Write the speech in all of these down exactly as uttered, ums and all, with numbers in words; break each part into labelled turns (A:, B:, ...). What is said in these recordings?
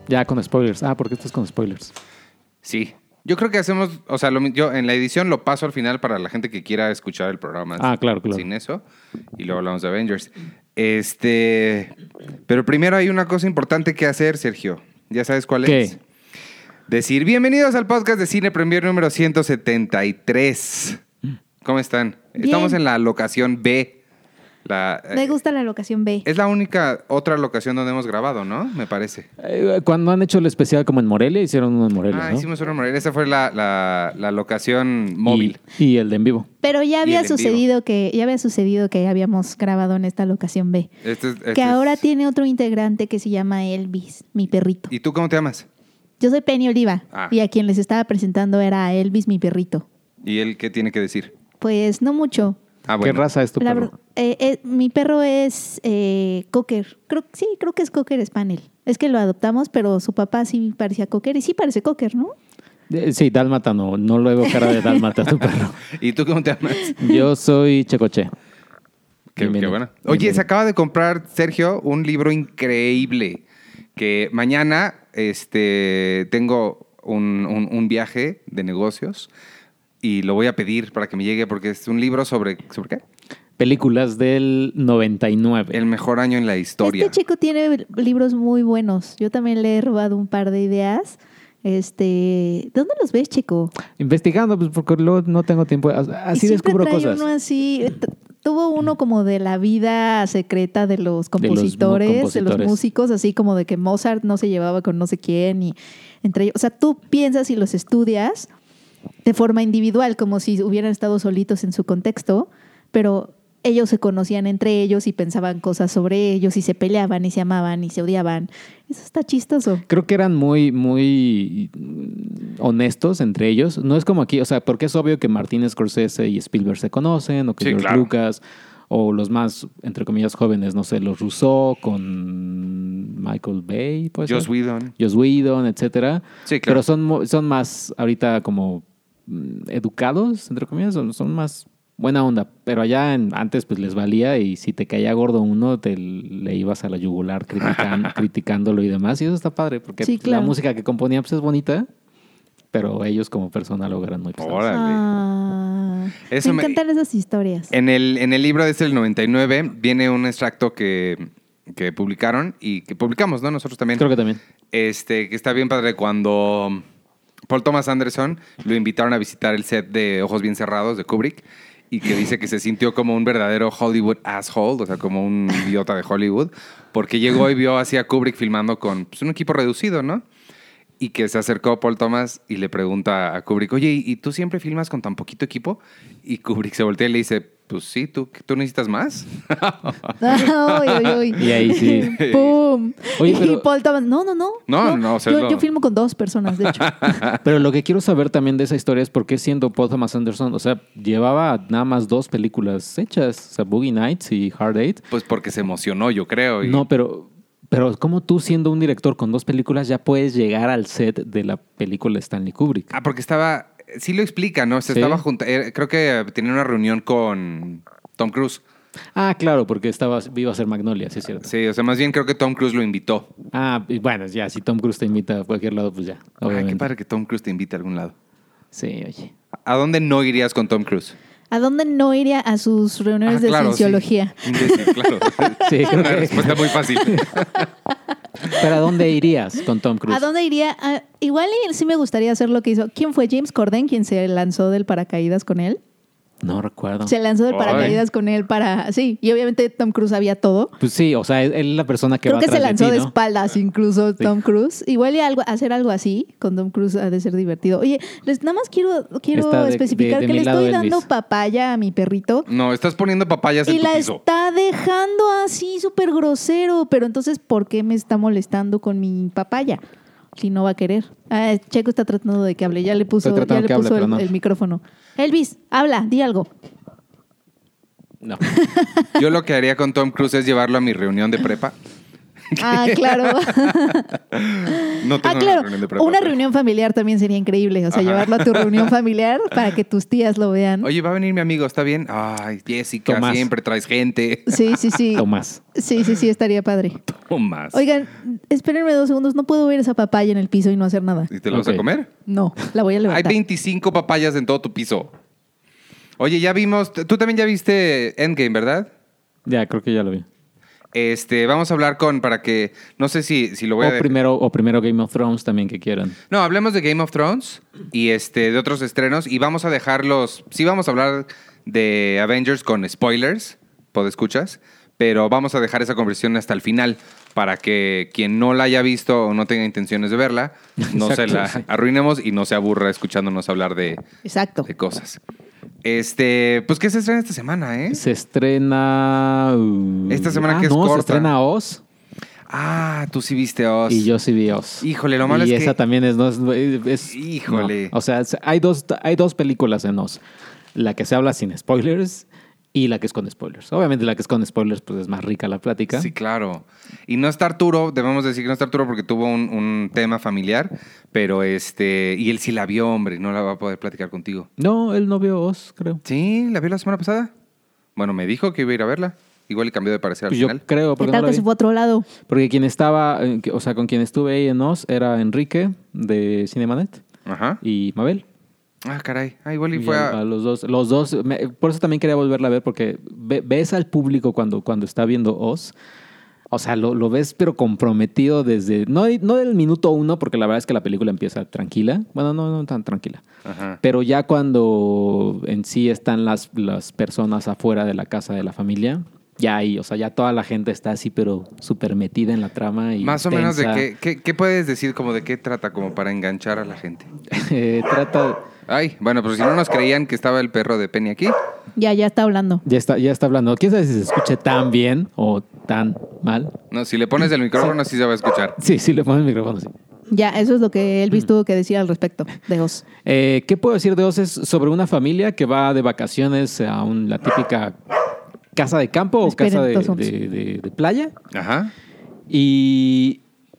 A: Ya con spoilers. Ah, ¿por qué estás con spoilers?
B: Sí. Yo creo que hacemos, o sea, lo, yo en la edición lo paso al final para la gente que quiera escuchar el programa.
A: Ah, claro, claro.
B: Sin eso. Y luego hablamos de Avengers. Este, pero primero hay una cosa importante que hacer, Sergio. ¿Ya sabes cuál
A: ¿Qué?
B: es? Decir, bienvenidos al podcast de Cine Premier número ciento setenta y tres. ¿Cómo están?
C: Bien.
B: Estamos en la locación B. La,
C: Me
B: eh,
C: gusta la locación B.
B: es la única otra locación donde hemos grabado, ¿no? Me parece.
A: Eh, cuando han hecho el especial como en Morelia, hicieron uno en Morelia,
B: Ah,
A: ¿no?
B: hicimos uno en Morelia. Esa fue la, la, la locación móvil.
A: Y, y el de en vivo.
C: Pero ya
B: Y
C: había
B: el en
C: sucedido que ya había sucedido que habíamos grabado en esta locación B.
B: Este es- este
C: que ahora
B: es-
C: tiene otro integrante que se llama Elvis, mi perrito.
B: ¿Y tú cómo te llamas?
C: Yo soy Penny Oliva
B: Ah.
C: y a quien les estaba presentando era a Elvis, mi perrito.
B: ¿Y él qué tiene que decir?
C: Pues no mucho.
B: Ah,
A: ¿Qué raza es tu
C: La
A: perro?
C: ver- eh, eh, mi perro es eh, Cocker. Creo, sí, creo que es Cocker Spaniel. Es que lo adoptamos, pero su papá sí parecía Cocker y sí parece Cocker, ¿no?
A: Eh, Sí, dálmata no. No le veo cara de dálmata a tu perro.
B: ¿Y tú cómo te llamas?
A: Yo soy Checoche.
B: Qué, qué
A: Bienvenido.
B: bueno. Oye,
A: Bienvenido.
B: se acaba de comprar, Sergio, un libro increíble. Que mañana este, tengo un, un- un viaje de negocios y lo voy a pedir para que me llegue porque es un libro sobre... ¿Sobre qué?
A: Películas del noventa y nueve.
B: El mejor año en la historia.
C: Este chico tiene libros muy buenos. Yo también le he robado un par de ideas. Este, ¿dónde los ves, chico?
A: Investigando, pues porque luego no tengo tiempo. Así
C: Y siempre
A: descubro
C: trae
A: cosas.
C: uno así. T- Tuvo uno como de la vida secreta de los
A: De los mu-
C: compositores, de los,
A: compositores.
C: músicos, así como de que Mozart no se llevaba con no sé quién y entre ellos. O sea, tú piensas y los estudias de forma individual, como si hubieran estado solitos en su contexto, pero ellos se conocían entre ellos y pensaban cosas sobre ellos y se peleaban y se amaban y se odiaban. Eso está chistoso.
A: Creo que eran muy, muy mm, honestos entre ellos. No es como aquí, o sea, porque es obvio que Martin Scorsese y Spielberg se conocen, o que
B: Sí,
A: George
B: claro.
A: Lucas, o los más, entre comillas, jóvenes, no sé, los Rousseau con Michael Bay, pues.
B: Joss Whedon.
A: Joss Whedon, etcétera.
B: Sí, claro.
A: Pero son, mo- son más ahorita como mm, educados, entre comillas, son, son más buena onda. Pero allá en- antes pues les valía y si te caía gordo uno, te le ibas a la yugular critican- criticándolo y demás. Y eso está padre porque
C: Sí,
A: pues,
C: claro.
A: la música que componía pues es bonita, pero ellos como persona lo eran muy pesados.
B: Órale.
C: Ah,
B: Eso
C: me
B: me-
C: encantan esas historias.
B: En el, en el libro desde el noventa y nueve viene un extracto que, que publicaron y que publicamos, ¿no? Nosotros también.
A: Creo que también.
B: Este, que está bien padre cuando Paul Thomas Anderson lo invitaron a visitar el set de Ojos Bien Cerrados de Kubrick y que dice que se sintió como un verdadero Hollywood asshole, o sea, como un idiota de Hollywood, porque llegó y vio así a Kubrick filmando con pues, un equipo reducido, ¿no? Y que se acercó Paul Thomas y le pregunta a Kubrick, oye, ¿y tú siempre filmas con tan poquito equipo? Y Kubrick se voltea y le dice, pues sí, ¿tú, ¿tú necesitas más?
C: Ay, ay, ay.
A: Y ahí sí.
C: ¡Pum!
A: Oye, pero-
C: Y Paul Thomas, no, no, no.
B: No, no, o sea,
C: yo,
B: es lo-
C: yo filmo con dos personas, de hecho.
A: Pero lo que quiero saber también de esa historia es por qué siendo Paul Thomas Anderson, o sea, llevaba nada más dos películas hechas, o sea, Boogie Nights y Hard Eight.
B: Pues porque se emocionó, yo creo. y-
A: No, pero, pero ¿cómo tú siendo un director con dos películas ya puedes llegar al set de la película de Stanley Kubrick?
B: Ah, porque estaba... Sí lo explica, ¿no? Se
A: Sí.
B: estaba junto... eh, creo que tenía una reunión con Tom Cruise.
A: Ah, claro, porque estaba, iba a ser Magnolia, sí es cierto.
B: Sí, o sea, más bien creo que Tom Cruise lo invitó.
A: Ah, y bueno, ya, si Tom Cruise te invita a cualquier lado, pues ya,
B: Ay,
A: obviamente.
B: qué padre que Tom Cruise te invite a algún lado.
A: Sí, oye.
B: ¿A dónde no irías con Tom Cruise?
C: ¿A dónde no iría a sus reuniones
B: Ah,
C: de
B: claro,
C: cienciología?
B: Sí, Sí, claro.
A: Sí,
B: Es
A: creo
B: una
A: que-
B: respuesta muy fácil.
A: ¿Pero a dónde irías con Tom Cruise?
C: ¿A dónde iría? Ah, igual y sí me gustaría hacer lo que hizo. ¿Quién fue? James Corden, quien se lanzó del paracaídas con él.
A: No recuerdo.
C: Se lanzó del
B: Ay.
C: paracaídas con él para... Sí, y obviamente Tom Cruise sabía todo.
A: Pues sí, o sea, él es la persona que
C: Creo
A: va
C: que se
A: atrás
C: lanzó
A: de
C: de,
A: ti, ¿no?
C: espaldas incluso
A: Sí.
C: Tom Cruise. Igual y algo, hacer algo así con Tom Cruise ha de ser divertido. Oye, les, nada más quiero, quiero
A: Está de-
C: especificar
A: de- de
C: que
A: mi
C: le
A: lado,
C: estoy dando
A: Elvis.
C: papaya a mi perrito.
B: No, estás poniendo papayas en
C: Y
B: tu
C: la
B: piso.
C: está dejando así súper grosero. Pero entonces, ¿por qué me está molestando con mi papaya? Si no va a querer. Ah, Checo está tratando de que hable. Ya le puso,
A: Estoy tratando
C: ya le
A: que hable,
C: puso
A: pero
C: el,
A: no.
C: el micrófono. Elvis, habla, di algo.
A: No.
B: Yo lo que haría con Tom Cruise es llevarlo a mi reunión de prepa.
C: Ah, claro.
B: No tengo
C: Ah, claro.
B: una reunión de prepa.
C: Una
B: pero-
C: reunión familiar también sería increíble. O sea,
B: Ajá.
C: llevarlo a tu reunión familiar para que tus tías lo vean.
B: Oye, va a venir mi amigo, ¿está bien? Ay, Jessica,
A: Tomás.
B: siempre traes gente.
C: Sí, sí, sí.
A: Tomás.
C: Sí, sí, sí, estaría padre.
B: Tomás.
C: Oigan, espérenme dos segundos, no puedo ver esa papaya en el piso y no hacer nada.
B: ¿Y te lo vas
A: Ok.
B: a comer?
C: No, la voy a
B: Hay
C: levantar.
B: veinticinco papayas en todo tu piso. Oye, ya vimos... Tú también ya viste Endgame, ¿verdad?
A: Ya, creo que ya lo vi.
B: Este, vamos a hablar con... Para que... No sé si, si lo voy a...
A: O primero, o primero Game of Thrones también que quieran.
B: No, hablemos de Game of Thrones y este de otros estrenos y vamos a dejarlos... Sí vamos a hablar de Avengers con spoilers, podescuchas, pero vamos a dejar esa conversación hasta el final para que quien no la haya visto o no tenga intenciones de verla, no se
A: Exacto,
B: la
A: sí.
B: arruinemos y no se aburra escuchándonos hablar de,
C: Exacto.
B: de cosas. Este, pues, ¿qué se estrena esta semana, eh?
A: Se estrena... uh,
B: Esta semana
A: ah,
B: que es
A: no,
B: corta.
A: se estrena Oz.
B: Ah, tú sí viste Oz.
A: Y yo sí vi Oz.
B: Híjole, lo malo
A: y
B: es que-
A: esa también es... No, es, es-
B: Híjole.
A: no. O sea, es- hay dos, hay dos películas en Oz. La que se habla sin spoilers y la que es con spoilers. Obviamente la que es con spoilers pues es más rica la plática.
B: Sí, claro. Y no está Arturo, debemos decir que no está Arturo porque tuvo un, un tema familiar, pero este... Y él sí la vio, hombre, no la va a poder platicar contigo.
A: No, él no vio Oz, creo.
B: ¿Sí? ¿La vio la semana pasada? Bueno, me dijo que iba a ir a verla. Igual y cambió de parecer al
A: Pues yo
B: final.
A: creo,
C: ¿Qué
A: porque
C: tal
A: no la
C: que
A: vi.
C: se fue a otro lado?
A: Porque quien estaba, eh, que- o sea, con quien estuve ahí en Oz era Enrique de Cinemanet
B: Ajá.
A: y Mabel.
B: Ah, caray. Ah, igual y
A: Y
B: fue
A: a,
B: a...
A: a los dos, los dos, me- por eso también quería volverla a ver, porque ve- ves al público cuando, cuando está viendo Oz. O sea, lo, lo ves pero comprometido desde, no, no del minuto uno, porque la verdad es que la película empieza tranquila. Bueno, no, no tan tranquila.
B: Ajá.
A: Pero ya cuando en sí están las, las personas afuera de la casa de la familia, ya ahí, o sea, ya toda la gente está así, pero súper metida en la trama. Y
B: Más o menos de
A: tensa.
B: qué, qué... ¿Qué puedes decir como de qué trata como para enganchar a la gente?
A: Eh, trata...
B: Ay, bueno, pero si no nos creían que estaba el perro de Penny aquí.
C: Ya, ya está hablando.
A: Ya está, ya está hablando. ¿Quién sabe si se escuche tan bien o tan mal?
B: No, si le pones el micrófono sí se va a escuchar.
A: Sí, sí, le pones el micrófono, sí.
C: Ya, eso es lo que Elvis tuvo que decir al respecto de Oz.
A: Eh, ¿Qué puedo decir de Oz? Es sobre una familia que va de vacaciones a un- la típica casa de campo o
C: Esperen,
A: casa de,
C: dos segundos.
A: de- de- de playa.
B: Ajá.
A: Y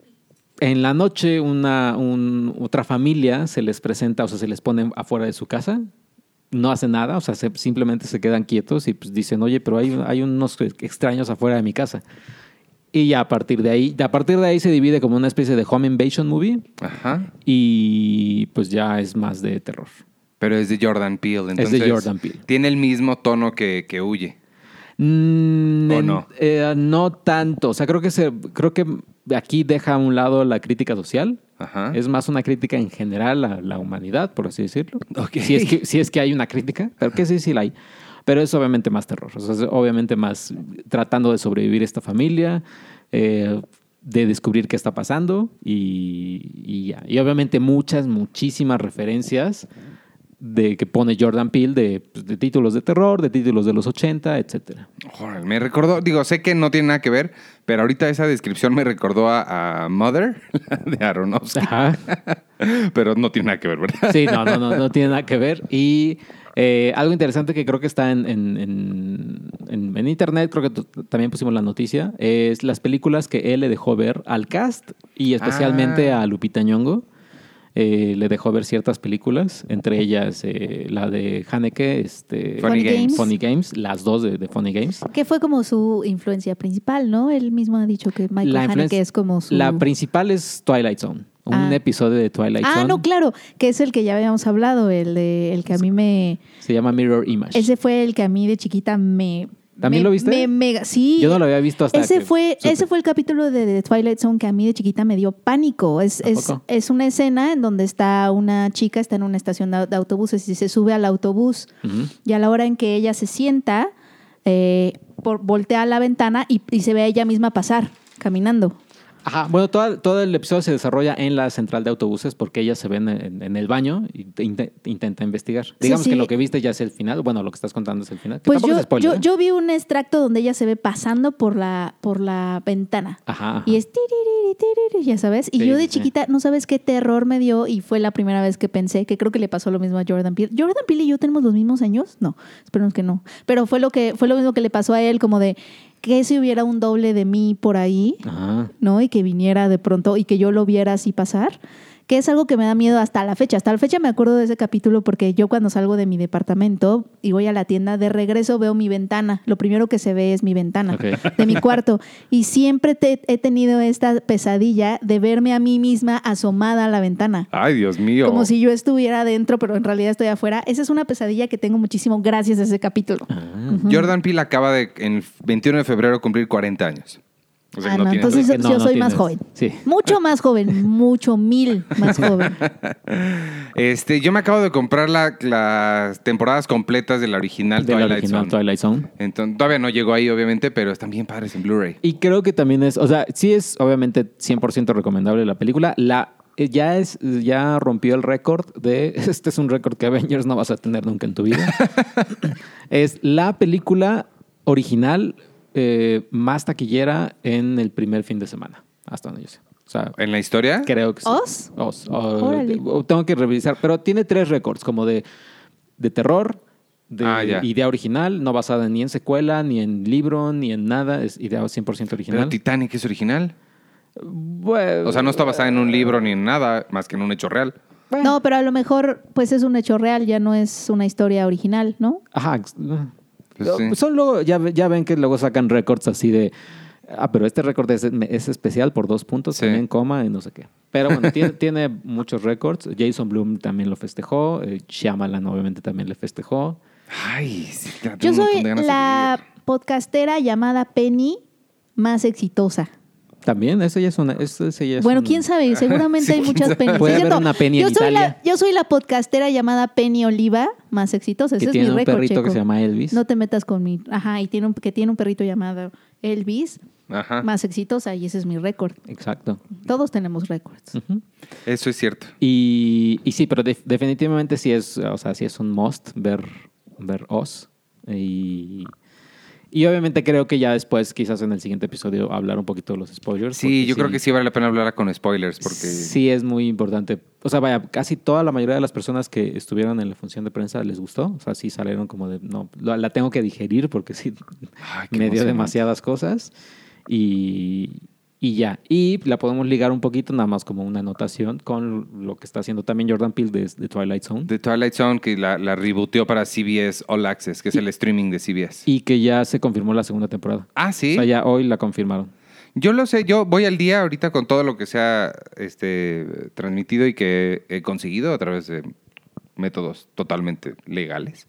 A: en la noche una un- otra familia se les presenta, o sea, se les pone afuera de su casa. No hacen nada, o sea, se- simplemente se quedan quietos y pues dicen, oye, pero hay, hay unos extraños afuera de mi casa. Y ya a partir de ahí, a partir de ahí se divide como una especie de home invasion movie
B: Ajá.
A: y pues ya es más de terror.
B: Pero es de Jordan Peele, entonces...
A: de Jordan Peele.
B: Tiene el mismo tono que, que Huye.
A: Mm,
B: ¿O
A: en-
B: no?
A: eh, no tanto. O sea, creo que se, creo que aquí deja a un lado la crítica social.
B: Ajá.
A: Es más una crítica en general a la humanidad, por así decirlo.
B: Ok.
A: Si es que, si es que hay una crítica, pero que sí, sí la hay. Pero es obviamente más terror. O sea, es obviamente más tratando de sobrevivir esta familia, eh, de descubrir qué está pasando y, y ya. Y obviamente muchas, muchísimas referencias de que pone Jordan Peele de, pues, de títulos de terror, de títulos de los ochenta, etcétera.
B: Joder, me recordó, digo, sé que no tiene nada que ver, pero ahorita esa descripción me recordó a, a Mother, de Aronofsky.
A: Ajá.
B: Pero no tiene nada que ver, ¿verdad?
A: Sí, no, no, no, no tiene nada que ver. Y eh, algo interesante que creo que está en, en, en, en- en internet, creo que t- también pusimos la noticia, es las películas que él le dejó ver al cast y especialmente
B: Ah.
A: a Lupita Nyong'o. Eh, le dejó ver ciertas películas, entre ellas eh, la de Haneke, este,
B: Funny Games.
A: Funny Games, las dos de, de Funny Games.
C: Que fue como su influencia principal, ¿no? Él mismo ha dicho que Michael
A: La
C: Haneke
A: influencia-
C: es como su...
A: La principal es Twilight Zone, un
C: Ah.
A: episodio de Twilight
C: Ah,
A: Zone.
C: no, claro, que es el que ya habíamos hablado, el de el que a mí me...
A: Se llama Mirror Image.
C: Ese fue el que a mí de chiquita me...
A: ¿También
C: me-
A: lo viste?
C: Me, mega, sí.
A: Yo no lo había visto hasta
C: Ese
A: que
C: fue,
A: supe.
C: ese fue el capítulo de, de Twilight Zone que a mí de chiquita me dio pánico. Es,
A: ¿A
C: es,
A: poco?
C: es una escena en donde está una chica, está en una estación de, de autobuses y se sube al autobús.
A: Ujú.
C: Y a la hora en que ella se sienta, eh, por, voltea a la ventana y, y se ve a ella misma pasar, caminando.
A: Ajá, bueno, todo, todo el episodio se desarrolla en la central de autobuses porque ella se ve en, en- en el baño y te inte- intenta investigar. Digamos
C: sí.
A: que lo que viste ya es el final. Bueno, lo que estás contando es el final. Que
C: Pues
A: tampoco
C: yo,
A: es spoiler,
C: yo,
A: ¿eh?
C: yo vi un extracto donde ella se ve pasando por la, por la ventana.
A: Ajá, ajá.
C: Y es tiririri, tiririri, ya sabes. Y
A: Sí,
C: yo de
A: sí, sí.
C: chiquita, no sabes qué terror me dio y fue la primera vez que pensé, que creo que le pasó lo mismo a Jordan Peele. ¿Jordan Peele y yo tenemos los mismos años? No, esperemos que no. Pero fue lo que fue lo mismo que le pasó a él, como de que si hubiera un doble de mí por ahí,
A: Ajá.
C: ¿no? Y que viniera de pronto y que yo lo viera así pasar. que es algo que me da miedo hasta la fecha. Hasta la fecha me acuerdo de ese capítulo porque yo cuando salgo de mi departamento y voy a la tienda, de regreso veo mi ventana. Lo primero que se ve es mi ventana
A: Okay.
C: de mi cuarto. Y siempre te, he tenido esta pesadilla de verme a mí misma asomada a la ventana.
B: Ay, Dios mío.
C: Como si yo estuviera adentro, pero en realidad estoy afuera. Esa es una pesadilla que tengo muchísimo gracias a ese capítulo.
A: Ah.
B: Jordan Peele acaba de, en el veintiuno de febrero, cumplir cuarenta años. O sea,
C: Ah,
B: que no
C: no,
B: tiene-
C: entonces
A: que no,
C: yo
A: no
C: soy más
A: tienes-
C: joven.
A: sí.
C: Mucho más joven, mucho mil más joven.
B: Este, yo me acabo de comprar la- las temporadas completas de la original
A: De la
B: Twilight
A: original
B: Zone.
A: Twilight Zone.
B: Entonces, todavía no llegó ahí, obviamente, pero están bien padres en Blu-ray.
A: Y creo que también es, o sea, sí es obviamente cien por ciento recomendable la película. La, eh, ya, es, ya rompió el récord de, este es un récord que Avengers no vas a tener nunca en tu vida. Es la película original eh, más taquillera en el primer fin de semana, hasta donde yo sé. O sea,
B: ¿En la historia?
A: creo que sí.
C: ¿Oz?
A: Oz. O-
C: Órale.
A: o- tengo que revisar, pero tiene tres récords, como de, de terror, de
B: Ah, ya.
A: idea original, no basada ni en secuela, ni en libro, ni en nada, es idea cien por ciento original.
B: Pero Titanic es original.
A: Bueno,
B: O sea, no está basada en un libro ni en nada, más que en un hecho real.
A: bueno.
C: No, pero a lo mejor pues es un hecho real, ya no es una historia original, ¿no?
A: Ajá. ex-
B: Pues sí.
A: Son luego, ya, ve- ya ven que luego sacan récords así de. Ah, pero este récord es, es especial por dos puntos,
B: Sí.
A: también coma y no sé qué. Pero bueno, tiene, tiene muchos récords. Jason Blum también lo festejó. eh, Shyamalan obviamente también le festejó.
B: Ay, sí, ya tengo
C: Yo
B: un montón
C: soy
B: de ganas de
C: la
B: leer.
C: podcastera llamada Penny más exitosa.
A: También, esa ya es una. Esa, esa ya es
C: Bueno,
A: un-
C: quién sabe, seguramente
B: Sí,
C: hay
B: quién
C: muchas
B: sabe.
C: Penny.
A: Puede
C: Sí,
A: haber
C: cierto.
A: una Penny
C: yo
A: en
C: soy
A: Italia.
C: la, yo soy la podcastera llamada Penny Oliva más exitosa. Ese
A: que
C: es
A: tiene
C: mi
A: un
C: récord,
A: perrito que
C: Checo.
A: se llama Elvis.
C: No te metas con mi... Ajá, y tiene un, que tiene un perrito llamado Elvis
B: Ajá.
C: más exitosa y ese es mi récord.
A: Exacto.
C: Todos tenemos récords.
A: Ujú.
B: Eso es cierto.
A: Y, y sí, pero def- definitivamente sí es, o sea, sí es un must ver, ver Oz. Y, y obviamente creo que ya después, quizás en el siguiente episodio, hablar un poquito de los spoilers.
B: Sí,
A: porque
B: yo creo que sí vale la pena hablar con spoilers, porque
A: Sí, es muy importante. O sea, vaya, casi toda la mayoría de las personas que estuvieron en la función de prensa les gustó. O sea, sí salieron como de, no, la, la tengo que digerir porque sí
B: Ay, qué
A: me dio
B: emocionante.
A: demasiadas cosas. Y, y ya. Y la podemos ligar un poquito, nada más como una anotación, con lo que está haciendo también Jordan Peele de, de Twilight Zone.
B: The Twilight Zone, que la, la rebooteó para C B S All Access, que es el streaming de C B S.
A: Y que ya se confirmó la segunda temporada.
B: Ah, sí.
A: O sea, ya hoy la confirmaron.
B: Yo lo sé, yo voy al día ahorita con todo lo que se ha este, transmitido y que he conseguido a través de métodos totalmente legales.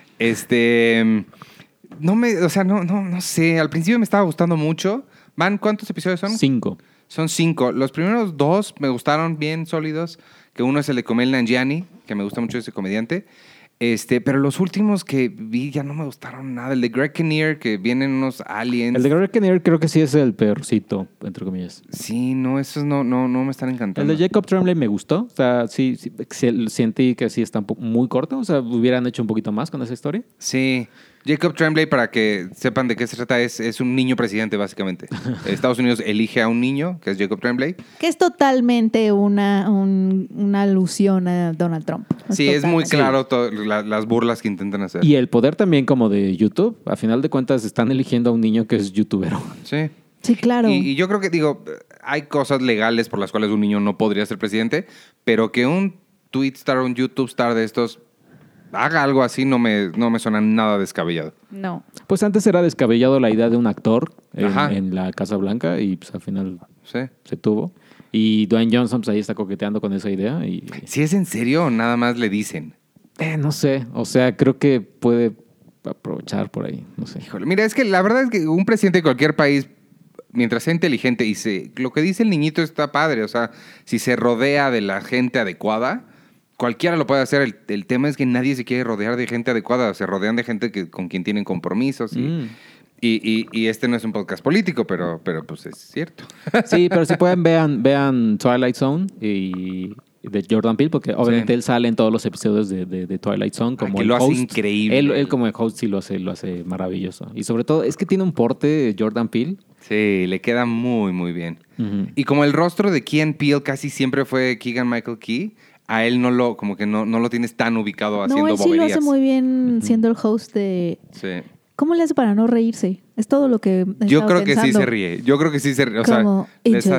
B: Este, no me, o sea, no, no, no sé. Al principio me estaba gustando mucho. Van, ¿cuántos episodios son?
A: Cinco.
B: Son cinco. Los primeros dos me gustaron bien sólidos, que uno es el de Kumail Nanjiani, que me gusta mucho ese comediante. Este, pero los últimos que vi ya no me gustaron nada. El de Greg Kinnear, que vienen unos aliens.
A: El de Greg Kinnear creo que sí es el peorcito, entre comillas.
B: Sí, no, esos no, no, no me están encantando.
A: El de Jacob Tremblay me gustó. O sea, sí, sí, sí, sentí que sí está un poco muy corto. O sea, hubieran hecho un poquito más con esa historia.
B: Sí. Jacob Tremblay, para que sepan de qué se trata, es, es un niño presidente, básicamente. Estados Unidos elige a un niño, que es Jacob Tremblay.
C: Que es totalmente una, un- una alusión a Donald Trump.
B: Sí, es muy
C: totalmente.
B: claro to- la- las burlas que intentan hacer.
A: Y el poder también como de YouTube. A final de cuentas están eligiendo a un niño que es youtubero.
B: Sí.
C: Sí, claro.
B: Y, y yo creo que, digo, hay cosas legales por las cuales un niño no podría ser presidente, pero que un tweet star o un YouTube star de estos haga algo así no me, no me suena nada descabellado.
C: No.
A: Pues antes era descabellado la idea de un actor en,
B: Ajá.
A: en la Casa Blanca y pues al final
B: Sí.
A: se tuvo. Y Dwayne Johnson pues ahí está coqueteando con esa idea. Y
B: Si es en serio o nada más le dicen.
A: eh, no sé, o sea, creo que puede aprovechar por ahí, no sé.
B: Híjole, mira, es que la verdad es que un presidente de cualquier país, mientras sea inteligente y se, lo que dice el niñito está padre, o sea, si se rodea de la gente adecuada, cualquiera lo puede hacer. El, el tema es que nadie se quiere rodear de gente adecuada, se rodean de gente que, con quien tienen compromisos y,
A: Mm.
B: y, y- y este no es un podcast político, pero, pero pues es cierto.
A: Sí, pero si pueden, vean, vean Twilight Zone y de Jordan Peele, porque obviamente
B: Sí.
A: él sale en todos los episodios de, de- de Twilight Zone como
B: que
A: el
B: lo hace
A: host.
B: increíble.
A: Él, él como el host sí lo hace, lo hace maravilloso. Y sobre todo, es que tiene un porte Jordan Peele.
B: Sí, le queda muy, muy bien.
A: Ujú.
B: Y como el rostro de Key and Peele casi siempre fue Keegan Michael Key, a él no lo, como que no, no lo tienes tan ubicado haciendo
C: No, él sí lo
B: boberías.
C: hace muy bien siendo el host de...
B: Sí.
C: ¿Cómo le hace para no reírse? Es todo lo que he
B: Yo
C: estado
B: creo que sí
C: pensando.
B: se ríe. Yo creo que sí se ríe. O sea,
C: Como,
B: le
C: into,
B: sa-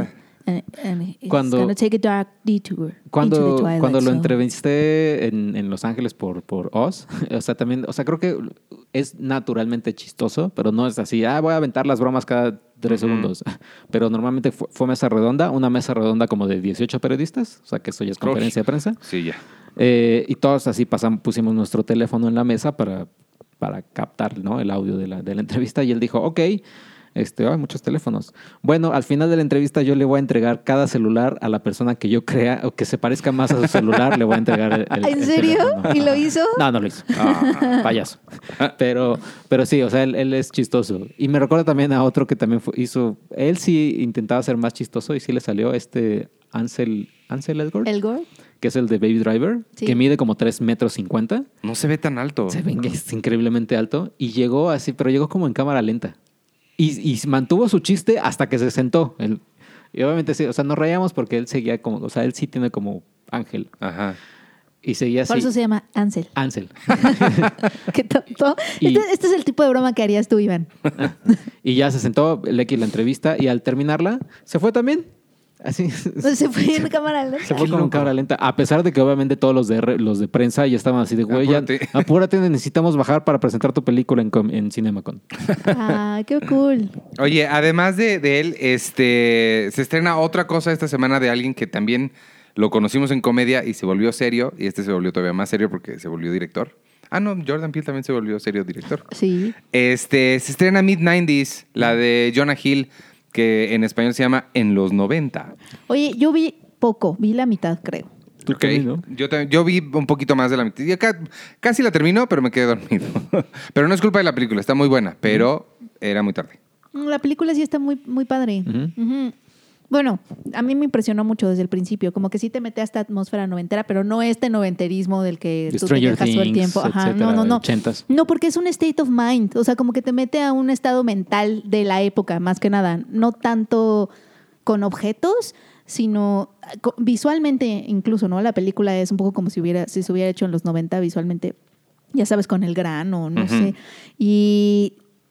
C: And, and it's
A: Cuando-
C: gonna take a dark detour into the
A: Cuando,
C: Twilight
A: cuando lo
C: Zone.
A: entrevisté en, en Los Ángeles por, por Oz, o sea, también, o sea, creo que es naturalmente chistoso, pero no es así, ah, voy a aventar las bromas cada tres
B: Ujú.
A: segundos. Pero normalmente fue, fue mesa redonda, una mesa redonda como de dieciocho periodistas, o sea, que esto ya es conferencia de prensa.
B: Sí, ya.
A: Eh, y todos así pasan, pusimos nuestro teléfono en la mesa para, para captar, ¿no?, el audio de la, de la entrevista. Y él dijo, ok, este, hay muchos teléfonos. Bueno, al final de la entrevista yo le voy a entregar cada celular a la persona que yo crea o que se parezca más a su celular, le voy a entregar el, el-
C: ¿En
A: el
C: serio?
A: teléfono.
C: ¿Y lo hizo?
A: No, no lo hizo. Ah, payaso. Pero, pero sí, o sea, él, él es chistoso. Y me recuerda también a otro que también fue- hizo... Él sí intentaba ser más chistoso y sí le salió este Ansel, Ansel Elgort,
C: ¿El Gore?
A: que es el de Baby Driver,
C: Sí.
A: que mide como tres metros cincuenta.
B: No se ve tan alto.
A: Se ve que es increíblemente alto. Y llegó así, pero llegó como en cámara lenta. Y, y mantuvo su chiste hasta que se sentó. Él- y obviamente sí, o sea, nos reíamos porque él seguía como... O sea, él sí tiene como ángel.
B: Ajá.
A: Y seguía así...
C: Por eso se llama Ansel.
A: Ansel.
C: Qué tonto.
A: Y-
C: Este, este es el tipo de broma que harías tú, Iván.
A: Y ya se sentó Lecky la entrevista y al terminarla se fue también. Así.
C: Se fue en cámara lenta.
A: Se fue
B: Qué
A: como en
B: loco.
A: cámara lenta. A pesar de que obviamente todos los de, R- los de prensa ya estaban así de, güey, ya,
B: Apúrate.
A: apúrate, necesitamos bajar para presentar tu película en, com- en CinemaCon.
C: Ah, qué cool.
B: Oye, además de, de él, este, se estrena otra cosa esta semana de alguien que también lo conocimos en comedia y se volvió serio. Y este se volvió todavía más serio porque se volvió director. Ah, no, Jordan Peele también se volvió serio director.
C: Sí.
B: Este, se estrena mid noventas, la de Jonah Hill, que en español se llama En los noventa.
C: Oye, yo vi poco, vi la mitad, creo.
A: ¿Tú
B: Ok.
A: también, no?
B: Yo, también- yo vi un poquito más de la mitad. Ya ca- casi la termino, pero me quedé dormido. Pero no es culpa de la película, está muy buena, pero era muy tarde.
C: La película sí está muy, muy padre.
A: Ujú.
C: Ujú. Bueno, a mí me impresionó mucho desde el principio, como que sí te mete a esta atmósfera noventera, pero no este noventerismo del que
A: De
C: tú te
A: Stranger
C: quejas todo el
A: Things,
C: tiempo. Ajá,
A: etcétera,
C: no, no, no.
A: ochentas.
C: No, porque es un state of mind, o sea, como que te mete a un estado mental de la época, más que nada. No tanto con objetos, sino co- visualmente incluso, ¿no? La película es un poco como si hubiera, si se hubiera hecho en los noventa visualmente, ya sabes, con el grano, no
B: Ujú.
C: sé. Y,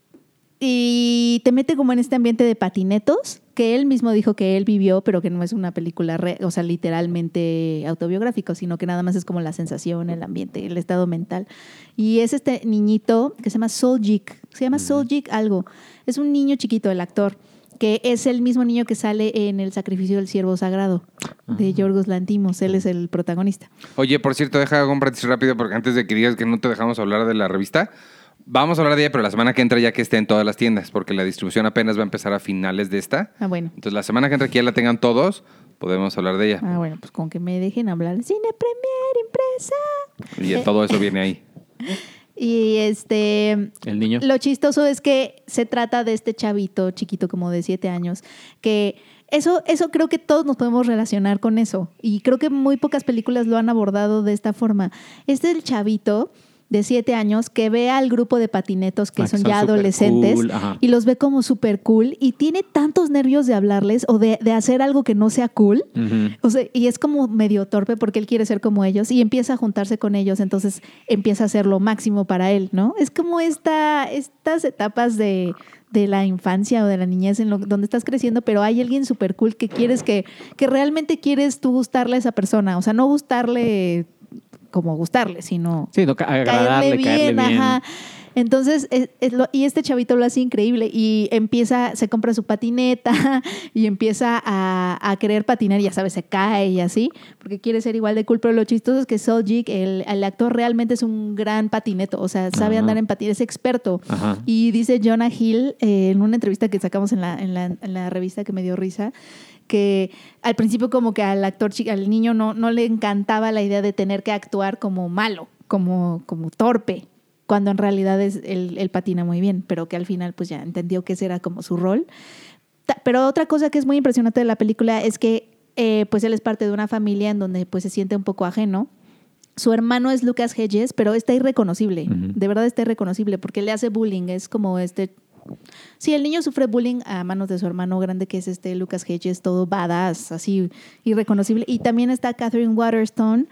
C: y te mete como en este ambiente de patinetos, que él mismo dijo que él vivió, pero que no es una película, re- o sea, literalmente autobiográfico, sino que nada más es como la sensación, el ambiente, el estado mental. Y es este niñito que se llama Soljik, se llama Soljik algo. Es un niño chiquito, el actor, que es el mismo niño que sale en El sacrificio del siervo sagrado, de Yorgos Lanthimos. Él es el protagonista.
B: Oye, por cierto, deja un paréntesis rápido porque antes de que digas que no te dejamos hablar de la revista, vamos a hablar de ella, pero la semana que entra ya que esté en todas las tiendas, porque la distribución apenas va a empezar a finales de esta.
C: Ah, bueno.
B: Entonces, la semana que entra que ya la tengan todos, podemos hablar de ella.
C: Ah, bueno, pues con que me dejen hablar. Cine Premier impresa.
B: Y todo eso viene ahí.
C: Y este,
A: El niño.
C: lo chistoso es que se trata de este chavito chiquito como de siete años, que eso, eso creo que todos nos podemos relacionar con eso. Y creo que muy pocas películas lo han abordado de esta forma. Este es el chavito de siete años que ve al grupo de patinetos que
A: Ah, que
C: son
A: son
C: ya
A: súper
C: adolescentes
A: cool, ajá.
C: y los ve como súper cool y tiene tantos nervios de hablarles o de, de hacer algo que no sea cool.
A: Ujú.
C: O sea, y es como medio torpe porque él quiere ser como ellos y empieza a juntarse con ellos, entonces empieza a hacer lo máximo para él, ¿no? Es como esta, estas etapas de, de la infancia o de la niñez en lo, donde estás creciendo, pero hay alguien súper cool que quieres que, que realmente quieres tú gustarle a esa persona. O sea, no gustarle como gustarle, sino
A: Sí, no, ca-
C: caerle
A: agradarle,
C: bien,
A: caerle bien.
C: ajá. Entonces, es- es lo- y este chavito lo hace increíble y empieza, se compra su patineta y empieza a, a querer patinar, ya sabes, se cae y así, porque quiere ser igual de cool, pero lo chistoso es que Soljik, el, el actor realmente es un gran patineto, o sea, sabe
A: Ajá.
C: andar en patín, es experto.
A: Ajá.
C: Y dice Jonah Hill eh, en una entrevista que sacamos en la, en, la, en la revista que me dio risa, que al principio como que al actor, chi- al niño no, no le encantaba la idea de tener que actuar como malo, como, como torpe, cuando en realidad es, él, él patina muy bien, pero que al final pues ya entendió que ese era como su rol. Ta- Pero otra cosa que es muy impresionante de la película es que eh, pues él es parte de una familia en donde pues se siente un poco ajeno. Su hermano es Lucas Hedges, pero está irreconocible.
A: Ujú.
C: De verdad está irreconocible porque le hace bullying. Es como este... Sí, el niño sufre bullying a manos de su hermano grande, que es este Lucas Hedges, todo badass, así irreconocible. Y también está Catherine Waterston,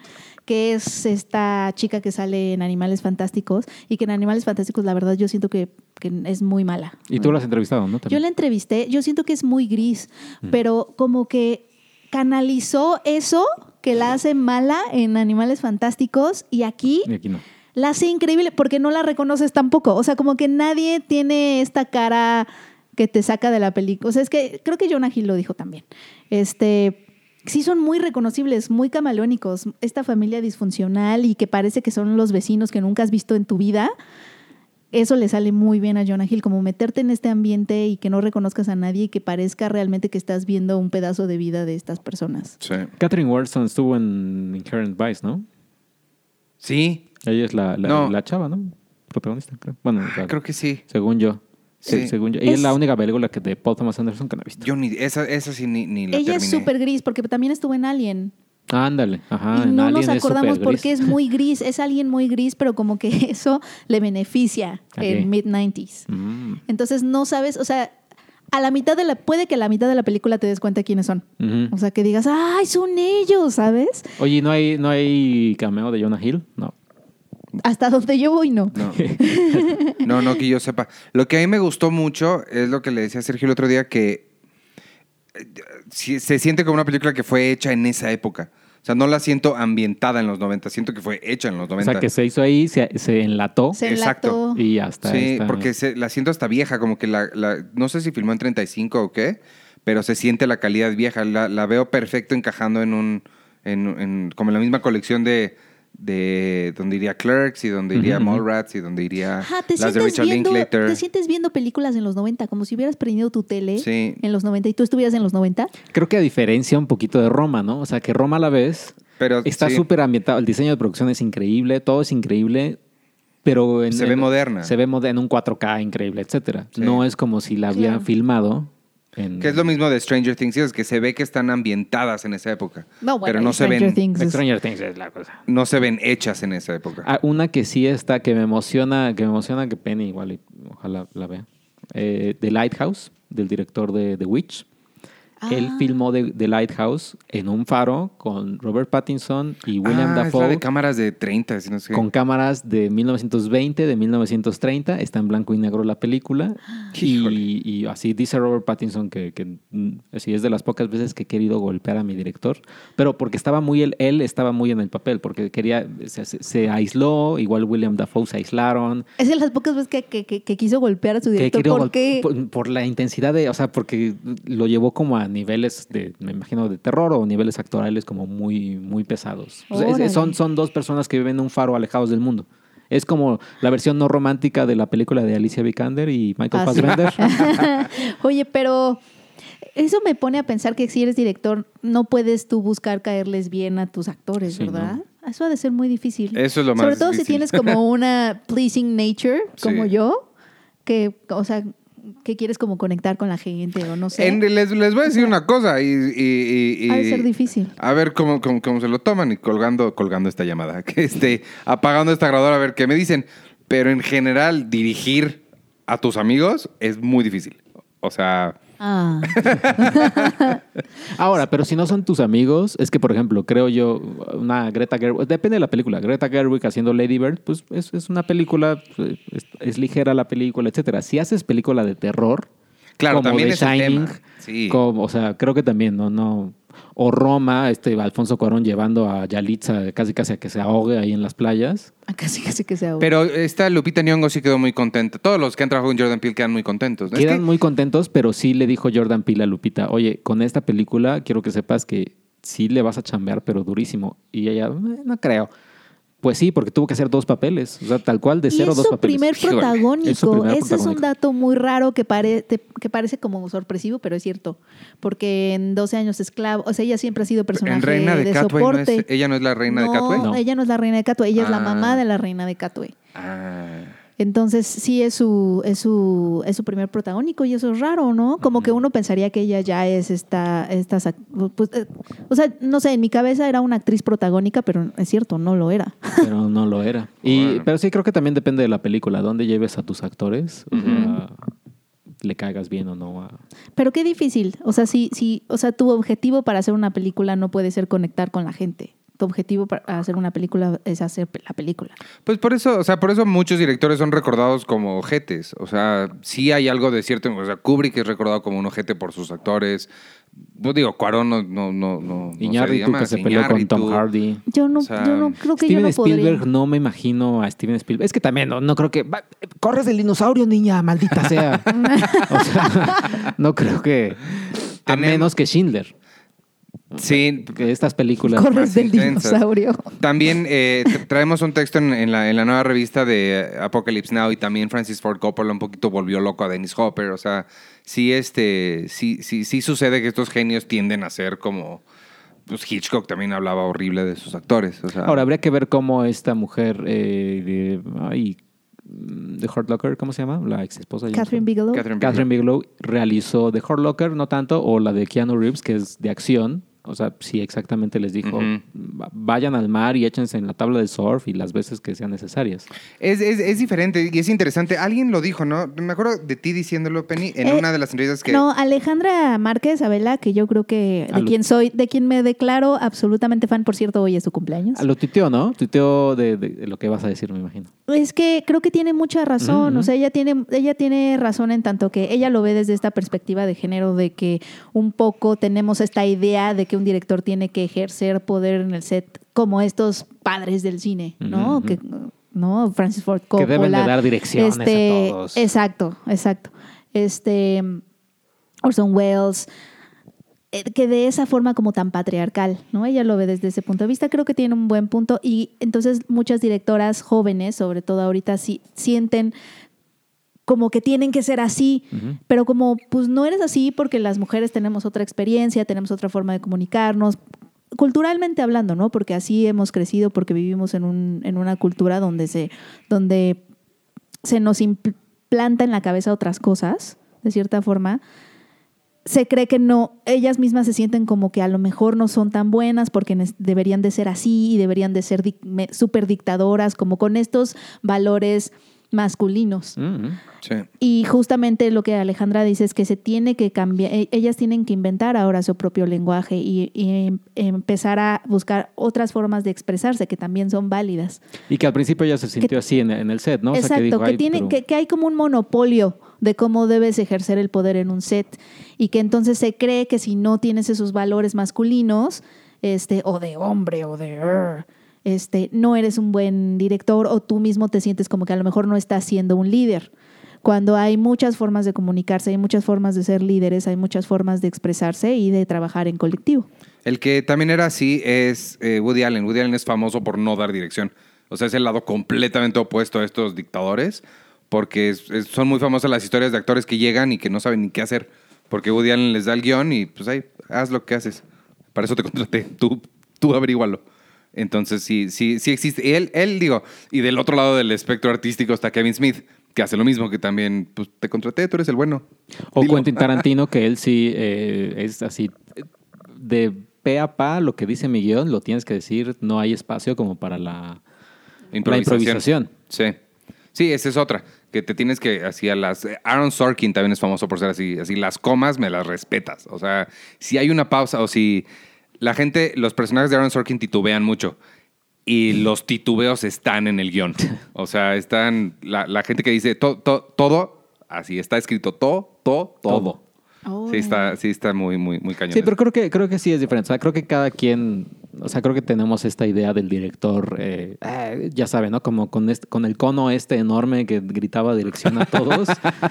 C: que es esta chica que sale en Animales Fantásticos y que en Animales Fantásticos la verdad yo siento que, que es muy mala.
A: Y tú la has entrevistado, ¿no? También.
C: Yo la entrevisté, yo siento que es muy gris, mm. pero como que canalizó eso que la hace mala en Animales Fantásticos y aquí,
A: y aquí no.
C: La hace increíble porque no la reconoces tampoco. O sea, como que nadie tiene esta cara que te saca de la película. O sea, es que creo que Jonah Hill lo dijo también. Este... Sí son muy reconocibles, muy camaleónicos. Esta familia disfuncional y que parece que son los vecinos que nunca has visto en tu vida, eso le sale muy bien a Jonah Hill, como meterte en este ambiente y que no reconozcas a nadie y que parezca realmente que estás viendo un pedazo de vida de estas personas.
B: Sí.
A: Catherine Waterston estuvo en Inherent Vice, ¿no?
B: Sí.
A: Ella es la, la,
B: no.
A: la chava, ¿no? Protagonista, creo. Bueno, la,
B: creo que sí.
A: Según yo.
B: Sí.
A: Según yo. Ella es, es la única película que de Paul Thomas Anderson que no he visto.
B: Yo ni esa, esa sí ni, ni la
C: Ella
B: terminé.
C: es súper gris porque también estuvo en Alien.
A: Ah, ándale. Ajá.
C: Y
A: en
C: no
A: Alien
C: nos acordamos
A: es
C: porque es muy gris. Es alguien muy gris, pero como que eso le beneficia
A: okay.
C: en mid-nineties.
A: Mm.
C: Entonces no sabes, o sea, a la mitad de la, puede que a la mitad de la película te des cuenta de quiénes son.
A: Uh-huh.
C: O sea, que digas, ¡ay, son ellos! ¿Sabes?
A: Oye, ¿no hay, no hay cameo de Jonah Hill? No.
C: Hasta donde yo voy, no.
B: No. no, no que yo sepa. Lo que a mí me gustó mucho es lo que le decía a Sergio el otro día, que se siente como una película que fue hecha en esa época. O sea, no la siento ambientada en los noventa, siento que fue hecha en los noventa.
A: O sea, que se hizo ahí, se, se enlató.
C: Se
B: Exacto.
C: enlató.
A: Y hasta
B: Sí,
A: esta...
B: porque se, la siento hasta vieja, como que la, la... No sé si filmó en treinta y cinco o qué, pero se siente la calidad vieja. La, la veo perfecto encajando en un... En, en, como en la misma colección de... de donde iría Clerks y donde iría uh-huh. Mallrats y donde iría
C: Ajá, te
B: las de Richard
C: viendo,
B: Linklater.
C: Te sientes viendo películas en los noventa, como si hubieras prendido tu tele
B: sí.
C: en los noventa y tú estuvieras en los noventa.
A: Creo que a diferencia un poquito de Roma, ¿no? O sea, que Roma a la vez
B: pero,
A: está súper sí. ambientado. El diseño de producción es increíble, todo es increíble, pero... En
B: se
A: el,
B: ve moderna.
A: Se ve moderna, en un cuatro K increíble, etcétera. Sí. No es como si la hubieran claro. filmado... En...
B: Que es lo mismo de Stranger Things, es que se ve que están ambientadas en esa época.
C: No, bueno,
B: pero no se
C: Stranger
B: ven.
C: Things es...
A: Stranger Things es la cosa.
B: No se ven hechas en esa época.
A: Ah, una que sí está, que me emociona, que me emociona que Penny igual, y ojalá la vea. Eh, The Lighthouse, del director de The Witch. Ah. Él filmó The, The Lighthouse en un faro con Robert Pattinson y William
B: ah,
A: Dafoe.
B: Es la de cámaras de treinta, si no sé.
A: Con cámaras de mil novecientos veinte, de mil novecientos treinta. Está en blanco y negro la película. Y, y así dice Robert Pattinson que, que así es de las pocas veces que he querido golpear a mi director. Pero porque estaba muy él, él estaba muy en el papel, porque quería, se, se aisló, igual William Dafoe se aislaron.
C: Es de las pocas veces que, que, que, que quiso golpear a su director. ¿Por qué?
A: Por, por la intensidad de, o sea, porque lo llevó como a niveles de, me imagino, de terror o niveles actorales como muy, muy pesados. O sea, es, son, son dos personas que viven en un faro alejados del mundo. Es como la versión no romántica de la película de Alicia Vikander y Michael ah, Fassbender.
C: Sí. Oye, pero eso me pone a pensar que si eres director no puedes tú buscar caerles bien a tus actores, sí, ¿verdad? ¿no? Eso ha de ser muy difícil.
B: Eso es lo más
C: Sobre todo
B: difícil.
C: Si tienes como una pleasing nature, como sí. yo, que, o sea... que quieres como conectar con la gente o no sé.
B: En, les, les voy a decir o sea, una cosa y, y, y, y...
C: ha de ser difícil.
B: A ver cómo, cómo, cómo se lo toman y colgando, colgando esta llamada, que este, apagando esta grabadora a ver qué me dicen. Pero en general, dirigir a tus amigos es muy difícil. O sea...
C: Ah.
A: Ahora, pero si no son tus amigos, es que, por ejemplo, creo yo, una Greta Gerwig, depende de la película, Greta Gerwig haciendo Lady Bird, pues es, es una película, es, es ligera la película, etcétera. Si haces película de terror,
B: claro,
A: como
B: también
A: The
B: es el
A: Shining,
B: tema. Sí.
A: Como, o sea, creo que también, no, no... O Roma, este Alfonso Cuarón llevando a Yalitza casi casi a que se ahogue ahí en las playas.
C: A casi casi que se ahogue.
B: Pero esta Lupita Nyong'o sí quedó muy contenta. Todos los que han trabajado con Jordan Peele quedan muy contentos. ¿No?
A: Quedan
B: es que...
A: muy contentos, pero sí le dijo Jordan Peele a Lupita, oye, con esta película quiero que sepas que sí le vas a chambear, pero durísimo. Y ella, eh, no creo. Pues sí, porque tuvo que hacer dos papeles, o sea, tal cual, de cero, dos papeles.
C: Primer protagónico.
A: Es su primer
C: Ese
A: protagónico.
C: Es un dato muy raro que, pare, te, que parece como sorpresivo, pero es cierto. Porque en doce años esclavo, o sea, ella siempre ha sido personaje
B: en Reina de,
C: de
B: Catway,
C: soporte.
B: ¿no es, ¿Ella no es la reina
C: no,
B: de Catway?
C: No, ella no es la reina de Catway, ella
B: ah.
C: es la mamá de la reina de Catway.
B: Ah.
C: Entonces, sí es su, es su, es su primer protagónico y eso es raro, ¿no? Como uh-huh. que uno pensaría que ella ya es esta, esta pues, eh, o sea, no sé, en mi cabeza era una actriz protagónica, pero es cierto, no lo era.
A: Pero no lo era. Y, bueno. Pero sí creo que también depende de la película, dónde lleves a tus actores, o uh-huh. sea, le caigas bien o no. A...
C: Pero qué difícil, o sea, si, si, o sea, tu objetivo para hacer una película no puede ser conectar con la gente. tu objetivo para hacer una película es hacer la película.
B: Pues por eso, o sea, por eso muchos directores son recordados como ojetes. O sea, sí hay algo de cierto. O sea, Kubrick es recordado como un ojete por sus actores. Pues digo, Cuarón no, no, no, no, no
A: Iñárritu, que se peleó con Tom Hardy.
C: Yo no,
B: O sea,
C: yo no creo que
A: Steven
C: yo no
A: Spielberg,
C: podría.
A: no me imagino a Steven Spielberg. Es que también no, no creo que... va, corres del dinosaurio, niña, maldita sea. O sea, no creo que... A
B: Tenemos-
A: menos que Schindler.
B: Sí,
A: Que estas películas...
C: Corres
B: más
C: del
B: intensas.
C: dinosaurio.
B: también eh, tra- traemos un texto en, en la, en la nueva revista de Apocalypse Now y también Francis Ford Coppola un poquito volvió loco a Dennis Hopper. O sea, sí, este, sí, sí, sí sucede que estos genios tienden a ser como... Pues Hitchcock también hablaba horrible de sus actores. O sea,
A: Ahora, habría que ver cómo esta mujer eh, de... Ay, de Hurt Locker, ¿cómo se llama? La ex esposa. de James
C: Catherine
A: Bond.
C: Bigelow.
B: Catherine
A: Catherine Bigelow realizó The Hurt Locker, no tanto, o la de Keanu Reeves, que es de acción. O sea, sí, exactamente les dijo,
B: Ujú.
A: "Va- vayan al mar y échense en la tabla de surf y las veces que sean necesarias".
B: Es, es, es diferente y es interesante. Alguien lo dijo, ¿no? Me acuerdo de ti diciéndolo, Penny, en
C: Eh,
B: una de las entrevistas que...
C: No, Alejandra Márquez Abela, que yo creo que
A: Ah,
C: de
A: lo-
C: quien soy, de quien me declaro absolutamente fan, por cierto, hoy es su cumpleaños.
A: Ah, Lo tuiteó, ¿no? Tuiteó de, de- de lo que vas a decir, me imagino.
C: Es que creo que tiene mucha razón,
A: Ujú.
C: o sea, ella tiene, ella tiene razón en tanto que ella lo ve desde esta perspectiva de género, de que un poco tenemos esta idea de que un director tiene que ejercer poder en el set como estos padres del cine, ¿no?
A: Ujú.
C: Que, ¿no? Francis Ford Coppola.
A: Que deben de dar direcciones
C: este,
A: a todos.
C: Exacto, exacto. Este, Orson Welles, eh, que de esa forma como tan patriarcal, ¿no? Ella lo ve desde ese punto de vista, creo que tiene un buen punto y entonces muchas directoras jóvenes, sobre todo ahorita, sí sienten como que tienen que ser así,
A: Ujú.
C: pero como pues no eres así porque las mujeres tenemos otra experiencia, tenemos otra forma de comunicarnos, culturalmente hablando, ¿no? Porque así hemos crecido, porque vivimos en, un, en una cultura donde se, donde se nos implanta en la cabeza otras cosas, de cierta forma. Se cree que no, ellas mismas se sienten como que a lo mejor no son tan buenas porque nes- deberían de ser así y deberían de ser dic- me- súper dictadoras, como con estos valores masculinos.
A: Mm.
B: Sí.
C: Y justamente lo que Alejandra dice es que se tiene que cambiar, e- ellas tienen que inventar ahora su propio lenguaje y, y em- empezar a buscar otras formas de expresarse que también son válidas.
A: Y que al principio ya se sintió
C: Que-
A: así en, en el set, ¿no? O sea,
C: Exacto, que,
A: dijo, "Ay,
C: tiene,
A: pero-
C: que, que hay como un monopolio de cómo debes ejercer el poder en un set y que entonces se cree que si no tienes esos valores masculinos, este, o de hombre o de "Arr", este, no eres un buen director o tú mismo te sientes como que a lo mejor no estás siendo un líder. Cuando hay muchas formas de comunicarse, hay muchas formas de ser líderes, hay muchas formas de expresarse y de trabajar en colectivo.
B: El que también era así es eh, Woody Allen. Woody Allen es famoso por no dar dirección. O sea, es el lado completamente opuesto a estos dictadores, porque es- es- son muy famosas las historias de actores que llegan y que no saben ni qué hacer. Porque Woody Allen les da el guión y pues ahí, haz lo que haces. Para eso te contraté. Tú, tú averígualo. Entonces sí, sí, sí existe. Y él, él, digo, y del otro lado del espectro artístico está Kevin Smith, que hace lo mismo, que también, pues te contraté, tú eres el bueno.
A: O
B: Dilo.
A: Quentin Tarantino, que él sí eh, es así, eh, de pe a pa, lo que dice mi guión, lo tienes que decir, no hay espacio como para la, la improvisación.
B: Sí. Sí, esa es otra. Que te tienes que, así a las... Aaron Sorkin también es famoso por ser así. Así, las comas me las respetas. O sea, si hay una pausa o si la gente, los personajes de Aaron Sorkin titubean mucho y los titubeos están en el guión. O sea, están... La, la gente que dice to- to- todo, así está escrito todo, todo, todo.
C: Oh.
B: Sí está, sí está muy, muy, muy cañón.
A: Sí, pero creo que, creo que sí es diferente. O sea, creo que cada quien, o sea, creo que tenemos esta idea del director, eh, eh, ya saben, ¿no? Como con, este, con el cono este enorme que gritaba dirección a todos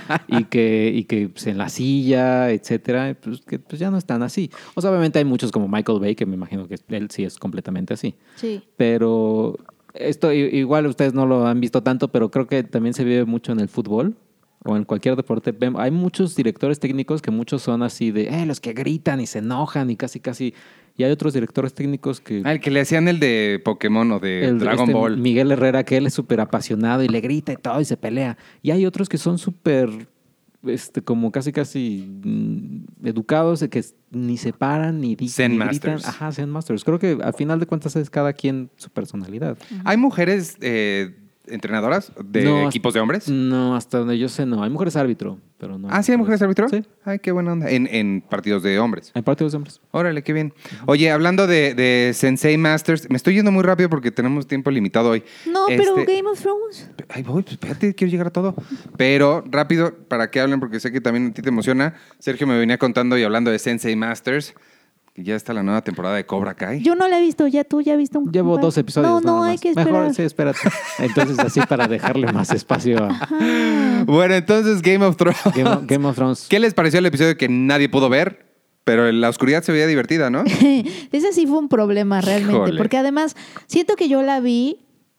A: y que, y que pues, en la silla, etcétera, pues que pues, ya no están así. O sea, obviamente hay muchos como Michael Bay, que me imagino que él sí es completamente así.
C: Sí.
A: Pero esto i- igual ustedes no lo han visto tanto, pero creo que también se vive mucho en el fútbol o en cualquier deporte. Vem- Hay muchos directores técnicos que muchos son así de, eh, los que gritan y se enojan y casi, casi... Y hay otros directores técnicos que...
B: Ah, el que le hacían el de Pokémon o de
A: el-
B: Dragon
A: este
B: Ball.
A: Miguel Herrera, que él es súper apasionado y le grita y todo y se pelea. Y hay otros que son súper, este, como casi, casi mm, educados, de que ni se paran ni, di-
B: Zen
A: ni
B: Masters.
A: gritan. Ajá, Zen Masters. Creo que al final de cuentas es cada quien su personalidad.
B: ¿Hay mujeres eh, entrenadoras de
A: No,
B: equipos de hombres?
A: No, hasta donde yo sé no. Hay mujeres árbitro, pero no.
B: Ah, ¿sí hay mujeres árbitros?
A: Sí.
B: Ay, qué buena onda. En, en partidos de hombres.
A: En partidos de hombres.
B: Órale, qué bien. Oye, hablando de, de Sensei Masters, me estoy yendo muy rápido porque tenemos tiempo limitado hoy.
C: No, pero
B: Este-
C: Game of Thrones.
B: Ay, voy, pues espérate, quiero llegar a todo. Pero rápido, para que hablen, porque sé que también a ti te emociona. Sergio me venía contando y hablando de Sensei Masters, que ya está la nueva temporada de Cobra Kai.
C: Yo no la he visto, ya tú ya has visto un
A: Llevo
C: un par?
A: dos episodios.
C: No, no,
A: nada
C: hay
A: más.
C: que esperar.
A: Mejor, sí, espérate. Entonces, así para dejarle más espacio a
C: Ajá.
B: Bueno, entonces Game of Thrones.
A: Game of, Game of Thrones.
B: ¿Qué les pareció el episodio que nadie pudo ver? Pero en la oscuridad se veía divertida, ¿no?
C: Ese sí fue un problema realmente,
B: Híjole.
C: porque además siento que yo la vi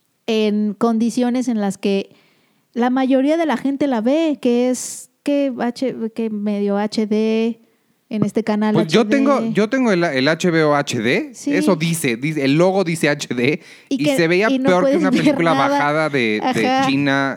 C: en condiciones en las que la mayoría de la gente la ve, que es que, H, que medio H D en este canal.
B: Pues yo
C: H D.
B: tengo, yo tengo el, el H B O H D.
C: Sí.
B: Eso dice, dice, el logo dice H D. Y,
C: Y que-
B: se veía
C: y no
B: peor que
C: puedes
B: una
C: ver
B: película
C: nada.
B: bajada de, de
C: Ajá.
B: China.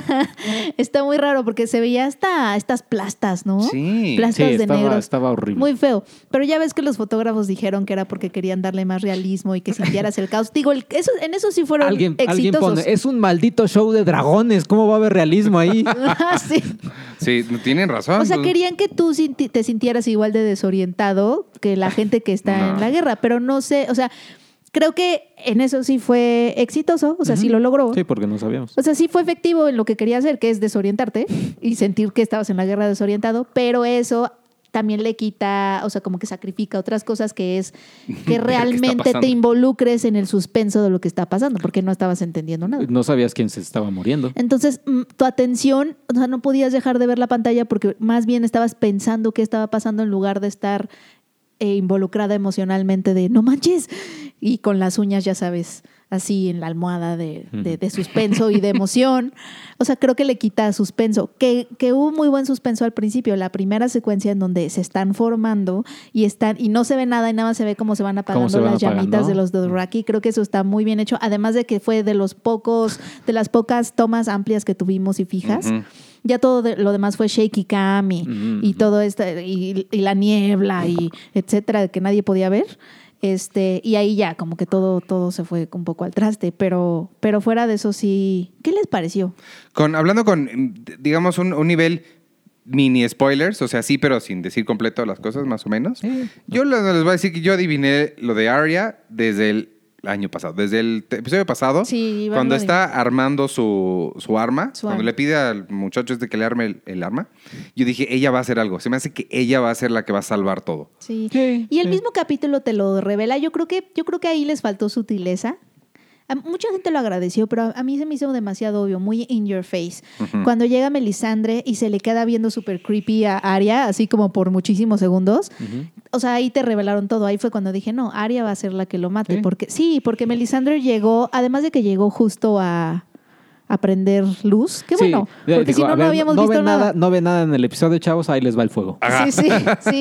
C: Está muy raro porque se veía hasta estas plastas, ¿no?
B: Sí.
C: Plastas
A: Sí,
C: de
A: estaba,
C: negro.
A: estaba horrible.
C: Muy feo. Pero ya ves que los fotógrafos dijeron que era porque querían darle más realismo y que sintieras el caos. Digo, el- eso, en eso sí fueron
A: Alguien, alguien
C: exitosos.
A: pone, es un maldito show de dragones. ¿Cómo va a haber realismo ahí?
C: Ah, sí.
B: Sí, tienen razón.
C: O sea,
B: pues.
C: querían que tú sinti- te sintieras igual de desorientado que la gente que está
B: No.
C: en la guerra, pero no sé, o sea, creo que en eso sí fue exitoso, o sea, sí lo logró.
A: Sí, porque no sabíamos.
C: O sea, sí fue efectivo en lo que quería hacer, que es desorientarte y sentir que estabas en la guerra desorientado, pero eso también le quita, o sea, como que sacrifica otras cosas, que es que
B: está
C: realmente
B: pasando.
C: te involucres en el suspenso de lo que está pasando, porque no estabas entendiendo nada.
A: No sabías quién se estaba muriendo.
C: Entonces, mm, tu atención, o sea, no podías dejar de ver la pantalla porque más bien estabas pensando qué estaba pasando en lugar de estar eh, involucrada emocionalmente de no manches, y con las uñas, ya sabes, así en la almohada de, de, de suspenso y de emoción. O sea, creo que le quita suspenso. Que, que hubo muy buen suspenso al principio. La primera secuencia en donde se están formando y están y no se ve nada y nada más se ve cómo se van apagando
A: se van
C: las
A: apagando.
C: llamitas de los Dothraki. Creo que eso está muy bien hecho. Además de que fue de los pocos, de las pocas tomas amplias que tuvimos y fijas.
B: Ujú.
C: Ya todo de- lo demás fue shaky cam y,
A: Ujú,
C: y
A: ujú.
C: todo esto, y, y la niebla y etcétera, que nadie podía ver. Este, y ahí ya, como que todo, todo se fue un poco al traste. Pero, pero fuera de eso sí. ¿Qué les pareció?
B: Con, hablando con, digamos, un, un nivel mini spoilers, o sea, sí, pero sin decir completo las cosas, más o menos.
A: Sí.
B: Yo les, les voy a decir que yo adiviné lo de Arya desde el año pasado, desde el te- episodio pasado,
C: Sí, Iván
B: cuando
C: lo
B: está armando su, su arma,
C: Su
B: cuando
C: arma.
B: le pide al muchacho este que le arme el, el arma, yo dije, ella va a hacer algo. Se me hace que ella va a ser la que va a salvar todo.
C: Sí.
A: Sí,
C: Y el
A: sí.
C: mismo capítulo te lo revela. Yo creo que, yo creo que ahí les faltó sutileza. A- Mucha gente lo agradeció, pero a- a mí se me hizo demasiado obvio, muy in your face.
B: Ujú.
C: Cuando llega Melisandre y se le queda viendo súper creepy a Arya, así como por muchísimos segundos.
A: Ujú.
C: O sea, ahí te revelaron todo. Ahí fue cuando dije, no, Arya va a ser la que lo mate.
A: Sí.
C: Porque, sí, porque Melisandre llegó, además de que llegó justo a, a prender luz. Qué
A: Sí,
C: bueno,
A: eh,
C: porque
A: digo,
C: si no,
A: a
C: no
A: ver,
C: habíamos
A: no
C: visto
A: ven
C: nada.
A: nada. No ve nada en el episodio, chavos, ahí les va el fuego.
C: Sí, sí, sí.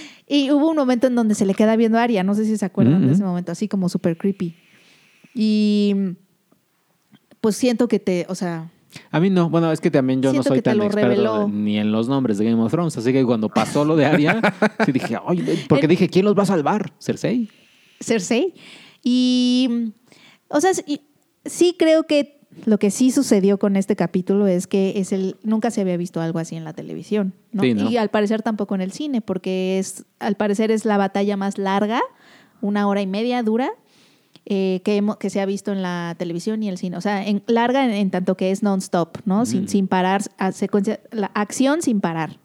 C: Y hubo un momento en donde se le queda viendo a Arya, no sé si se acuerdan de
A: Ujú.
C: ese momento, así como súper creepy. Y pues siento que te, o sea,
A: A mí no, bueno, es que también yo no
C: Siento
A: soy
C: que te
A: tan
C: lo
A: experto
C: reveló.
A: de- ni en los nombres de Game of Thrones, así que cuando pasó lo de Arya, sí dije, ay, porque dije, ¿quién los va a salvar? ¿Cersei?
C: Cersei. Y, o sea, sí, sí creo que lo que sí sucedió con este capítulo es que es el nunca se había visto algo así en la televisión, ¿no?
A: Sí, ¿no?
C: Y al parecer tampoco en el cine, porque es, al parecer es la batalla más larga, una hora y media dura, eh, que, hemos- que se ha visto en la televisión y el cine. O sea, en, larga en, en tanto que es non-stop, ¿no? Sin,
A: Mm.
C: sin parar, a secuencia, la acción sin parar.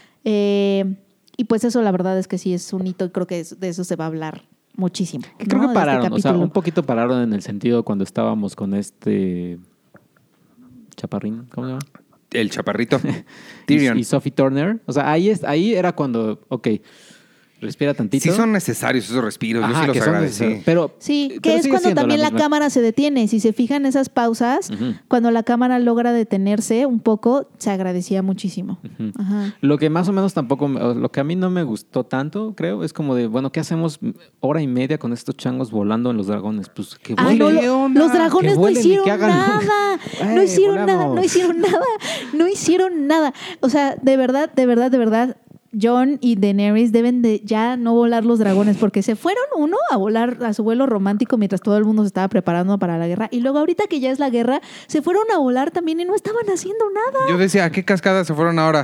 C: Eh, y pues eso la verdad es que sí es un hito y creo que es- de eso se va a hablar muchísimo.
A: Que creo
C: ¿no?
A: que
C: de este
A: pararon, o sea,
C: capítulo.
A: un poquito pararon en el sentido cuando estábamos con este Chaparrín, ¿cómo se llama?
B: El chaparrito.
A: Y,
B: Tyrion.
A: y Sophie Turner. O sea, ahí, es, ahí era cuando, ok, respira tantito.
B: Sí son necesarios esos respiros, yo
A: Ajá,
B: sí los
A: que son
B: agradecí.
A: necesarios. Pero,
C: Sí,
A: pero
C: que es
A: sigue
C: cuando
A: siendo
C: también la,
A: misma-
C: cámara se detiene. Si se fijan esas pausas,
A: Ujú.
C: cuando la cámara logra detenerse un poco, se agradecía muchísimo.
A: Ujú.
C: Ajá.
A: Lo que más o menos tampoco, me- o lo que a mí no me gustó tanto, creo, es como de, bueno, ¿qué hacemos hora y media con estos changos volando en los dragones? Pues que
C: Ay,
A: vuelen.
C: no,
B: ¿qué
C: lo-
B: onda?
C: los dragones
A: Que
C: no
A: vuelen y
C: hicieron
A: que hagan-
C: nada. No
A: Ey,
C: hicieron nada,
A: volamos.
C: no hicieron nada. No hicieron nada. O sea, de verdad, de verdad, de verdad, Jon y Daenerys deben de ya no volar los dragones porque se fueron uno a volar a su vuelo romántico mientras todo el mundo se estaba preparando para la guerra y luego ahorita que ya es la guerra se fueron a volar también y no estaban haciendo nada.
B: Yo decía, ¿a qué cascada se fueron ahora?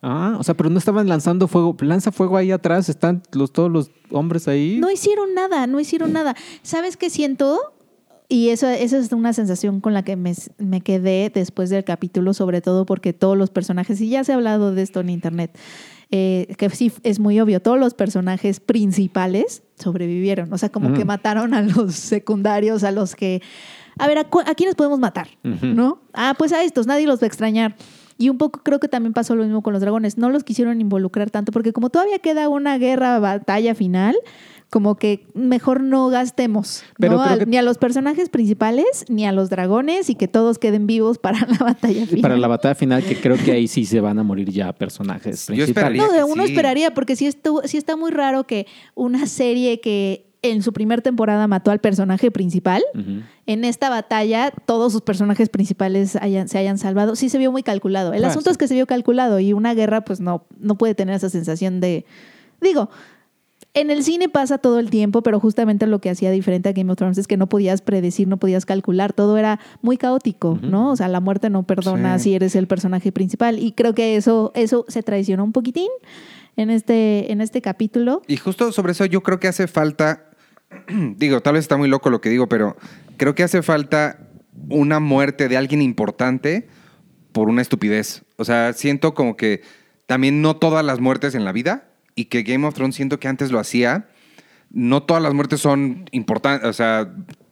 A: Ah, o sea, pero no estaban lanzando fuego. Lanza fuego ahí atrás, están los, todos los hombres ahí.
C: No hicieron nada, no hicieron nada. ¿Sabes qué siento? Y eso, esa es una sensación con la que me, me quedé después del capítulo, sobre todo porque todos los personajes, y ya se ha hablado de esto en internet, eh, que sí es muy obvio, todos los personajes principales sobrevivieron. O sea, como
A: Mm.
C: que mataron a los secundarios, a los que... A ver, ¿a, cu- a quiénes podemos matar?
A: Ujú.
C: ¿No? Ah, pues a estos, nadie los va a extrañar. Y un poco creo que también pasó lo mismo con los dragones. No los quisieron involucrar tanto porque como todavía queda una guerra, batalla final, como que mejor no gastemos,
A: Pero
C: ¿no?
A: creo
C: Al-
A: que-
C: ni a los personajes principales ni a los dragones y que todos queden vivos para la batalla
A: Y
C: final.
A: para la batalla final, que creo que ahí sí se van a morir ya personajes
B: Yo
A: principales.
B: esperaría
C: No, de
B: que
C: uno
B: sí.
C: esperaría, porque sí, estuvo, sí está muy raro que una serie que en su primer temporada mató al personaje principal,
A: Ujú.
C: en esta batalla todos sus personajes principales hayan- se hayan salvado. Sí se vio muy calculado. El
A: Ah,
C: asunto
A: sí.
C: es que se vio calculado y una guerra pues no, no puede tener esa sensación de... Digo, en el cine pasa todo el tiempo, pero justamente lo que hacía diferente a Game of Thrones es que no podías predecir, no podías calcular, todo era muy caótico,
A: Ujú.
C: ¿no? O sea, la muerte no perdona
B: Sí.
C: si eres el personaje principal y creo que eso, eso se traicionó un poquitín en este, en este capítulo.
B: Y justo sobre eso yo creo que hace falta, digo, tal vez está muy loco lo que digo, pero creo que hace falta una muerte de alguien importante por una estupidez. O sea, siento como que también no todas las muertes en la vida y que Game of Thrones siento que antes lo hacía. No todas las muertes son importantes, o sea,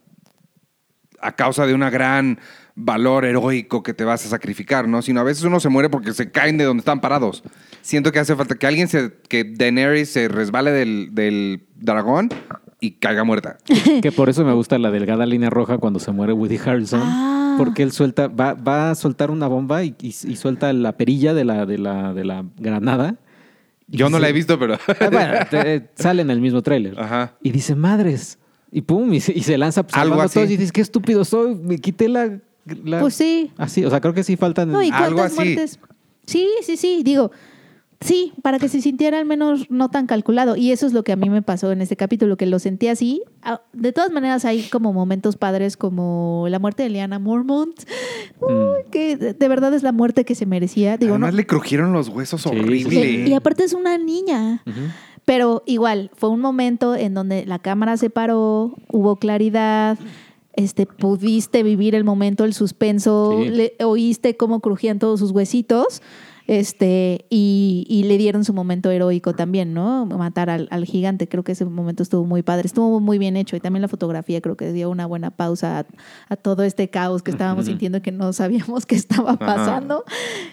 B: a causa de una gran valor heroico que te vas a sacrificar, ¿no? Sino a veces uno se muere porque se caen de donde están parados. Siento que hace falta que alguien se, que Daenerys se resbale del, del dragón y caiga muerta.
A: Que por eso me gusta la delgada línea roja cuando se muere Woody Harrelson.
C: Ah.
A: Porque él suelta, va, va a soltar una bomba y, y- y suelta la perilla de la, de la, de la granada. Y
B: Yo no
A: dice-
B: la he visto, pero...
A: Ah, bueno, te- sale en el mismo tráiler.
B: Ajá.
A: Y dice, madres. Y pum, y se, y se lanza pues,
B: Algo
A: salvando a
B: así.
A: todos. Y dices, qué estúpido soy. Me quité la... la-
C: Pues sí.
A: Así, o sea, creo que sí faltan...
C: No, ¿y
B: Algo
C: cuántas
B: así.
C: muertes? Sí, sí, sí, digo, sí, para que se sintiera al menos no tan calculado. Y eso es lo que a mí me pasó en este capítulo, que lo sentí así. Ah, De todas maneras, hay como momentos padres como la muerte de Lyanna Mormont, Uy, que de de verdad es la muerte que se merecía. Digo,
B: Además
C: no.
B: le crujieron los huesos
A: Sí,
B: horrible.
A: sí,
C: Y, y aparte es una niña.
A: Ujú.
C: Pero igual, fue un momento en donde la cámara se paró, hubo claridad, este, pudiste vivir el momento, el suspenso,
A: Sí.
C: le- oíste cómo crujían todos sus huesitos, este, y, y le dieron su momento heroico también, ¿no? Matar al, al gigante, creo que ese momento estuvo muy padre, estuvo muy bien hecho, y también la fotografía creo que dio una buena pausa a, a todo este caos que estábamos
A: Ujú.
C: sintiendo que no sabíamos qué estaba pasando.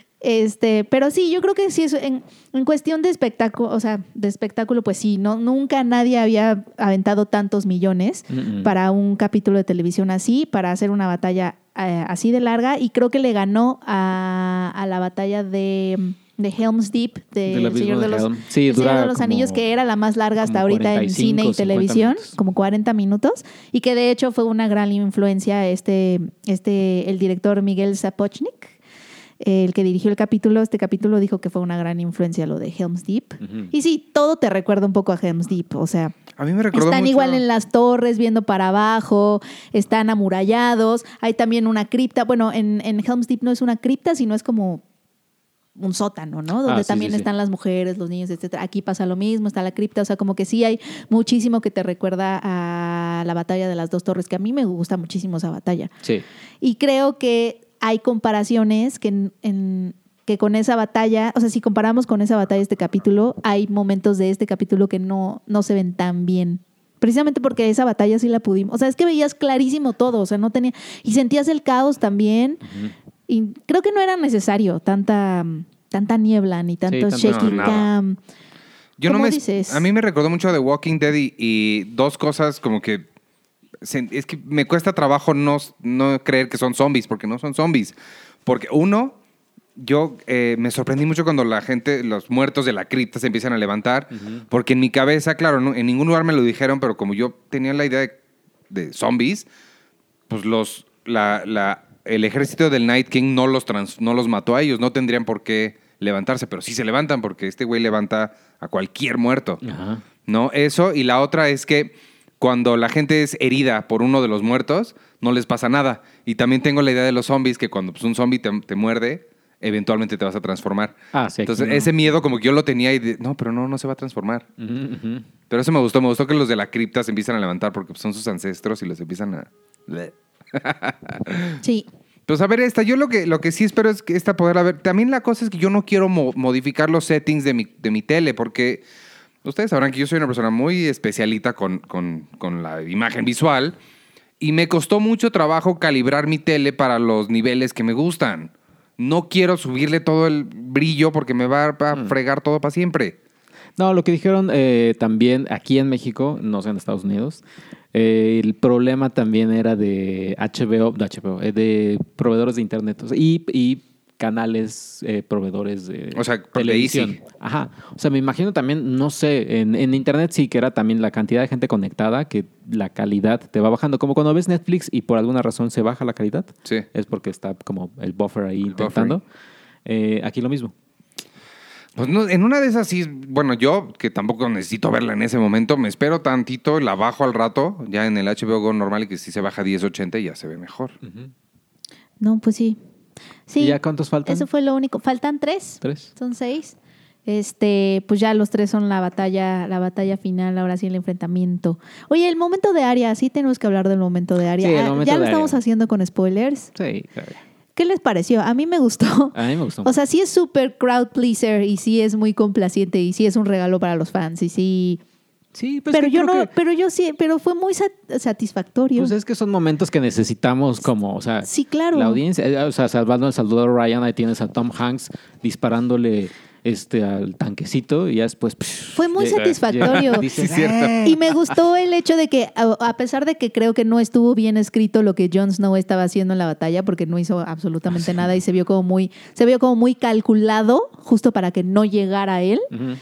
C: Este, pero sí, yo creo que sí, eso, en, en cuestión de espectáculo, o sea, de espectáculo, pues sí, no, nunca nadie había aventado tantos millones
A: Mm-mm.
C: para un capítulo de televisión así, para hacer una batalla eh, así de larga, y creo que le ganó a, a la batalla de, de Helm's Deep, de
A: Del
C: El
A: abismo
C: Señor de
A: de
C: los,
A: Helm. Sí,
C: El Señor
A: dura
C: de los
A: como-
C: Anillos, que era la más larga hasta
A: como
C: ahorita en
A: cuarenta y cinco,
C: cine y
A: cincuenta
C: televisión,
A: minutos.
C: como cuarenta minutos, y que de hecho fue una gran influencia este, este, el director Miguel Sapochnik, el que dirigió el capítulo. Este capítulo dijo que fue una gran influencia lo de Helm's Deep.
A: Ujú.
C: Y sí, todo te recuerda un poco a Helm's Deep. O sea,
B: A mí me recordó
C: están
B: mucho-
C: igual en las torres viendo para abajo, están amurallados. Hay también una cripta. Bueno, en, en Helm's Deep no es una cripta, sino es como un sótano, ¿no? Donde
A: Ah, sí,
C: también
A: sí, sí.
C: están las mujeres, los niños, etcétera. Aquí pasa lo mismo, está la cripta. O sea, como que sí hay muchísimo que te recuerda a la batalla de las dos torres, que a mí me gusta muchísimo esa batalla.
A: Sí.
C: Y creo que hay comparaciones que, en, en- que con esa batalla, o sea, si comparamos con esa batalla este capítulo, hay momentos de este capítulo que no, no se ven tan bien. Precisamente porque esa batalla sí la pudimos. O sea, es que veías clarísimo todo, o sea, no tenía... Y sentías el caos también.
A: Ujú.
C: Y creo que no era necesario tanta, tanta niebla ni tanto
A: tanto
C: shaky
B: nada.
C: cam.
B: Yo no
C: ¿Cómo
B: me,
C: dices?
B: A mí me recordó mucho de Walking Dead y, y dos cosas como que... se- Es que me cuesta trabajo no, no creer que son zombies, porque no son zombies. Porque uno, yo eh, me sorprendí mucho cuando la gente, los muertos de la cripta se empiezan a levantar, porque en mi cabeza, claro, no- en ningún lugar me lo dijeron, pero como yo tenía la idea de, de zombies, pues los, la, la, el ejército del Night King no los, trans- no los mató a ellos, no tendrían por qué levantarse, pero sí se levantan porque este güey levanta a cualquier muerto.
A: Ajá.
B: ¿No? Eso. Y la otra es que cuando la gente es herida por uno de los muertos, no les pasa nada. Y también tengo la idea de los zombies, que cuando pues, un zombie te, te muerde, eventualmente te vas a transformar.
A: Ah, sí.
B: Entonces,
A: no.
B: ese miedo como que yo lo tenía y de, no, pero no, no se va a transformar.
A: Uh -huh, uh -huh.
B: Pero eso me gustó. Me gustó que los de la cripta se empiezan a levantar porque son sus ancestros y los empiezan a...
C: Sí.
B: Pues a ver, esta, yo lo que, lo que sí espero es que esta poderla ver. También la cosa es que yo no quiero mo modificar los settings de mi, de mi tele porque ustedes sabrán que yo soy una persona muy especialita con, con, con la imagen visual y me costó mucho trabajo calibrar mi tele para los niveles que me gustan. No quiero subirle todo el brillo porque me va a fregar todo para siempre.
A: No, lo que dijeron eh, también aquí en México, no sé en Estados Unidos, eh, el problema también era de H B O, de, H B O, eh, de proveedores de internet, o sea, y, y canales eh, proveedores de
B: o sea,
A: televisión.
B: De Easy.
A: Ajá. O sea, me imagino también, no sé, en, en internet sí que era también la cantidad de gente conectada, que la calidad te va bajando. Como cuando ves Netflix y por alguna razón se baja la calidad,
B: sí.
A: Es porque está como el buffer ahí el intentando. Eh, aquí lo mismo.
B: Pues no, en una de esas sí, bueno, yo que tampoco necesito verla en ese momento, me espero tantito, la bajo al rato, ya en el H B O Go normal y que sí se baja a diez ochenta y ya se ve mejor.
A: Uh-huh.
C: No, pues sí. Sí.
A: ¿Y ya cuántos faltan?
C: Eso fue lo único. Faltan tres.
A: Tres.
C: Son seis. Este, pues ya los tres son la batalla, la batalla final, ahora sí el enfrentamiento. Oye, el momento de Arya, sí tenemos que hablar del momento de Arya.
A: Sí, el
C: Ah,
A: momento
C: ya
A: de
C: lo estamos
A: Arya.
C: haciendo con spoilers.
A: Sí, claro.
C: ¿Qué les pareció? A mí me gustó.
A: A mí me gustó.
C: O sea, sí es súper crowd pleaser y sí es muy complaciente y sí es un regalo para los fans y sí.
A: Sí, pues
C: pero
A: que
C: yo
A: creo
C: no,
A: que,
C: pero yo sí, pero fue muy sat- satisfactorio.
A: Pues es que son momentos que necesitamos como, o sea,
C: sí, claro.
A: La audiencia, eh, o sea, salvando al Salvador Ryan, ahí tienes a Tom Hanks disparándole este al tanquecito y ya después psh,
C: fue muy
A: llega,
C: satisfactorio.
A: llega, dices,
B: Sí, cierto.
C: Y me gustó el hecho de que, a, a pesar de que creo que no estuvo bien escrito lo que Jon Snow estaba haciendo en la batalla, porque no hizo absolutamente
A: Sí.
C: nada y se vio como muy, se vio como muy calculado, justo para que no llegara él.
A: uh-huh.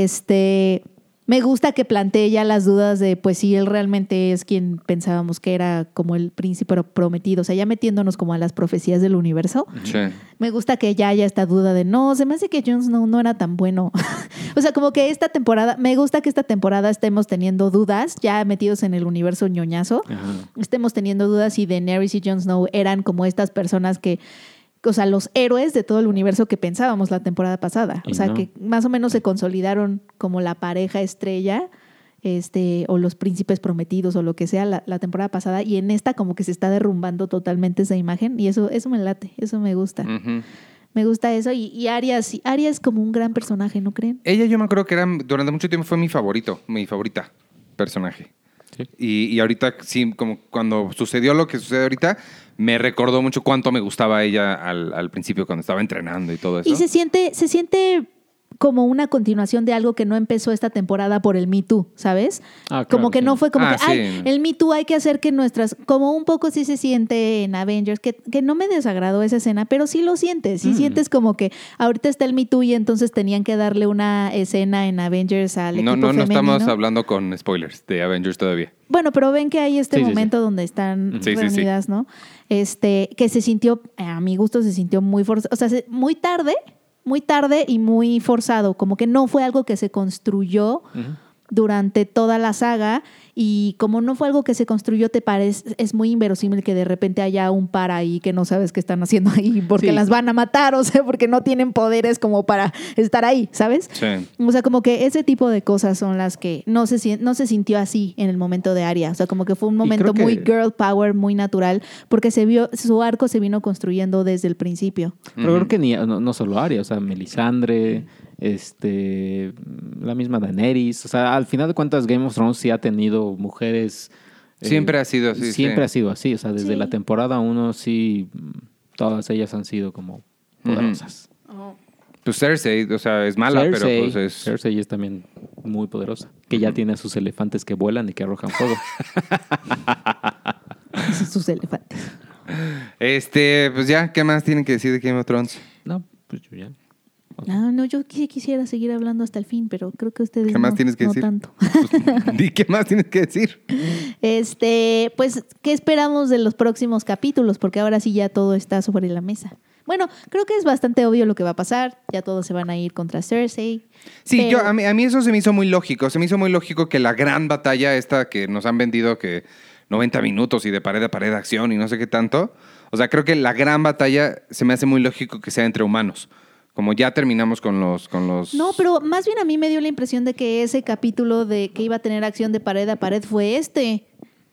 C: Este, me gusta que plantee ya las dudas de, pues, si él realmente es quien pensábamos que era como el príncipe prometido, o sea, ya metiéndonos como a las profecías del universo.
B: Sí.
C: Me gusta que ya haya esta duda de, no, se me hace que Jon Snow no era tan bueno. O sea, como que esta temporada, me gusta que esta temporada estemos teniendo dudas, ya metidos en el universo ñoñazo,
A: Ajá.
C: estemos teniendo dudas si Daenerys y Jon Snow eran como estas personas que, o sea, los héroes de todo el universo que pensábamos la temporada pasada.
A: Y
C: O sea,
A: no.
C: que más o menos se consolidaron como la pareja estrella, este, o los príncipes prometidos, o lo que sea, la, la temporada pasada. Y en esta como que se está derrumbando totalmente esa imagen. Y eso, eso me late, eso me gusta.
B: Uh-huh.
C: Me gusta eso. Y, y Arya, sí, Arya es como un gran personaje, ¿no creen?
B: Ella yo me acuerdo que era, durante mucho tiempo fue mi favorito, mi favorita personaje.
A: Sí.
B: Y, y ahorita, sí, como cuando sucedió lo que sucede ahorita, me recordó mucho cuánto me gustaba ella al, al principio cuando estaba entrenando y todo eso.
C: Y se siente, se siente como una continuación de algo que no empezó esta temporada por el Me Too, ¿sabes?
A: Ah, claro,
C: como que
A: sí.
C: no fue como
B: Ah,
C: que, ay,
B: sí.
C: el Me Too hay que hacer que nuestras, como un poco sí se siente en Avengers, que, que no me desagradó esa escena, pero sí lo sientes, sí
A: Mm.
C: sientes como que ahorita está el Me Too y entonces tenían que darle una escena en Avengers al equipo
B: No, no, no
C: femenino.
B: estamos hablando con spoilers de Avengers todavía.
C: Bueno, pero ven que hay este
A: Sí, sí,
C: momento donde están
B: Sí, sí, sí.
C: reunidas, ¿no? Este, que se sintió, a mi gusto se sintió muy forzado, o sea, se- muy tarde, muy tarde y muy forzado, como que no fue algo que se construyó
A: Uh-huh.
C: durante toda la saga y como no fue algo que se construyó, te parece, es muy inverosímil que de repente haya un par ahí que no sabes qué están haciendo ahí porque
A: Sí.
C: las van a matar, o sea, porque no tienen poderes como para estar ahí, ¿sabes?
B: Sí.
C: O sea, como que ese tipo de cosas son las que no se, sien- no se sintió así en el momento de Arya. O sea, como que fue un momento
A: creo que-
C: muy girl power, muy natural, porque se vio, su arco se vino construyendo desde el principio.
A: Pero
B: Ujú.
A: creo que ni, no, no solo Arya, o sea, Melisandre, este, la misma Daenerys. O sea, al final de cuentas, Game of Thrones sí ha tenido mujeres. eh,
B: Siempre ha sido así,
A: Siempre
B: sí.
A: ha sido así. O sea, desde
C: Sí.
A: la temporada uno, sí, mm, todas ellas han sido como poderosas.
B: Pues Cersei, o sea, es mala,
A: Cersei,
B: pero pues es...
A: Cersei es también muy poderosa. Que ya tiene a sus elefantes que vuelan y que arrojan fuego.
C: Sus elefantes.
B: Este, pues ya, ¿qué más tienen que decir de Game of Thrones?
A: No, pues yo ya.
C: Ah, no, yo sí quisiera seguir hablando hasta el fin, pero creo que ustedes
B: ¿Qué más
C: no,
B: tienes que
C: no
B: decir?
C: tanto.
B: Pues, di, ¿qué más tienes que decir?
C: Este, pues, ¿qué esperamos de los próximos capítulos? Porque ahora sí ya todo está sobre la mesa. Bueno, creo que es bastante obvio lo que va a pasar. Ya todos se van a ir contra Cersei.
B: Sí,
C: Pero-
B: yo, a, mí, a mí eso se me hizo muy lógico. Se me hizo muy lógico que la gran batalla esta que nos han vendido que noventa minutos y de pared a pared acción y no sé qué tanto. O sea, creo que la gran batalla se me hace muy lógico que sea entre humanos. Como ya terminamos con los, con los...
C: No, pero más bien a mí me dio la impresión de que ese capítulo de que iba a tener acción de pared a pared fue este.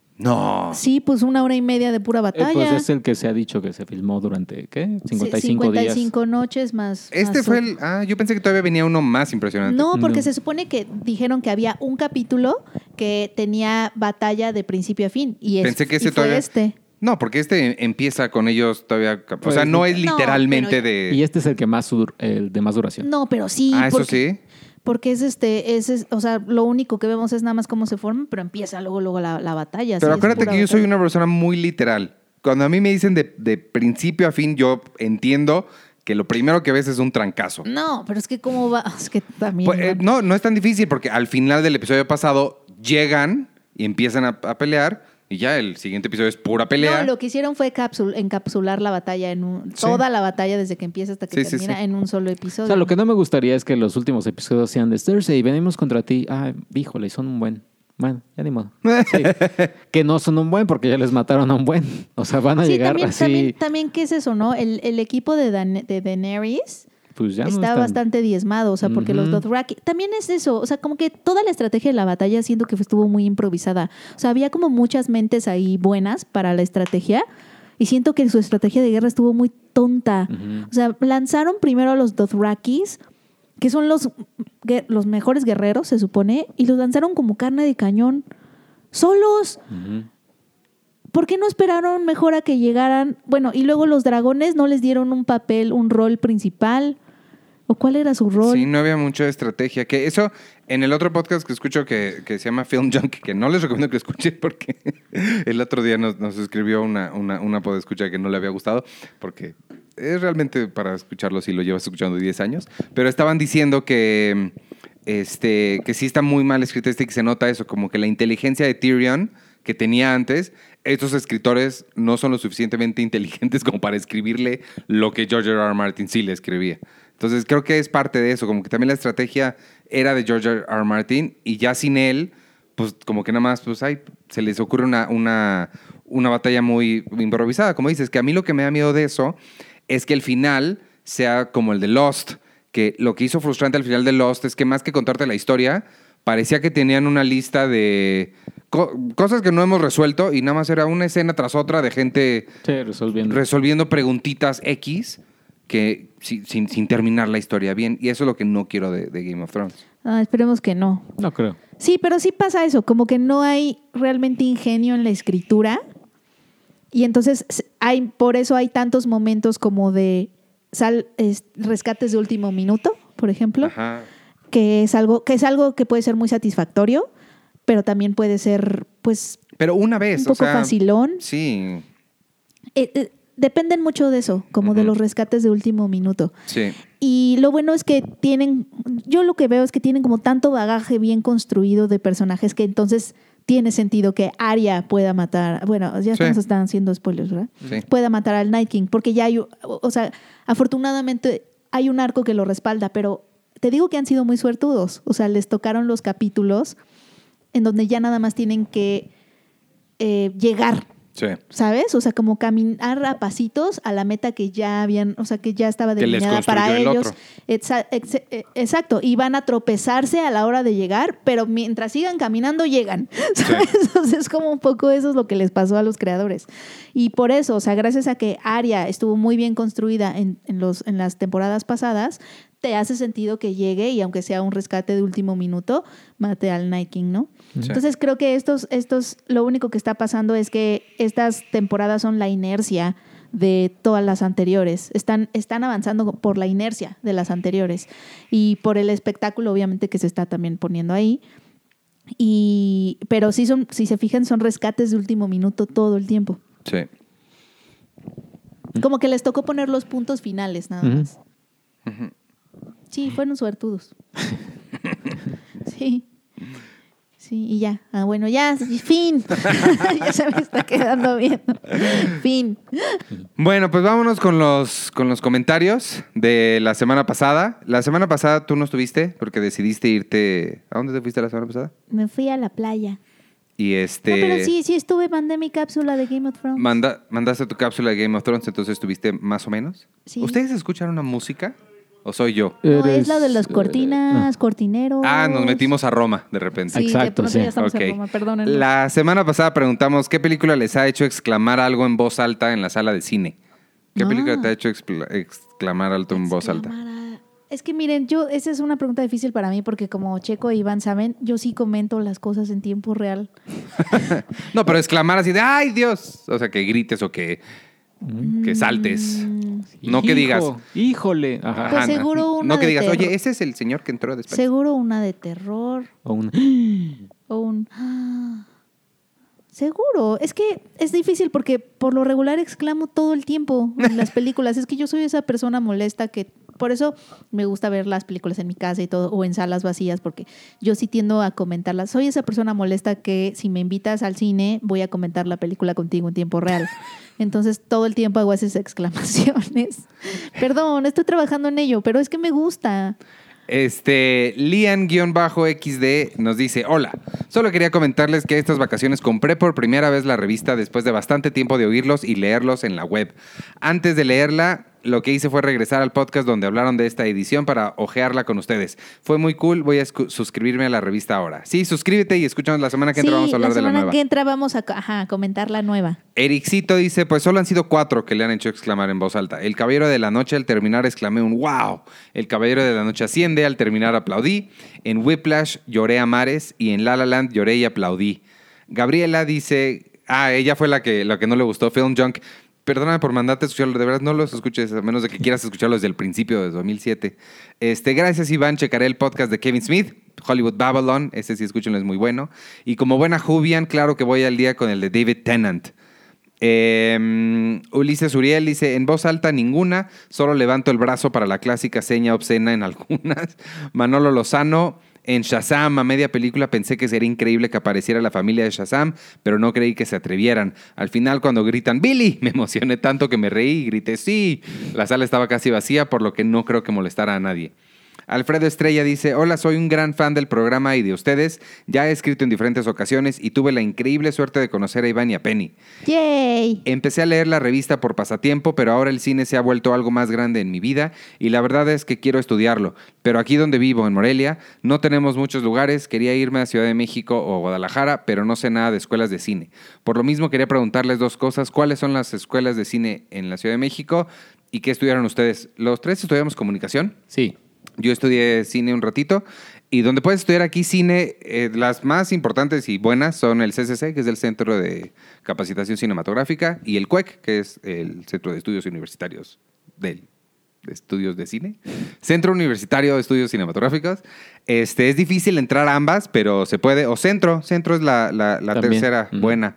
B: No.
C: Sí, pues una hora y media de pura batalla.
A: Eh, pues es el que se ha dicho que se filmó durante, ¿qué? cincuenta y cinco
C: Sí, cincuenta y
A: días.
C: cinco noches más.
B: Este
C: más
B: fue
C: otro.
B: el... Ah, yo pensé que todavía venía uno más impresionante.
C: No, porque
A: No.
C: se supone que dijeron que había un capítulo que tenía batalla de principio a fin. Y es,
B: Pensé que
C: y
B: ese
C: fue
B: todavía...
C: este.
B: No, porque este empieza con ellos todavía... O
A: Pues,
B: sea, no es
C: no,
B: literalmente
C: pero-
B: de...
A: Y este es el que más dur- el de más duración.
C: No, pero sí.
B: Ah, eso
C: porque,
B: sí.
C: Porque es este, es, es- o sea, lo único que vemos es nada más cómo se forman, pero empieza luego, luego la, la batalla.
B: Pero
C: sí, es
B: acuérdate
C: pura
B: que yo soy
C: batalla.
B: una persona muy literal. Cuando a mí me dicen de, de principio a fin, yo entiendo que lo primero que ves es un trancazo.
C: No, pero es que cómo va, es que también.
B: Pues, eh,
C: bueno.
B: no, no es tan difícil porque al final del episodio pasado llegan y empiezan a, a pelear y ya el siguiente episodio es pura pelea.
C: No, lo que hicieron fue capsul- encapsular la batalla en un,
B: Sí.
C: toda la batalla desde que empieza hasta que
B: Sí, sí,
C: termina
B: sí.
C: en un solo episodio.
A: O sea, lo que no me gustaría es que los últimos episodios sean de Cersei, venimos contra ti. Ah, híjole, son un buen. Bueno, ya ni modo. Sí. Que no son un buen porque ya les mataron a un buen. O sea, van a
C: Sí,
A: llegar
C: también,
A: así.
C: también, también, ¿qué es eso, no? El, el equipo de, Dan- de Daenerys
A: Pues ya no
C: está
A: están-
C: bastante diezmado, o sea, porque los
A: Ujú.
C: Dothraki... También es eso, o sea, como que toda la estrategia de la batalla siento que estuvo muy improvisada. O sea, había como muchas mentes ahí buenas para la estrategia y siento que su estrategia de guerra estuvo muy tonta.
A: Ujú.
C: O sea, lanzaron primero a los Dothrakis, que son los, gue- los mejores guerreros, se supone, y los lanzaron como carne de cañón. Solos.
A: Ujú.
C: ¿Por qué no esperaron mejor a que llegaran? Bueno, y luego los dragones no les dieron un papel, un rol principal. ¿O cuál era su rol?
B: Sí, no había mucha estrategia. Que eso, en el otro podcast que escucho que, que se llama Film Junk, que no les recomiendo que escuchen porque el otro día nos, nos escribió una, una, una podescucha que no le había gustado, porque es realmente para escucharlo si lo llevas escuchando diez años. Pero estaban diciendo que, este, que sí está muy mal escrito este y que se nota eso, como que la inteligencia de Tyrion que tenía antes, estos escritores no son lo suficientemente inteligentes como para escribirle lo que George R. R. Martin sí le escribía. Entonces creo que es parte de eso, como que también la estrategia era de George R. R. Martin y ya sin él, pues como que nada más, pues ay, se les ocurre una, una, una batalla muy improvisada. Como dices, que a mí lo que me da miedo de eso es que el final sea como el de Lost, que lo que hizo frustrante al final de Lost es que más que contarte la historia, parecía que tenían una lista de co- cosas que no hemos resuelto y nada más era una escena tras otra de gente
A: Sí, resolviendo.
B: resolviendo preguntitas X que si- sin, sin terminar la historia bien. Y eso es lo que no quiero de, de Game of Thrones.
C: Ah, esperemos que no.
A: No creo.
C: Sí, pero sí pasa eso, como que no hay realmente ingenio en la escritura. Y entonces s- hay, por eso hay tantos momentos como de sal, es- rescates de último minuto, por ejemplo,
B: Ajá.
C: que es algo, que es algo que puede ser muy satisfactorio, pero también puede ser, pues,
B: Pero una vez,
C: un poco
B: o sea,
C: facilón.
B: Sí,
C: Eh, eh, dependen mucho de eso, como de
B: Ujú.
C: los rescates de último minuto.
B: sí.
C: Y lo bueno es que tienen, yo lo que veo es que tienen como tanto bagaje bien construido de personajes que entonces tiene sentido que Arya pueda matar, bueno, ya
B: Sí.
C: nos están haciendo spoilers, ¿verdad?
B: Sí.
C: Pueda matar al Night King, porque ya hay, o o sea, afortunadamente hay un arco que lo respalda, pero te digo que han sido muy suertudos, o sea, les tocaron los capítulos en donde ya nada más tienen que eh, llegar.
B: Sí.
C: ¿Sabes? O sea, como caminar a pasitos a la meta que ya habían, o sea, que ya estaba
B: Que les
C: delineada para
B: construyó el
C: ellos.
B: otro.
C: Exa- ex- eh, exacto. Y van a tropezarse a la hora de llegar, pero mientras sigan caminando, llegan. ¿Sabes? Entonces, es como un poco eso es lo que les pasó a los creadores. Y por eso, o sea, gracias a que Arya estuvo muy bien construida en, en, los, en las temporadas pasadas, te hace sentido que llegue y aunque sea un rescate de último minuto, mate al Night King, ¿no?
B: Sí.
C: Entonces creo que estos, estos, lo único que está pasando es que estas temporadas son la inercia de todas las anteriores. Están, están avanzando por la inercia de las anteriores y por el espectáculo, obviamente, que se está también poniendo ahí. Y, pero sí son, si se fijan, son rescates de último minuto todo el tiempo.
B: Sí.
C: Como que les tocó poner los puntos finales, nada
A: Ujú.
C: más. Sí, fueron suertudos. Sí. Sí, y ya. Ah, bueno, ya, fin. Ya se me está quedando bien. Fin.
B: Bueno, pues vámonos con los, con los comentarios de la semana pasada. La semana pasada tú no estuviste porque decidiste irte... ¿A dónde te fuiste la semana pasada?
C: Me fui a la playa.
B: Y este...
C: No, pero sí, sí estuve, mandé mi cápsula de Game of Thrones.
B: Manda, mandaste tu cápsula de Game of Thrones, entonces estuviste más o menos.
C: Sí.
B: ¿Ustedes escuchan una música o soy yo?
C: No,
A: Eres-
C: es la de las
A: eh,
C: cortinas, cortineros.
B: Ah, nos metimos a Roma de repente.
C: Sí, de
A: Exacto,
C: pronto
A: sí.
C: ya estamos
B: Ok.
C: en Roma, perdónenme.
B: La semana pasada preguntamos qué película les ha hecho exclamar algo en voz alta en la sala de cine. ¿Qué
C: Ah.
B: película te ha hecho expl- exclamar alto en voz alta?
C: Exclamar a- Es que miren, yo, esa es una pregunta difícil para mí porque como Checo e Iván saben, yo sí comento las cosas en tiempo real.
B: No, pero exclamar así de ¡ay, Dios! O sea, que grites o que, que saltes.
C: Mm,
B: No que digas.
A: Hijo, Híjole. Ajá.
C: Pues
B: Ajá, no.
C: seguro una
B: No que
C: de
B: digas,
C: terror.
B: oye, ese es el señor que entró después.
C: seguro una de terror
A: O un...
C: o un... ah, seguro. Es que es difícil porque por lo regular exclamo todo el tiempo en las películas. Es que yo soy esa persona molesta que... Por eso me gusta ver las películas en mi casa y todo, o en salas vacías, porque yo sí tiendo a comentarlas. Soy esa persona molesta que si me invitas al cine, voy a comentar la película contigo en tiempo real. Entonces, todo el tiempo hago esas exclamaciones. Perdón, estoy trabajando en ello, pero es que me gusta.
B: Este, Lian-X D nos dice, hola, solo quería comentarles que estas vacaciones compré por primera vez la revista después de bastante tiempo de oírlos y leerlos en la web. Antes de leerla, lo que hice fue regresar al podcast donde hablaron de esta edición para ojearla con ustedes. Fue muy cool, voy a escu- suscribirme a la revista ahora. Sí, suscríbete y escúchanos la semana que entra,
C: Sí,
B: vamos a hablar
C: la
B: de la
C: semana
B: nueva.
C: que entra vamos a, ajá, a comentar la nueva.
B: Ericito dice, pues solo han sido cuatro que le han hecho exclamar en voz alta. El Caballero de la Noche al terminar exclamé un wow. El Caballero de la Noche asciende, al terminar aplaudí. En Whiplash lloré a mares y en La La Land lloré y aplaudí. Gabriela dice, ah, ella fue la que, la que no le gustó, Film Junk. Perdóname por mandarte a escucharlo, de verdad no los escuches, a menos de que quieras escucharlo desde el principio de dos mil siete. Este, gracias Iván, checaré el podcast de Kevin Smith, Hollywood Babylon, ese sí escúchenlo, es muy bueno. Y como buena Jubian, claro que voy al día con el de David Tennant. Eh, Ulises Uriel dice, en voz alta ninguna, solo levanto el brazo para la clásica seña obscena en algunas. Manolo Lozano, en Shazam, a media película, pensé que sería increíble que apareciera la familia de Shazam, pero no creí que se atrevieran. Al final, cuando gritan ¡Billy!, me emocioné tanto que me reí y grité ¡sí! La sala estaba casi vacía, por lo que no creo que molestara a nadie. Alfredo Estrella dice, hola, soy un gran fan del programa y de ustedes. Ya he escrito en diferentes ocasiones y tuve la increíble suerte de conocer a Iván y a Penny.
C: ¡Yay!
B: Empecé a leer la revista por pasatiempo, pero ahora el cine se ha vuelto algo más grande en mi vida y la verdad es que quiero estudiarlo. Pero aquí donde vivo, en Morelia, no tenemos muchos lugares. Quería irme a Ciudad de México o Guadalajara, pero no sé nada de escuelas de cine. Por lo mismo quería preguntarles dos cosas. ¿Cuáles son las escuelas de cine en la Ciudad de México y qué estudiaron ustedes? ¿Los tres estudiamos comunicación?
A: Sí.
B: Yo estudié cine un ratito y donde puedes estudiar aquí cine, eh, las más importantes y buenas son el C C C, que es el Centro de Capacitación Cinematográfica, y el C U E C, que es el Centro de Estudios Universitarios del, de Estudios de Cine. Centro Universitario de Estudios Cinematográficos. Este, es difícil entrar a ambas, pero se puede. O Centro, Centro es la, la, la
A: También.
B: tercera
A: Ujú.
B: buena.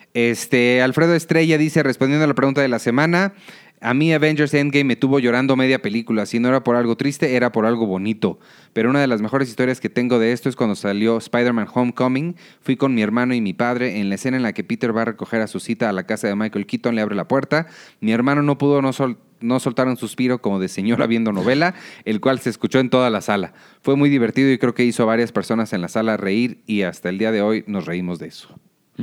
B: Este, Alfredo Estrella dice, respondiendo a la pregunta de la semana, a mí Avengers Endgame me tuvo llorando media película. Si no era por algo triste, era por algo bonito. Pero una de las mejores historias que tengo de esto es cuando salió Spider-Man Homecoming. Fui con mi hermano y mi padre en la escena en la que Peter va a recoger a su cita a la casa de Michael Keaton, le abre la puerta. Mi hermano no pudo no, sol- no soltar un suspiro como de señora viendo novela, el cual se escuchó en toda la sala. Fue muy divertido y creo que hizo a varias personas en la sala reír y hasta el día de hoy nos reímos de eso.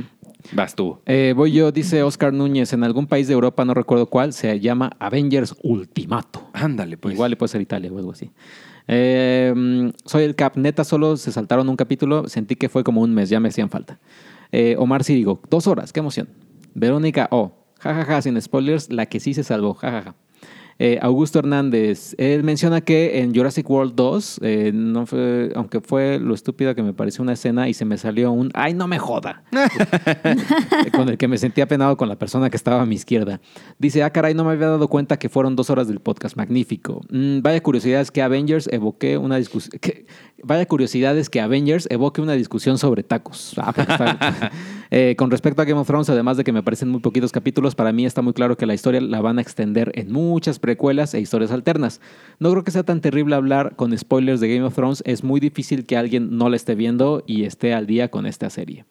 B: Vas tú.
A: Eh, voy yo, dice Oscar Núñez, en algún país de Europa, no recuerdo cuál, se llama Avengers Ultimato.
B: Ándale, pues.
A: Igual le puede ser Italia o algo así. Eh, mm, soy el Cap, neta, solo se saltaron un capítulo, sentí que fue como un mes, ya me hacían falta. Eh, Omar Sirigo, dos horas, qué emoción. Verónica O, jajaja, sin spoilers, la que sí se salvó, jajaja. Eh, Augusto Hernández, él menciona que en Jurassic World dos, eh, no fue, aunque fue lo estúpida que me pareció una escena y se me salió un ¡ay, no me joda! Con el que me sentí apenado con la persona que estaba a mi izquierda. Dice, ah, caray, no me había dado cuenta que fueron dos horas del podcast. Magnífico. Mm, vaya curiosidades que Avengers evoque una discusión... Vaya curiosidades que Avengers evoque una discusión sobre tacos. Ah, pues está... eh, con respecto a Game of Thrones, además de que me parecen muy poquitos capítulos, para mí está muy claro que la historia la van a extender en muchas precuelas e historias alternas. No creo que sea tan terrible hablar con spoilers de Game of Thrones. Es muy difícil que alguien no la esté viendo y esté al día con esta serie.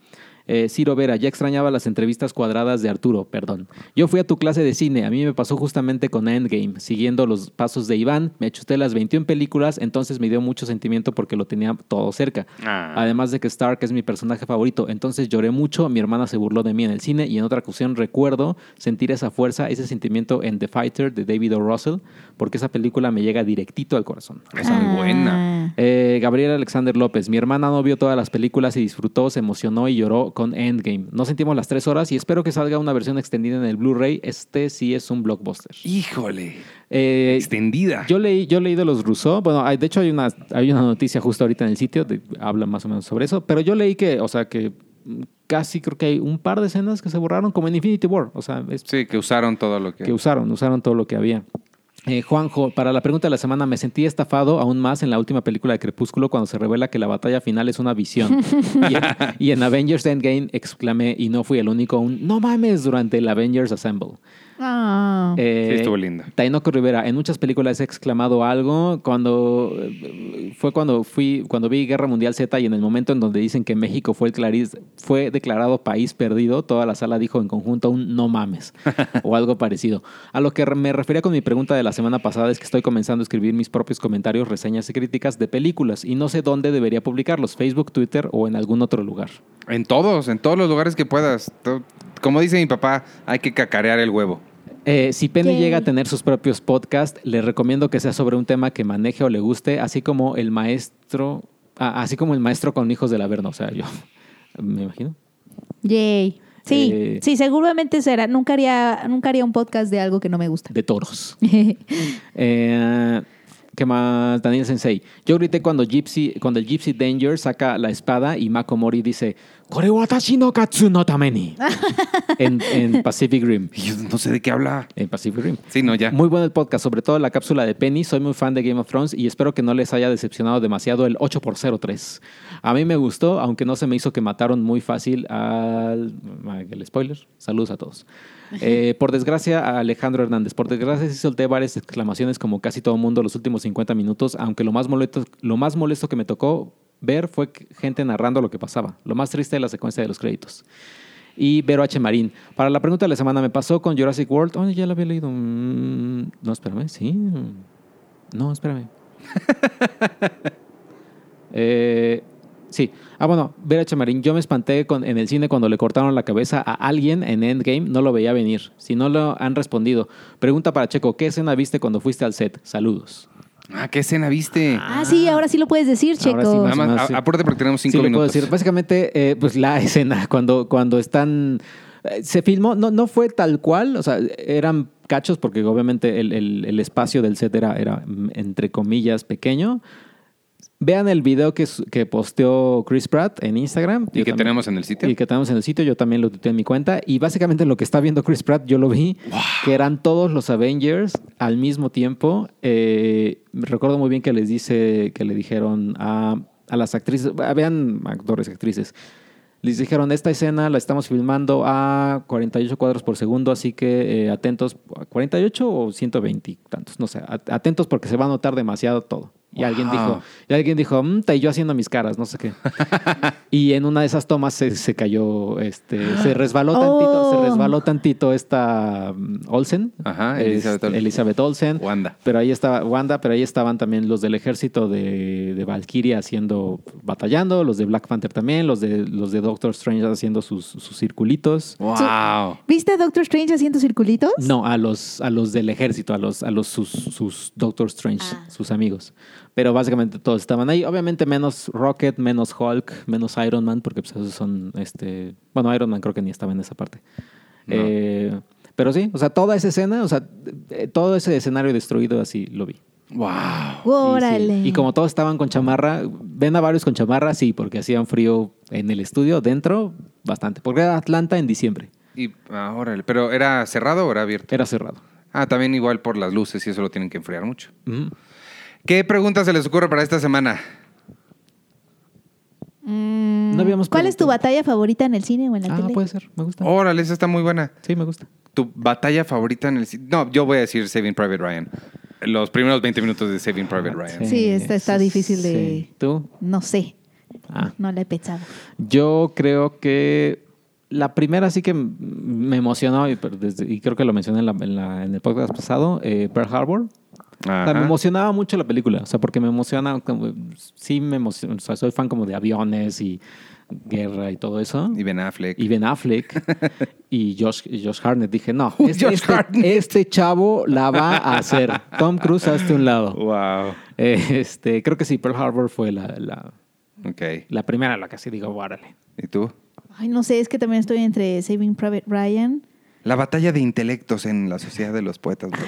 A: Eh, Ciro Vera, ya extrañaba las entrevistas cuadradas de Arturo, perdón. Yo fui a tu clase de cine, a mí me pasó justamente con Endgame, siguiendo los pasos de Iván, me achuté las veintiuna películas, entonces me dio mucho sentimiento porque lo tenía todo cerca.
B: Ah.
A: Además de que Stark es mi personaje favorito, entonces lloré mucho, mi hermana se burló de mí en el cine y en otra ocasión recuerdo sentir esa fuerza, ese sentimiento en The Fighter de David O. Russell, porque esa película me llega directito al corazón.
B: Es muy buena.
A: Eh, Gabriel Alexander López, mi hermana no vio todas las películas y disfrutó, se emocionó y lloró con Endgame. No sentimos las tres horas y espero que salga una versión extendida en el Blu-ray. Este sí es un blockbuster.
B: Híjole.
A: Eh,
B: Extendida.
A: Yo leí, yo leí de los Rousseau. Bueno, hay- de hecho hay una, hay una noticia justo ahorita en el sitio, de, habla más o menos sobre eso. Pero yo leí que, o sea, que mm, casi creo que hay un par de escenas que se borraron, como en Infinity War. O sea, es
B: Sí, que usaron todo lo que...
A: que usaron, usaron todo lo que había. Eh, Juanjo, para la pregunta de la semana, me sentí estafado aún más en la última película de Crepúsculo cuando se revela que la batalla final es una visión. y, en, y en Avengers Endgame exclamé, y no fui el único, un no mames durante el Avengers Assemble.
C: Ah.
A: Eh,
B: Sí, estuvo linda.
A: Tainoco Rivera, en muchas películas he exclamado algo cuando eh, fue cuando fui cuando vi Guerra Mundial Z y en el momento en donde dicen que México fue el clariz, fue declarado país perdido, toda la sala dijo en conjunto un no mames o algo parecido. A lo que me refería con mi pregunta de la semana pasada es que estoy comenzando a escribir mis propios comentarios, reseñas y críticas de películas y no sé dónde debería publicarlos, Facebook, Twitter o en algún otro lugar.
B: En todos, en todos los lugares que puedas. To- Como dice mi papá, hay que cacarear el huevo.
A: Eh, si Penny
C: Yay.
A: llega a tener sus propios podcasts, le recomiendo que sea sobre un tema que maneje o le guste, así como el maestro, ah, así como el maestro con hijos del Averno. O sea, yo me imagino.
C: Yay. Sí,
A: Eh,
C: sí, seguramente será. Nunca haría, nunca haría un podcast de algo que no me gusta.
A: De toros. Eh, ¿Qué más? Daniel Sensei. Yo grité cuando, Gypsy, cuando el Gypsy Danger saca la espada y Mako Mori dice "Kore watashi no katsu no tame ni" en, en Pacific Rim.
B: Y yo no sé de qué habla.
A: En Pacific Rim.
B: Sí, no, ya.
A: Muy bueno el podcast, sobre todo la cápsula de Penny. Soy muy fan de Game of Thrones y espero que no les haya decepcionado demasiado el ocho por cero tres. A mí me gustó, aunque no se me hizo que mataron muy fácil al... El spoiler. Saludos a todos. Eh, por desgracia, a Alejandro Hernández. Por desgracia, sí solté varias exclamaciones como casi todo mundo los últimos cincuenta minutos, aunque lo más molesto, lo más molesto que me tocó ver fue que- gente narrando lo que pasaba. Lo más triste de la secuencia de los créditos. Y Vero H. Marín. Para la pregunta de la semana, me pasó con Jurassic World. Oh, ya la había leído. Mm, no, espérame. Sí. No, espérame. eh, sí. Ah, bueno, Vero H. Marín. Yo me espanté con, en el cine cuando le cortaron la cabeza a alguien en Endgame. No lo veía venir. Si no lo han respondido. Pregunta para Checo. ¿Qué escena viste cuando fuiste al set? Saludos.
B: Ah, ¿qué escena viste?
C: Ah, sí, ahora sí lo puedes decir, Checo.
A: Ahora sí,
B: Nada
A: más o
B: más,
A: menos,
B: a-
A: sí.
B: apúrate porque tenemos cinco
A: Sí, le puedo
B: minutos.
A: decir. Básicamente, eh, pues la escena, cuando, cuando están... eh, Se filmó, no, no fue tal cual, o sea, eran cachos porque obviamente el, el- el espacio del set era, era, mm, entre comillas, pequeño. Vean el video que, su- que posteó Chris Pratt en Instagram.
B: Y
A: Yo
B: que
A: también-
B: tenemos en el sitio.
A: Y que tenemos en el sitio, yo también lo tuiteé en mi cuenta. Y básicamente lo que está viendo Chris Pratt, yo lo vi, que eran todos los Avengers al mismo tiempo. Eh, recuerdo muy bien que les dice, que le dijeron a, a las actrices, habían actores y actrices, les dijeron, esta escena la estamos filmando a cuarenta y ocho cuadros por segundo, así que eh, atentos, ¿cuarenta y ocho o ciento veinte y tantos? No sé, at- atentos porque se va a notar demasiado todo. Y
B: Wow.
A: alguien dijo, y alguien dijo, "Mm, ta", y yo haciendo mis caras, no sé qué. Y en una de esas tomas se, se cayó, este, se resbaló tantito,
C: Oh.
A: se resbaló tantito esta um, Olsen.
B: Ajá, Elizabeth
A: Este,
B: Olsen.
A: Elizabeth Olsen.
B: Wanda.
A: Pero ahí estaba Wanda, pero ahí estaban también los del ejército de, de Valkyria haciendo, batallando, los de Black Panther también, los de, los de Doctor Strange haciendo sus, sus circulitos.
B: Wow.
C: ¿Viste a Doctor Strange haciendo circulitos?
A: No, a los, a los del ejército, a los, a los sus, sus Doctor Strange,
C: Ah.
A: sus amigos. Pero básicamente todos estaban ahí. Obviamente menos Rocket, menos Hulk, menos Iron Man, porque pues esos son, este... Bueno, Iron Man creo que ni estaba en esa parte.
B: No.
A: Eh, pero sí, o sea, toda esa escena, o sea, eh, todo ese escenario destruido así lo vi.
B: Wow.
A: Y, sí,
C: Órale.
A: y como todos estaban con chamarra, ven a varios con chamarra, sí, porque hacían frío en el estudio, dentro, bastante. Porque era Atlanta en diciembre,
B: Y, ah, órale. ¿Pero era cerrado o era abierto?
A: era cerrado.
B: Ah, también igual por las luces y eso lo tienen que enfriar mucho.
A: Ujú.
B: ¿Qué pregunta se les ocurre para esta semana?
C: Mm,
A: No habíamos
C: ¿Cuál es tu
A: preguntado.
C: batalla favorita en el cine o en la
A: Ah,
C: tele?
A: puede ser, me gusta.
B: Órale, esa está muy buena.
A: Sí, me gusta.
B: ¿Tu batalla favorita en el cine? No, yo voy a decir Saving Private Ryan. Los primeros veinte minutos de Saving Private Ryan.
C: Sí, está- está difícil de-
A: Sí. ¿Tú?
C: No sé.
A: Ah.
C: No la he pensado.
A: Yo creo que la primera sí que m- me emocionó, y, pero desde- y creo que lo mencioné en, la- en la- en el podcast pasado, eh, Pearl Harbor. O sea, me
B: Ajá.
A: emocionaba mucho la película, o sea, porque me emociona, como- sí me emociona, o sea, soy fan como de aviones y guerra y todo eso.
B: Y Ben Affleck.
A: Y Ben Affleck y Josh, y Josh Hartnett. Dije, no,
B: Uy,
A: este,
B: Josh
A: este-
B: Hartnett.
A: este chavo la va a hacer. Tom Cruise, hazte un lado.
B: Wow.
A: Eh, este, creo que sí, Pearl Harbor fue la, la,
B: Ok.
A: la primera en la que sí digo, órale.
B: ¿Y tú?
C: Ay, no sé, es que también estoy entre Saving Private Ryan.
B: La batalla de intelectos en la Sociedad de los Poetas. bro.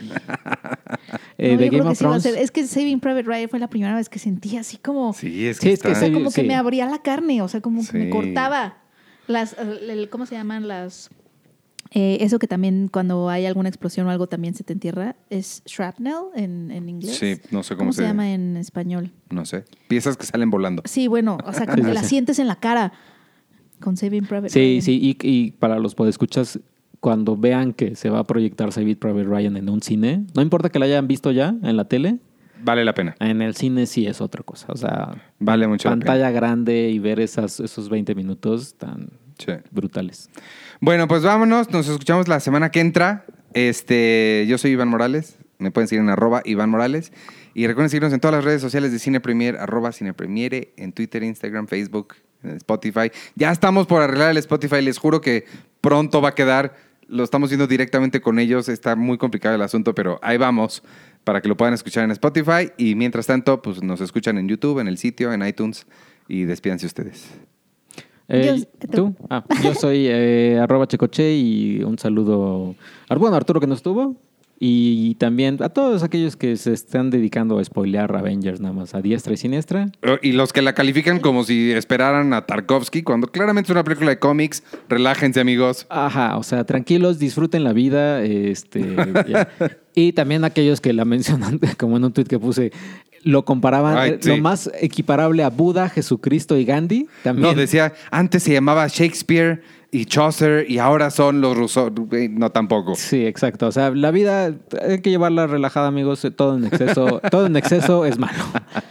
A: Eh,
C: No,
A: de
C: yo creo
A: Game
C: que
A: of
C: sí va a
A: Thrones.
C: ser. Es que Saving Private Ryan fue la primera vez que sentí así como...
B: Sí, es
A: Sí,
B: que,
A: es que
B: está-
C: O sea,
A: sí.
C: como que me abría la carne, o sea, como que
B: Sí.
C: me cortaba. Las, el- ¿Cómo se llaman las...? Eh, eso que también cuando hay alguna explosión o algo también se te entierra, es shrapnel en, en inglés.
B: Sí, no sé cómo,
C: ¿Cómo se llama en español?
B: No sé. Piezas que salen volando.
C: Sí, bueno, o sea, como
A: Sí,
C: que
A: sí,
C: la
A: sí.
C: sientes en la cara con Saving Private
A: Sí,
C: Ryan.
A: sí, y, y para los podescuchas, cuando vean que se va a proyectar Saving Private Ryan en un cine, no importa que la hayan visto ya en la tele,
B: Vale la pena.
A: en el cine sí es otra cosa. O sea,
B: Vale mucho la
A: pantalla grande y ver esas, esos veinte minutos tan
B: pena. Sí.
A: brutales.
B: Bueno, pues vámonos. Nos escuchamos la semana que entra. Este, yo soy Iván Morales. Me pueden seguir en arroba Iván Morales. Y recuerden seguirnos en todas las redes sociales de Cine Premier, arroba Cine Premiere, en Twitter, Instagram, Facebook, en Spotify. Ya estamos por arreglar el Spotify. Les juro que pronto va a quedar. Lo estamos viendo directamente con ellos. Está muy complicado el asunto, pero ahí vamos para que lo puedan escuchar en Spotify. Y mientras tanto, pues nos escuchan en YouTube, en el sitio, en iTunes. Y despídanse ustedes.
A: Eh,
C: Yo-
A: ¿Tú? Ah, yo soy eh, arroba Checoche y un saludo al bueno Arturo que no estuvo y también a todos aquellos que se están dedicando a spoilear Avengers nada más a diestra y siniestra.
B: Y los que la califican como si esperaran a Tarkovsky, cuando claramente es una película de cómics. Relájense, amigos.
A: Ajá, o sea, tranquilos, disfruten la vida. Este, ya. Y también aquellos que la mencionan, como en un tuit que puse, lo comparaban,
B: Ay,
A: eh,
B: sí.
A: lo más equiparable a Buda, Jesucristo y Gandhi. También.
B: No, decía, antes se llamaba Shakespeare y Chaucer y ahora son los rusos. No, tampoco.
A: Sí, exacto. O sea, la vida hay que llevarla relajada, amigos. Todo en exceso, todo en exceso es malo.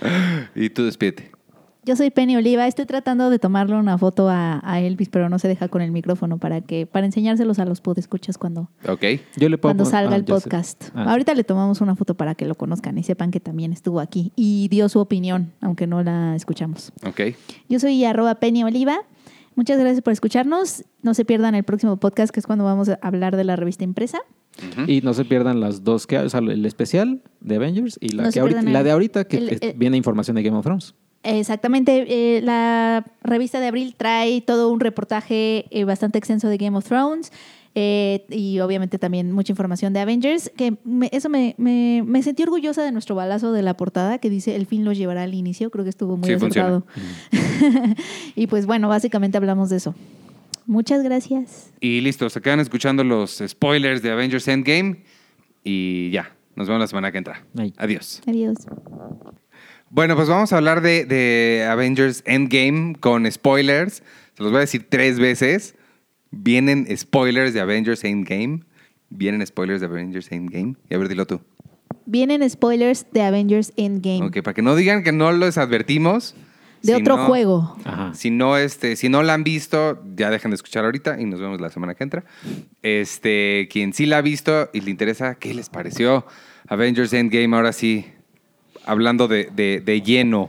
B: Y tú despídete.
C: Yo soy Penny Oliva. Estoy tratando de tomarle una foto a, a Elvis, pero no se deja con el micrófono para que para enseñárselos a los podescuchas cuando,
B: Ok.
A: Yo le puedo
C: cuando
A: pon-
C: salga
A: ah,
C: el
A: ya sé.
C: podcast.
A: Ah,
C: Ahorita le tomamos una foto para que lo conozcan y sepan que también estuvo aquí y dio su opinión, aunque no la escuchamos.
B: Ok.
C: Yo soy arroba Penny Oliva. Muchas gracias por escucharnos. No se pierdan el próximo podcast, que es cuando vamos a hablar de la revista impresa.
A: Y no se pierdan las dos que, o sea, el especial de Avengers y la,
C: No
A: que
C: se
A: ahorita,
C: pierdan
A: la
C: el-
A: de ahorita que
C: el-
A: es-
C: el-
A: viene información de Game of Thrones.
C: Exactamente. Eh, la revista de abril trae todo un reportaje eh, bastante extenso de Game of Thrones eh, y obviamente también mucha información de Avengers. Que me- eso me, me, me sentí orgullosa de nuestro balazo de la portada que dice el fin los llevará al inicio. Creo que estuvo muy
B: Sí,
C: acertado. Y pues bueno, básicamente hablamos de eso. Muchas gracias.
B: Y listo, se quedan escuchando los spoilers de Avengers Endgame. Y ya, nos vemos la semana que entra.
A: Ahí.
B: Adiós.
C: Adiós.
B: Bueno, pues vamos a hablar de, de Avengers Endgame con spoilers. Se los voy a decir tres veces. Vienen spoilers de Avengers Endgame. Vienen spoilers de Avengers Endgame. Y a ver, dilo tú.
C: Vienen spoilers de Avengers Endgame.
B: Ok, para que no digan que no los advertimos.
C: De
B: Si
C: otro
B: no-
C: juego.
A: Ajá.
B: Si no, este, si no la han visto, ya dejen de escuchar ahorita y nos vemos la semana que entra. Este, quien sí la ha visto y le interesa, ¿qué les pareció Avengers Endgame? Ahora sí, hablando de, de, de lleno.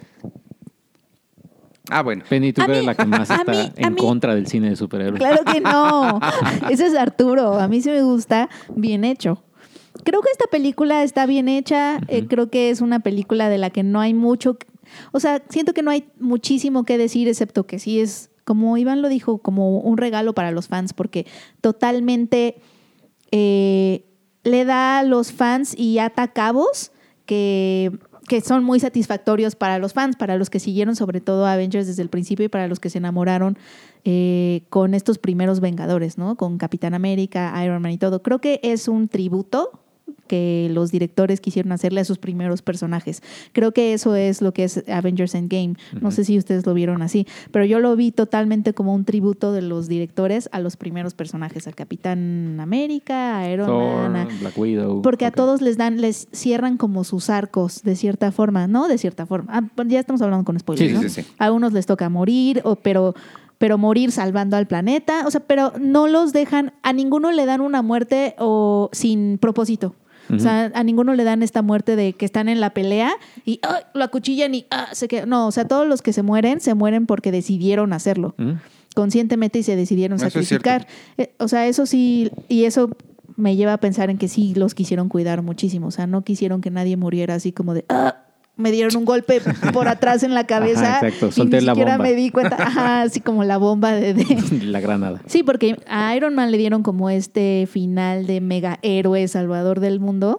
B: Ah, bueno.
A: Penny, tú
C: A
A: eres
C: mí-
A: la que más
C: a
A: está
C: mí- a
A: en
C: mí-
A: contra del cine de superhéroes.
C: Claro que no. Ese es Arturo. A mí sí me gusta bien hecho. Creo que esta película está bien hecha. Eh, creo que es una película de la que no hay mucho. O sea, siento que no hay muchísimo que decir, excepto que sí es, como Iván lo dijo, como un regalo para los fans, porque totalmente eh, le da a los fans y ata cabos que, que son muy satisfactorios para los fans, para los que siguieron sobre todo a Avengers desde el principio y para los que se enamoraron eh, con estos primeros Vengadores, ¿no? Con Capitán América, Iron Man y todo. Creo que es un tributo que los directores quisieron hacerle a sus primeros personajes. Creo que eso es lo que es Avengers Endgame. No uh-huh. sé si ustedes lo vieron así, pero yo lo vi totalmente como un tributo de los directores a los primeros personajes, al Capitán América, a Iron
A: Thor,
C: Man, a...
A: Black Widow.
C: Porque
A: okay.
C: a todos les dan, les cierran como sus arcos de cierta forma, ¿no? De cierta forma. Ah, ya estamos hablando con spoilers,
B: sí,
C: ¿no?
B: Sí, sí.
C: A unos les toca morir, o, pero... pero morir salvando al planeta, o sea, pero no los dejan, a ninguno le dan una muerte o sin propósito. Uh-huh. O sea, a ninguno le dan esta muerte de que están en la pelea y ¡ay! Lo acuchillan y ¡ah! Se queda. No, o sea, todos los que se mueren, se mueren porque decidieron hacerlo. Uh-huh. Conscientemente y se decidieron eso sacrificar. Eh, o sea, eso sí, y eso me lleva a pensar en que sí los quisieron cuidar muchísimo. O sea, no quisieron que nadie muriera así como de ¡ah! Me dieron un golpe por atrás en la cabeza.
A: Ajá, exacto.
C: Y
A: Solté
C: ni
A: la
C: siquiera
A: bomba.
C: me di cuenta. Ajá, así como la bomba de, de...
A: la granada.
C: Sí, porque a Iron Man le dieron como este final de mega héroe salvador del mundo.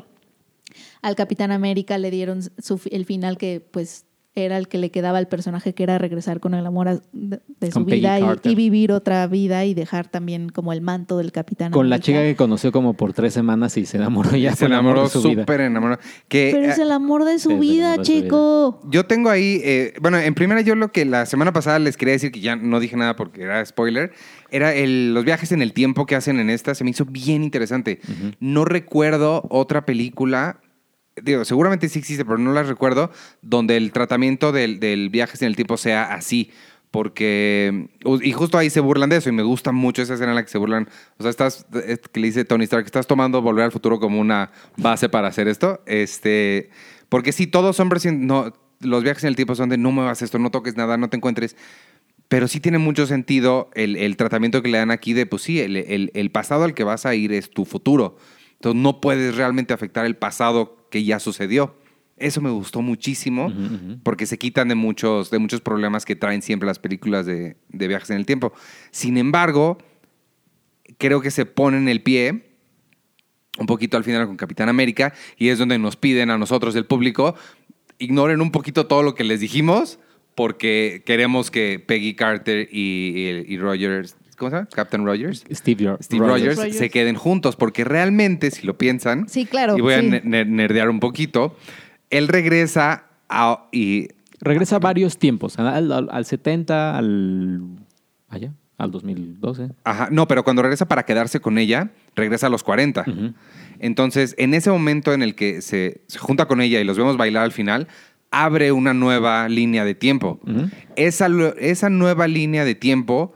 C: Al Capitán América le dieron su, el final que pues era el que le quedaba al personaje, que era regresar con el amor de, de su vida y, y vivir otra vida y dejar también como el manto del Capitán
A: con
C: América.
A: La chica que conoció como por tres semanas y se enamoró ya.
B: Se enamoró súper enamorado. Que,
C: Pero es el amor de su
A: sí,
C: vida, chico.
B: Vida. Yo tengo ahí, eh, bueno, en primera yo lo que la semana pasada les quería decir, que ya no dije nada porque era spoiler, era el, los viajes en el tiempo que hacen en esta, se me hizo bien interesante. Uh-huh. No recuerdo otra película... Digo, seguramente sí existe, pero no las recuerdo, donde el tratamiento del, del viajes en el tiempo sea así. Porque... Y justo ahí se burlan de eso, y me gusta mucho esa escena en la que se burlan. O sea, estás... Que le dice Tony Stark, estás tomando Volver al Futuro como una base para hacer esto. Este... Porque sí, todos hombres... No, los viajes en el tiempo son de no muevas esto, no toques nada, no te encuentres... Pero sí tiene mucho sentido el, el tratamiento que le dan aquí de, pues sí, el, el, el pasado al que vas a ir es tu futuro. Entonces no puedes realmente afectar el pasado que ya sucedió. Eso me gustó muchísimo, uh-huh, uh-huh. porque se quitan de muchos, de muchos problemas que traen siempre las películas de, de viajes en el tiempo. Sin embargo, creo que se ponen el pie un poquito al final con Capitán América, y es donde nos piden a nosotros, el público, ignoren un poquito todo lo que les dijimos, porque queremos que Peggy Carter y, y, y Rogers... ¿Cómo se llama? Captain Rogers.
A: Steve,
B: Steve Rogers,
C: Rogers
B: se queden juntos, porque realmente, si lo piensan,
C: sí, claro,
B: y voy
C: sí.
B: a ner- nerdear un poquito, él regresa a... Y,
A: regresa a varios tiempos, al, al, al setenta, al... allá, al dos mil doce.
B: Ajá, no, pero cuando regresa para quedarse con ella, regresa a los cuarenta. Uh-huh. Entonces, en ese momento en el que se, se junta con ella y los vemos bailar al final, abre una nueva línea de tiempo. Uh-huh. Esa, esa nueva línea de tiempo...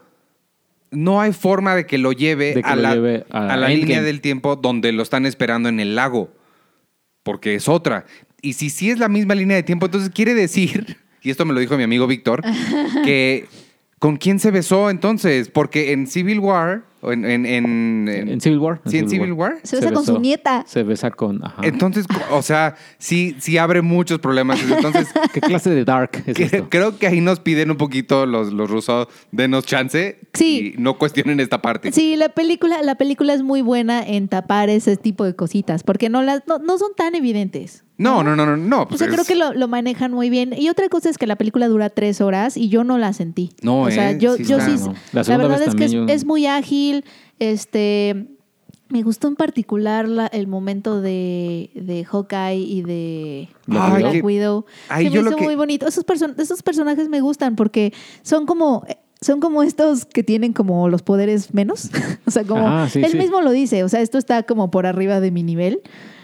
B: No hay forma de que lo lleve
A: de que
B: a
A: lo
B: la,
A: lleve a
B: a la
A: Endgame.
B: línea del tiempo donde lo están esperando en el lago, porque es otra. Y si sí es la misma línea de tiempo, entonces quiere decir, y esto me lo dijo mi amigo Víctor, que ¿con quién se besó entonces? Porque en Civil War... O en, en, en, en,
A: en Civil War.
B: Sí, en Civil War.
C: War. Se besa se con su nieta.
A: Se besa con... Ajá.
B: Entonces, o sea, sí, sí abre muchos problemas. Entonces,
A: ¿qué clase de dark es
B: que,
A: esto?
B: Creo que ahí nos piden un poquito los, los rusos, denos chance
C: sí.
B: y no cuestionen esta parte.
C: Sí, la película, la película es muy buena en tapar ese tipo de cositas, porque no, las, no, no son tan evidentes.
B: No, no, no, no. no pues
C: o sea,
B: es...
C: creo que lo, lo manejan muy bien. Y otra cosa es que la película dura tres horas y yo no la sentí.
B: No,
C: o sea,
B: ¿eh?
C: yo
B: sí.
C: yo
B: Está,
C: sí
A: no. La,
C: la verdad es que es,
A: yo...
C: es muy ágil. Este, me gustó en particular la, el momento de, de Hawkeye y de
B: Ay,
C: Black
B: que,
C: Widow.
B: Ay,
C: Se me hizo que... muy bonito. Esos, person- esos personajes me gustan porque son como... Son como estos que tienen como los poderes menos. O sea, como
A: ah, sí,
C: él
A: sí.
C: mismo lo dice. O sea, esto está como por arriba de mi nivel.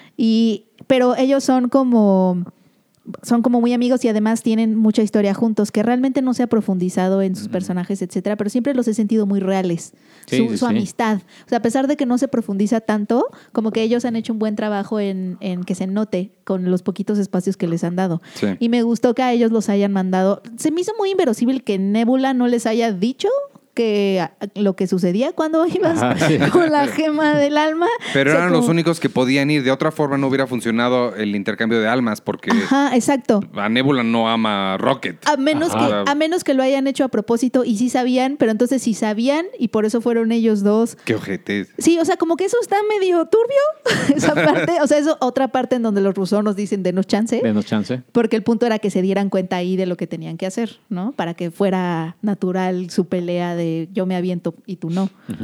C: Y, pero ellos son como... Son como muy amigos y además tienen mucha historia juntos, que realmente no se ha profundizado en sus personajes, etcétera, pero siempre los he sentido muy reales.
A: Sí,
C: su
A: sí,
C: su
A: sí.
C: amistad. O sea, a pesar de que no se profundiza tanto, como que ellos han hecho un buen trabajo en, en que se note con los poquitos espacios que les han dado.
B: Sí.
C: Y me gustó que a ellos los hayan mandado. Se me hizo muy inverosímil que Nebula no les haya dicho que lo que sucedía cuando ibas
A: Ajá, sí.
C: con la gema del alma.
B: Pero
C: o sea,
B: eran
C: como...
B: los únicos que podían ir. De otra forma no hubiera funcionado el intercambio de almas porque
C: Ajá, exacto.
B: a Nebula no ama a Rocket.
C: A menos, que, a menos que lo hayan hecho a propósito y sí sabían, pero entonces sí sabían y por eso fueron ellos dos.
B: Qué ojetes.
C: Sí, o sea, como que eso está medio turbio, esa parte. O sea, eso otra parte en donde los rusos nos dicen denos chance.
A: Denos chance.
C: Porque el punto era que se dieran cuenta ahí de lo que tenían que hacer, ¿no? Para que fuera natural su pelea de yo me aviento y tú no.
A: Uh-huh.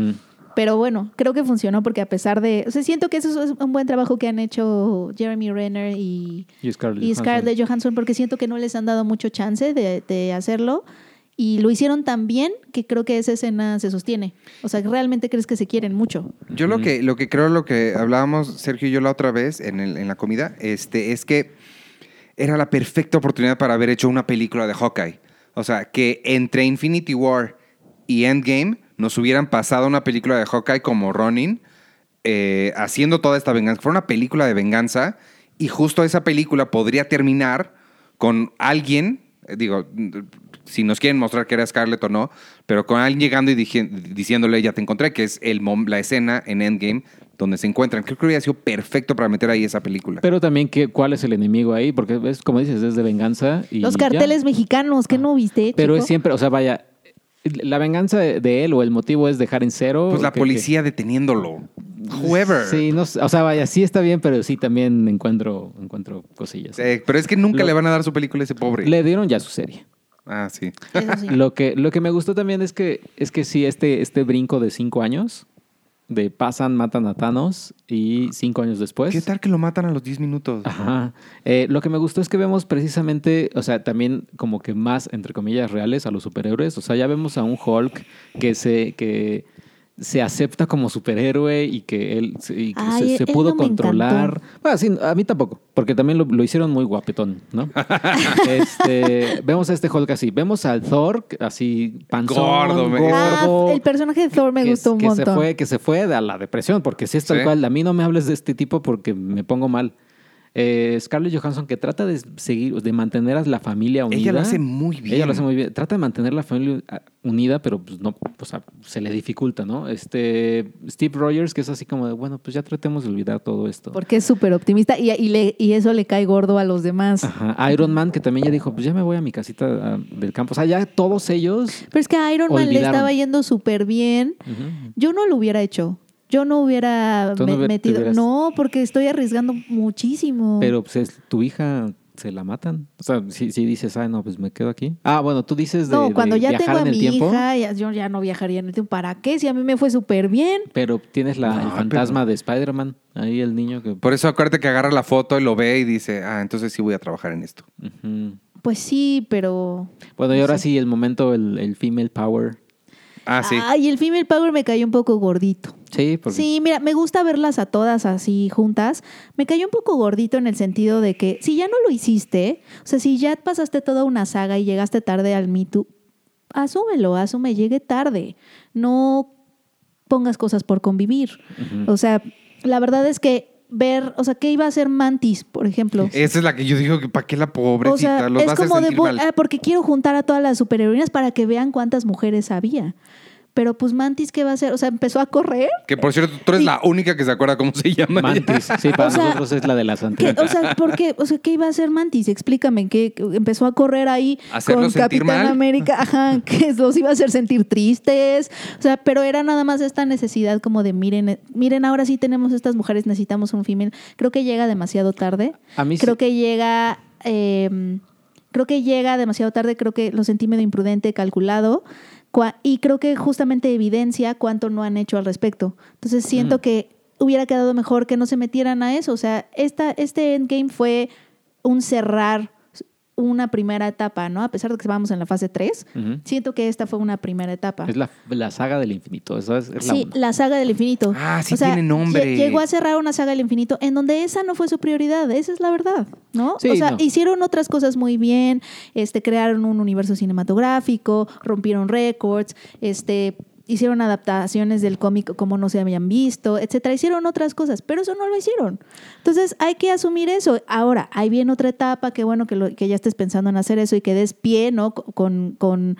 C: Pero bueno, creo que funcionó porque a pesar de... O sea, siento que eso es un buen trabajo que han hecho Jeremy Renner y,
A: Y Scarlett,
C: y
A: Johansson.
C: Scarlett Johansson, porque siento que no les han dado mucho chance de, de hacerlo. Y lo hicieron tan bien que creo que esa escena se sostiene. O sea, realmente crees que se quieren mucho.
B: Yo lo que, lo que creo, lo que hablábamos Sergio y yo la otra vez en, el- en la comida, este, es que era la perfecta oportunidad para haber hecho una película de Hawkeye. O sea, que entre Infinity War y Endgame nos hubieran pasado una película de Hawkeye como Ronin, eh, haciendo toda esta venganza. Fue una película de venganza y justo esa película podría terminar con alguien, eh, digo, si nos quieren mostrar que era Scarlett o no, pero con alguien llegando y dije- diciéndole, ya te encontré, que es el mom- la escena en Endgame donde se encuentran. Creo que hubiera sido perfecto para meter ahí esa película.
A: Pero también, ¿qué, ¿cuál es el enemigo ahí? Porque es como dices, es de venganza. Y
C: Los
A: ya.
C: carteles mexicanos, ¿qué no viste,
A: Pero
C: chico?
A: es siempre, o sea, vaya, la venganza de, de él o el motivo es dejar en cero.
B: Pues la
A: que-
B: policía deteniéndolo. Whoever.
A: que- sí, no, sé, o sea, vaya, sí está bien, pero sí también encuentro, encuentro cosillas.
B: Eh, pero es que nunca
A: Lo-
B: le van a dar su película a ese pobre.
A: Le dieron ya su serie.
B: Ah, sí.
C: Eso sí.
A: Lo que, lo que me gustó también es que, es que sí, este, este brinco de cinco años, de pasan, matan a Thanos y cinco años después.
B: ¿Qué tal que lo matan a los diez minutos?
A: Ajá. Eh, lo que me gustó es que vemos precisamente, o sea, también como que más, entre comillas, reales a los superhéroes. O sea, ya vemos a un Hulk que se, que se acepta como superhéroe y que él, se- y que
C: Ay,
A: se, se
C: él
A: pudo
C: no me
A: controlar.
C: encantó.
A: Bueno, sí, a mí tampoco, porque también lo, lo hicieron muy guapetón, ¿no? este, vemos a este Hulk así. Vemos al Thor así panzón,
B: Gordo, me-
A: gordo.
C: Ah, el personaje de Thor me
A: que,
C: gustó un
A: que
C: montón.
A: Se fue, que se fue a la depresión, porque si es tal
B: Sí.
A: cual, a mí no me hables de este tipo porque me pongo mal. Eh, Scarlett Johansson, que trata de seguir, de mantener a la familia unida.
B: Ella lo hace muy bien.
A: Ella lo hace muy bien. Trata de mantener la familia ah, unida, pero pues no, o sea, se le dificulta, ¿no? Este Steve Rogers, que es así como de, bueno, pues ya tratemos de olvidar todo esto.
C: Porque es súper optimista y, y, le- y eso le cae gordo a los demás.
A: Ajá. Iron Man, que también ya dijo, pues ya me voy a mi casita ah, del campo. O sea, ya todos ellos.
C: Pero es que a Iron Man le
A: Olvidaron.
C: estaba yendo súper bien.
A: Ujú.
C: Yo no lo hubiera hecho. Yo no hubiera
A: Tú no
C: me-
A: hubiera- te
C: metido.
A: hubieras-
C: No, porque estoy arriesgando muchísimo.
A: Pero pues es- tu hija se la matan. O sea, si, si dices, ay, no, pues me quedo aquí. Ah, bueno, tú dices de,
C: no, cuando
A: de
C: ya
A: viajar
C: tengo a
A: en el
C: mi
A: tiempo,
C: hija, ya- yo ya no viajaría en el tiempo. ¿Para qué? Si a mí me fue súper bien.
A: pero tienes la,
B: No,
A: el fantasma de Spider-Man. Ahí el niño que...
B: Por eso acuérdate que agarra la foto y lo ve y dice, ah, entonces sí voy a trabajar en esto.
A: Ujú.
C: Pues sí, pero...
A: Bueno, y ahora
C: Sí.
A: sí, el momento, el, el female power.
B: Ah, sí.
C: Ay, el female power me cayó un poco gordito.
A: Sí, porque...
C: Sí, mira, me gusta verlas a todas así juntas. Me cayó un poco gordito en el sentido de que si ya no lo hiciste, o sea, si ya pasaste toda una saga y llegaste tarde al Me Too, asúmelo, asume, llegué tarde. No pongas cosas por convivir.
A: Ujú.
C: O sea, la verdad es que ver, o sea, ¿qué iba a hacer Mantis, por ejemplo?
B: Esa es la que yo digo, que ¿para qué la pobrecita?
C: O sea,
B: Los va
C: es
B: a hacer
C: como de,
B: sentir
C: voy-
B: mal.
C: ah, porque quiero juntar a todas las superheroínas para que vean cuántas mujeres había. Pero pues Mantis, ¿qué va a hacer? O sea, empezó a correr.
B: Que por cierto, tú eres
C: Y-
B: la única que se acuerda cómo se llama.
A: Mantis. Sí, para
C: O sea,
A: nosotros es la de las
C: ¿Qué?
A: antenas.
C: O sea, ¿por qué? O sea, ¿qué iba a hacer Mantis? Explícame, que empezó a correr ahí
B: ¿Hacerlos
C: con
B: sentir
C: Capitán
B: mal?
C: América, ajá, que los iba a hacer sentir tristes. O sea, pero era nada más esta necesidad como de miren, eh, miren, ahora sí tenemos estas mujeres, necesitamos un female. Creo que llega demasiado tarde.
A: A mí sí-
C: Creo que llega, eh, creo que llega demasiado tarde, creo que lo sentí medio imprudente, calculado. Cua- Y creo que justamente evidencia cuánto no han hecho al respecto. Entonces siento
A: Mm.
C: que hubiera quedado mejor que no se metieran a eso. O sea, esta, este Endgame fue un cerrar una primera etapa, ¿no? A pesar de que vamos en la fase tres,
A: Ujú.
C: siento que esta fue una primera etapa.
A: Es la, la saga del infinito. Eso es, es la
C: Sí,
A: uno.
C: la saga del infinito.
B: Ah, sí tiene nombre.
C: lle- Llegó a cerrar una saga del infinito en donde esa no fue su prioridad, esa es la verdad, ¿no?
A: Sí,
C: o sea,
A: no.
C: hicieron otras cosas muy bien, este, crearon un universo cinematográfico, rompieron récords, este, hicieron adaptaciones del cómic como no se habían visto, etcétera. Hicieron otras cosas, pero eso no lo hicieron. Entonces hay que asumir eso. Ahora, ahí viene otra etapa, que bueno que, lo, que ya estés pensando en hacer eso y que des pie, ¿no? Con, con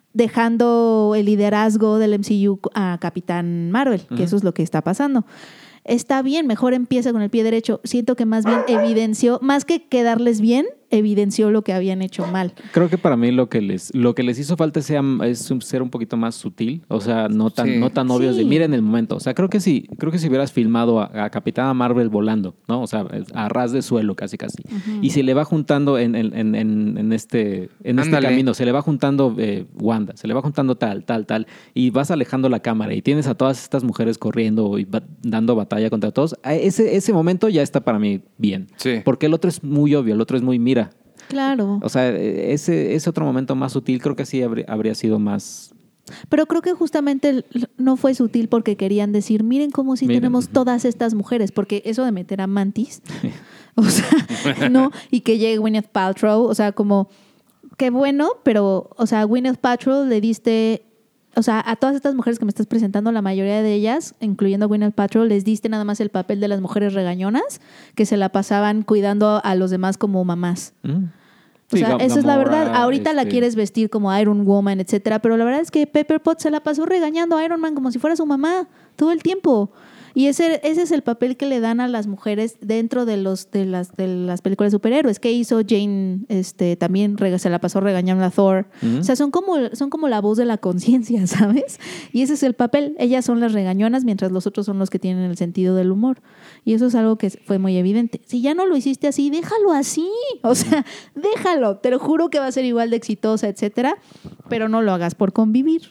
C: dejando el liderazgo del M C U a Capitán Marvel, que
A: Ujú.
C: eso es lo que está pasando. Está bien, mejor empieza con el pie derecho. Siento que más bien evidenció, más que quedarles bien, evidenció lo que habían hecho mal.
A: Creo que para mí lo que les lo que les hizo falta sea, es ser un poquito más sutil, o sea, no tan
B: Sí.
A: no tan obvios
C: Sí.
A: de miren el momento. O sea, creo que sí, creo que si hubieras filmado a, a Capitana Marvel volando, ¿no? O sea, a ras de suelo casi casi.
C: Ujú.
A: Y se le va juntando en, en, en, en, en este en este
B: Ándale.
A: camino, se le va juntando eh, Wanda, se le va juntando tal, tal, tal y vas alejando la cámara y tienes a todas estas mujeres corriendo y ba- dando batalla contra todos. A Ese ese momento ya está para mí bien.
B: Sí.
A: Porque el otro es muy obvio, el otro es muy mira.
C: Claro.
A: O sea, ese, ese otro momento más sutil creo que sí habría, habría sido más...
C: Pero creo que justamente el- no fue sutil porque querían decir, miren cómo si
A: Miren,
C: tenemos
A: ujú.
C: todas estas mujeres, porque eso de meter a Mantis, o sea, no, y que llegue Gwyneth Paltrow, o sea, como, qué bueno, pero, o sea, a Gwyneth Paltrow le diste, o sea, a todas estas mujeres que me estás presentando, la mayoría de ellas, incluyendo a Gwyneth Paltrow, les diste nada más el papel de las mujeres regañonas que se la pasaban cuidando a los demás como mamás.
A: Mm.
C: O
A: Sí,
C: sea,
A: Ga-
C: esa es la
A: Gamora,
C: verdad. Ahorita la
A: este,
C: quieres vestir como Iron Woman, etcétera, pero la verdad es que Pepper Potts se la pasó regañando a Iron Man como si fuera su mamá todo el tiempo. Y ese, ese es el papel que le dan a las mujeres dentro de los de las de las películas de superhéroes. ¿Qué hizo Jane? Este también rega- se la pasó regañando a Thor.
A: Ujú.
C: O sea, son como son como la voz de la conciencia, ¿sabes? Y ese es el papel. Ellas son las regañonas, mientras los otros son los que tienen el sentido del humor. Y eso es algo que fue muy evidente. Si ya no lo hiciste así, déjalo así. O sea, déjalo. Te lo juro que va a ser igual de exitosa, etcétera. Pero no lo hagas por convivir.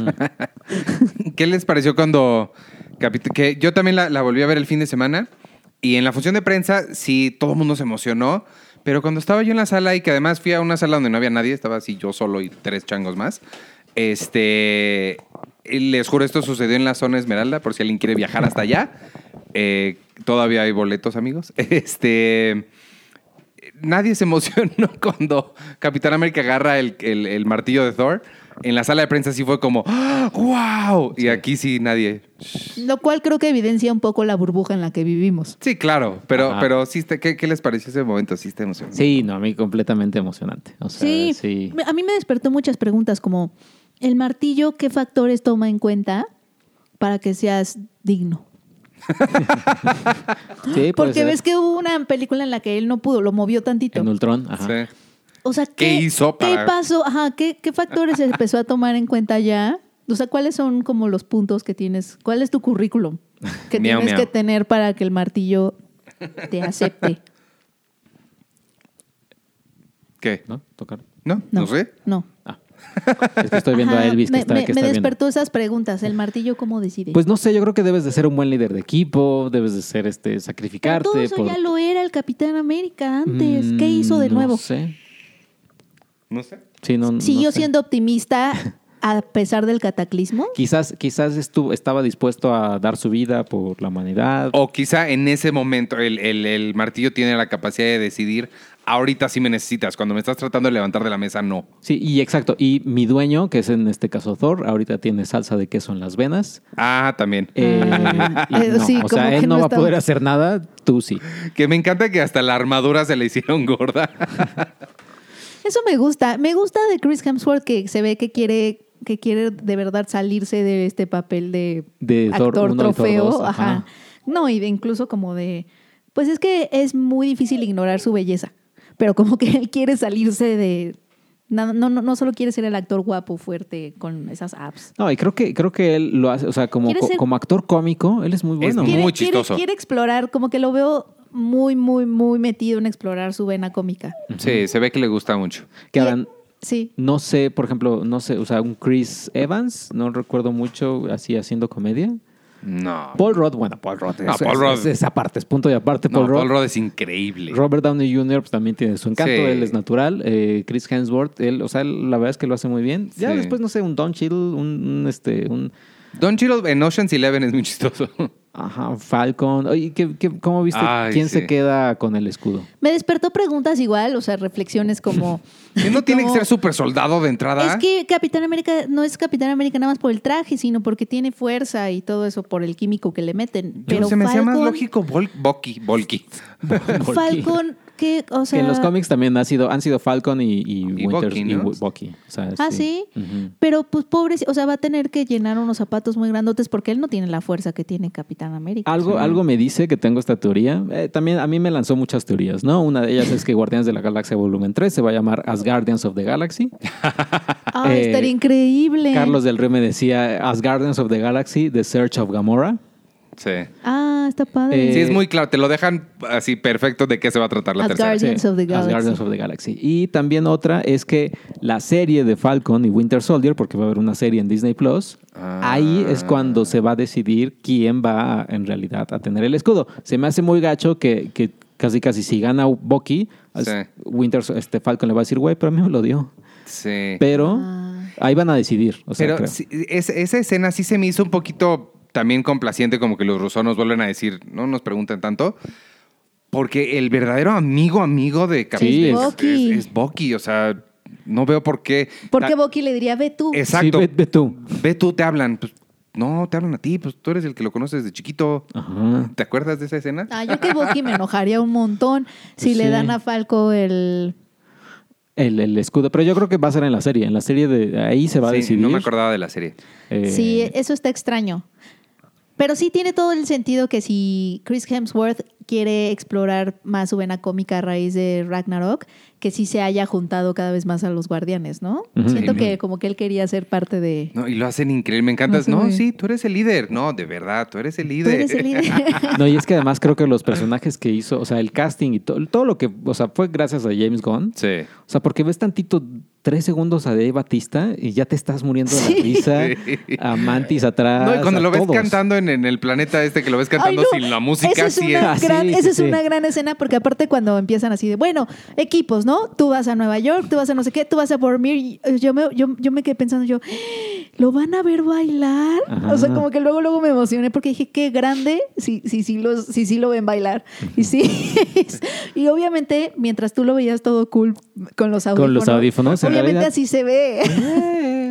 B: ¿Qué les pareció cuando... capit- que yo también la, la volví a ver el fin de semana y en la función de prensa sí todo el mundo se emocionó, pero cuando estaba yo en la sala y que además fui a una sala donde no había nadie, estaba así yo solo y tres changos más, este... les juro, esto sucedió en la zona Esmeralda, por si alguien quiere viajar hasta allá. Eh, todavía hay boletos, amigos. Este... Nadie se emocionó cuando Capitán América agarra el, el- el martillo de Thor. En la sala de prensa sí fue como ¡ah! ¡Wow! Y aquí sí nadie.
C: Lo cual creo que evidencia un poco la burbuja en la que vivimos.
B: Sí, claro, pero,
A: Ajá.
B: pero sí, está- ¿qué, qué les pareció ese momento? Sí, está emocionante.
A: Sí, no, a mí completamente emocionante. O sea,
C: Sí,
A: sí.
C: me- a mí me despertó muchas preguntas como, ¿el martillo qué factores toma en cuenta para que seas digno?
A: Sí, puede
C: Porque
A: ser.
C: ves que hubo una película en la que él no pudo, lo movió tantito.
A: En Ultron, ajá.
B: Sí.
C: O sea, ¿qué,
B: ¿Qué hizo
C: ¿qué
B: para-
C: pasó? Ajá, ¿qué, ¿qué factores se empezó a tomar en cuenta ya? O sea, ¿cuáles son como los puntos que tienes? ¿Cuál es tu currículum que
B: Miau,
C: tienes
B: miau.
C: que tener para que el martillo te acepte?
B: ¿Qué?
A: ¿No? ¿Tocar?
B: ¿No? ¿No, sé?
C: No.
A: Ah. Es que estoy viendo
C: Ajá,
A: a Elvis que
C: me,
A: está,
C: me-
A: que
C: me
A: está viendo.
C: despertó esas preguntas. ¿El martillo cómo decide?
A: Pues no sé, yo creo que debes de ser un buen líder de equipo, debes de ser este
C: Pero
A: sacrificarte.
C: todo eso
A: por-
C: ya lo era el Capitán América antes.
A: Mm,
C: ¿Qué hizo de nuevo?
A: No sé.
B: No sé.
A: Sí, no, no
C: ¿Siguió
A: sé.
C: siendo optimista a pesar del cataclismo?
A: Quizás, quizás estuvo, estaba dispuesto a dar su vida por la humanidad.
B: O quizá en ese momento el, el- el martillo tiene la capacidad de decidir, ahorita sí me necesitas, cuando me estás tratando de levantar de la mesa, no.
A: Sí, y exacto. Y mi dueño, que es en este caso Thor, ahorita tiene salsa de queso en las venas.
B: Ah, también.
A: Eh, y
C: Eh,
A: no,
C: sí,
A: o
C: como
A: sea,
C: que
A: él no,
C: no
A: va a
C: está-
A: poder hacer nada, tú sí.
B: Que me encanta que hasta la armadura se le hicieron gorda.
C: Eso me gusta. Me gusta de Chris Hemsworth que se ve que quiere que quiere de verdad salirse de este papel de,
A: De Thor
C: actor
A: uno y Thor
C: trofeo.
A: dos,
C: ajá.
A: ajá.
C: No, y de incluso como de... Pues es que es muy difícil ignorar su belleza, pero como que él quiere salirse de... No, no, no no solo quiere ser el actor guapo, fuerte, con esas abs.
A: No, y creo que, creo que él lo hace, o sea, como,
C: ¿Quiere
A: co-
C: ser-
A: como actor cómico, él es muy
B: Es
A: bueno.
B: muy
C: Quiere,
B: chistoso.
C: Quiere, quiere explorar, como que lo veo muy, muy, muy metido en explorar su vena cómica.
B: Sí, se ve que le gusta mucho.
A: Que
C: Y-
A: ahora,
C: Sí.
A: no sé, por ejemplo, no sé, o sea, un Chris Evans, no recuerdo mucho así haciendo comedia.
B: No.
A: Paul Rudd, bueno, Paul Rudd.
B: No,
A: es,
B: Paul
A: es-
B: Rudd.
A: es esa parte, es punto y aparte.
B: No,
A: Paul Rudd.
B: Paul Rudd es increíble.
A: Robert Downey junior pues, también tiene su encanto,
B: Sí.
A: él es natural. Eh, Chris Hemsworth, él, o sea, él, la verdad es que lo hace muy bien. Ya
B: Sí.
A: después, no sé, un Don Cheadle, un, un, este, un
B: Don Cheadle en Ocean's Eleven es muy chistoso.
A: ajá, Falcon. Oye, ¿qué, qué, ¿cómo viste
B: Ay,
A: quién
B: sí.
A: se queda con el escudo?
C: Me despertó preguntas igual, o sea, reflexiones como...
B: ¿Que no tiene que
C: como-
B: ser super soldado de entrada?
C: Es que Capitán América no es Capitán América nada más por el traje, sino porque tiene fuerza y todo eso por el químico que le meten.
B: Yo-
C: Pero
B: se me hacía más
C: Falcon-
B: lógico Vol Bucky, Volky.
C: Falcon ¿Qué? O sea...
A: Que en los cómics también ha sido, han sido Falcon y, y,
B: Y
A: Winters
B: Bucky, ¿no?
A: y Wu- Bucky. O sea,
C: Ah, ¿sí?
A: Ujú.
C: Pero pues pobre, o sea, va a tener que llenar unos zapatos muy grandotes porque él no tiene la fuerza que tiene Capitán América.
A: Algo,
B: Sí.
A: algo me dice que tengo esta teoría. Eh, también a mí me lanzó muchas teorías, ¿no? Una de ellas es que Guardianes de la Galaxia Volumen tres se va a llamar As Guardians of the Galaxy.
C: Ah,
A: eh,
C: estaría increíble.
A: Carlos del Río me decía As Guardians of the Galaxy, The Search of Gamora.
B: Sí.
C: Ah, está padre.
A: Eh,
B: Sí, es muy claro. Te lo dejan así perfecto de qué se va a tratar la
C: As
B: tercera.
C: Guardians of the
A: As
C: Galaxy.
A: Guardians of the Galaxy. Y también otra es que la serie de Falcon y Winter Soldier, porque va a haber una serie en Disney Plus,
B: Ah.
A: ahí es cuando se va a decidir quién va a, en realidad a tener el escudo. Se me hace muy gacho que, que casi casi si gana Bucky,
B: Sí.
A: Winter, este Falcon le va a decir, güey, pero a mí me lo dio.
B: Sí.
A: Pero
C: Ah.
A: ahí van a decidir. O sea,
B: Pero
A: creo.
B: sí, es- esa escena sí se me hizo un poquito también complaciente, como que los rusos nos vuelven a decir, no nos pregunten tanto, porque el verdadero amigo, amigo de Capitán
A: Sí,
B: es,
A: es
C: Bucky.
B: es- es Bucky. O sea, no veo por qué.
C: ¿Por qué
B: Ta-
C: Bucky le diría, ve tú?
B: Exacto.
A: Sí, ve, ve tú.
B: Ve tú, te hablan. Pues, no, te hablan a ti, pues tú eres el que lo conoces de chiquito.
A: Ajá.
B: ¿Te acuerdas de esa escena?
C: Ah, yo que Bucky me enojaría un montón si
A: Sí.
C: le dan a Falco el...
A: El, el escudo. Pero yo creo que va a ser en la serie. En la serie de ahí se va a
B: Sí,
A: decidir.
B: no me acordaba de la serie.
A: Eh,
C: Sí, eso está extraño. Pero sí tiene todo el sentido que si Chris Hemsworth quiere explorar más su vena cómica a raíz de Ragnarok, que sí se haya juntado cada vez más a los guardianes, ¿no?
A: Ujú.
C: Siento
B: Sí.
C: que como que él quería ser parte de...
B: No, y lo hacen increíble. Me encanta.
C: No sé,
B: No,
C: güey.
B: sí, tú eres el líder. No, de verdad, tú eres el
C: Tú
B: líder.
C: eres el líder.
A: No, y es que además creo que los personajes que hizo, o sea, el casting y todo, todo lo que, o sea, fue gracias a James Gunn.
B: Sí.
A: O sea, porque ves tantito tres segundos a Dave Batista y ya te estás muriendo de
C: Sí.
A: la risa,
B: Sí.
A: a Mantis atrás.
B: No, y cuando
A: a
B: lo ves
A: todos.
B: cantando en, en el planeta este, que lo ves
C: Ay,
B: cantando
C: no,
B: sin la música,
C: esa es
B: sí
C: una,
A: es-
C: gran,
A: Sí,
C: esa
A: sí,
C: es
A: sí.
C: una gran escena porque aparte cuando empiezan así de, bueno, equipos, ¿no? Tú vas a Nueva York, tú vas a no sé qué, tú vas a Boromir. Y yo me, yo, yo me quedé pensando yo, ¿lo van a ver bailar?
A: Ajá.
C: O sea, como que luego luego me emocioné porque dije, qué grande si sí si, si, los, si, si lo ven bailar. Y sí. Y obviamente, mientras tú lo veías todo cool con los audífonos.
A: Con los audífonos, en
C: Obviamente
A: realidad.
C: así se ve.
A: Eh,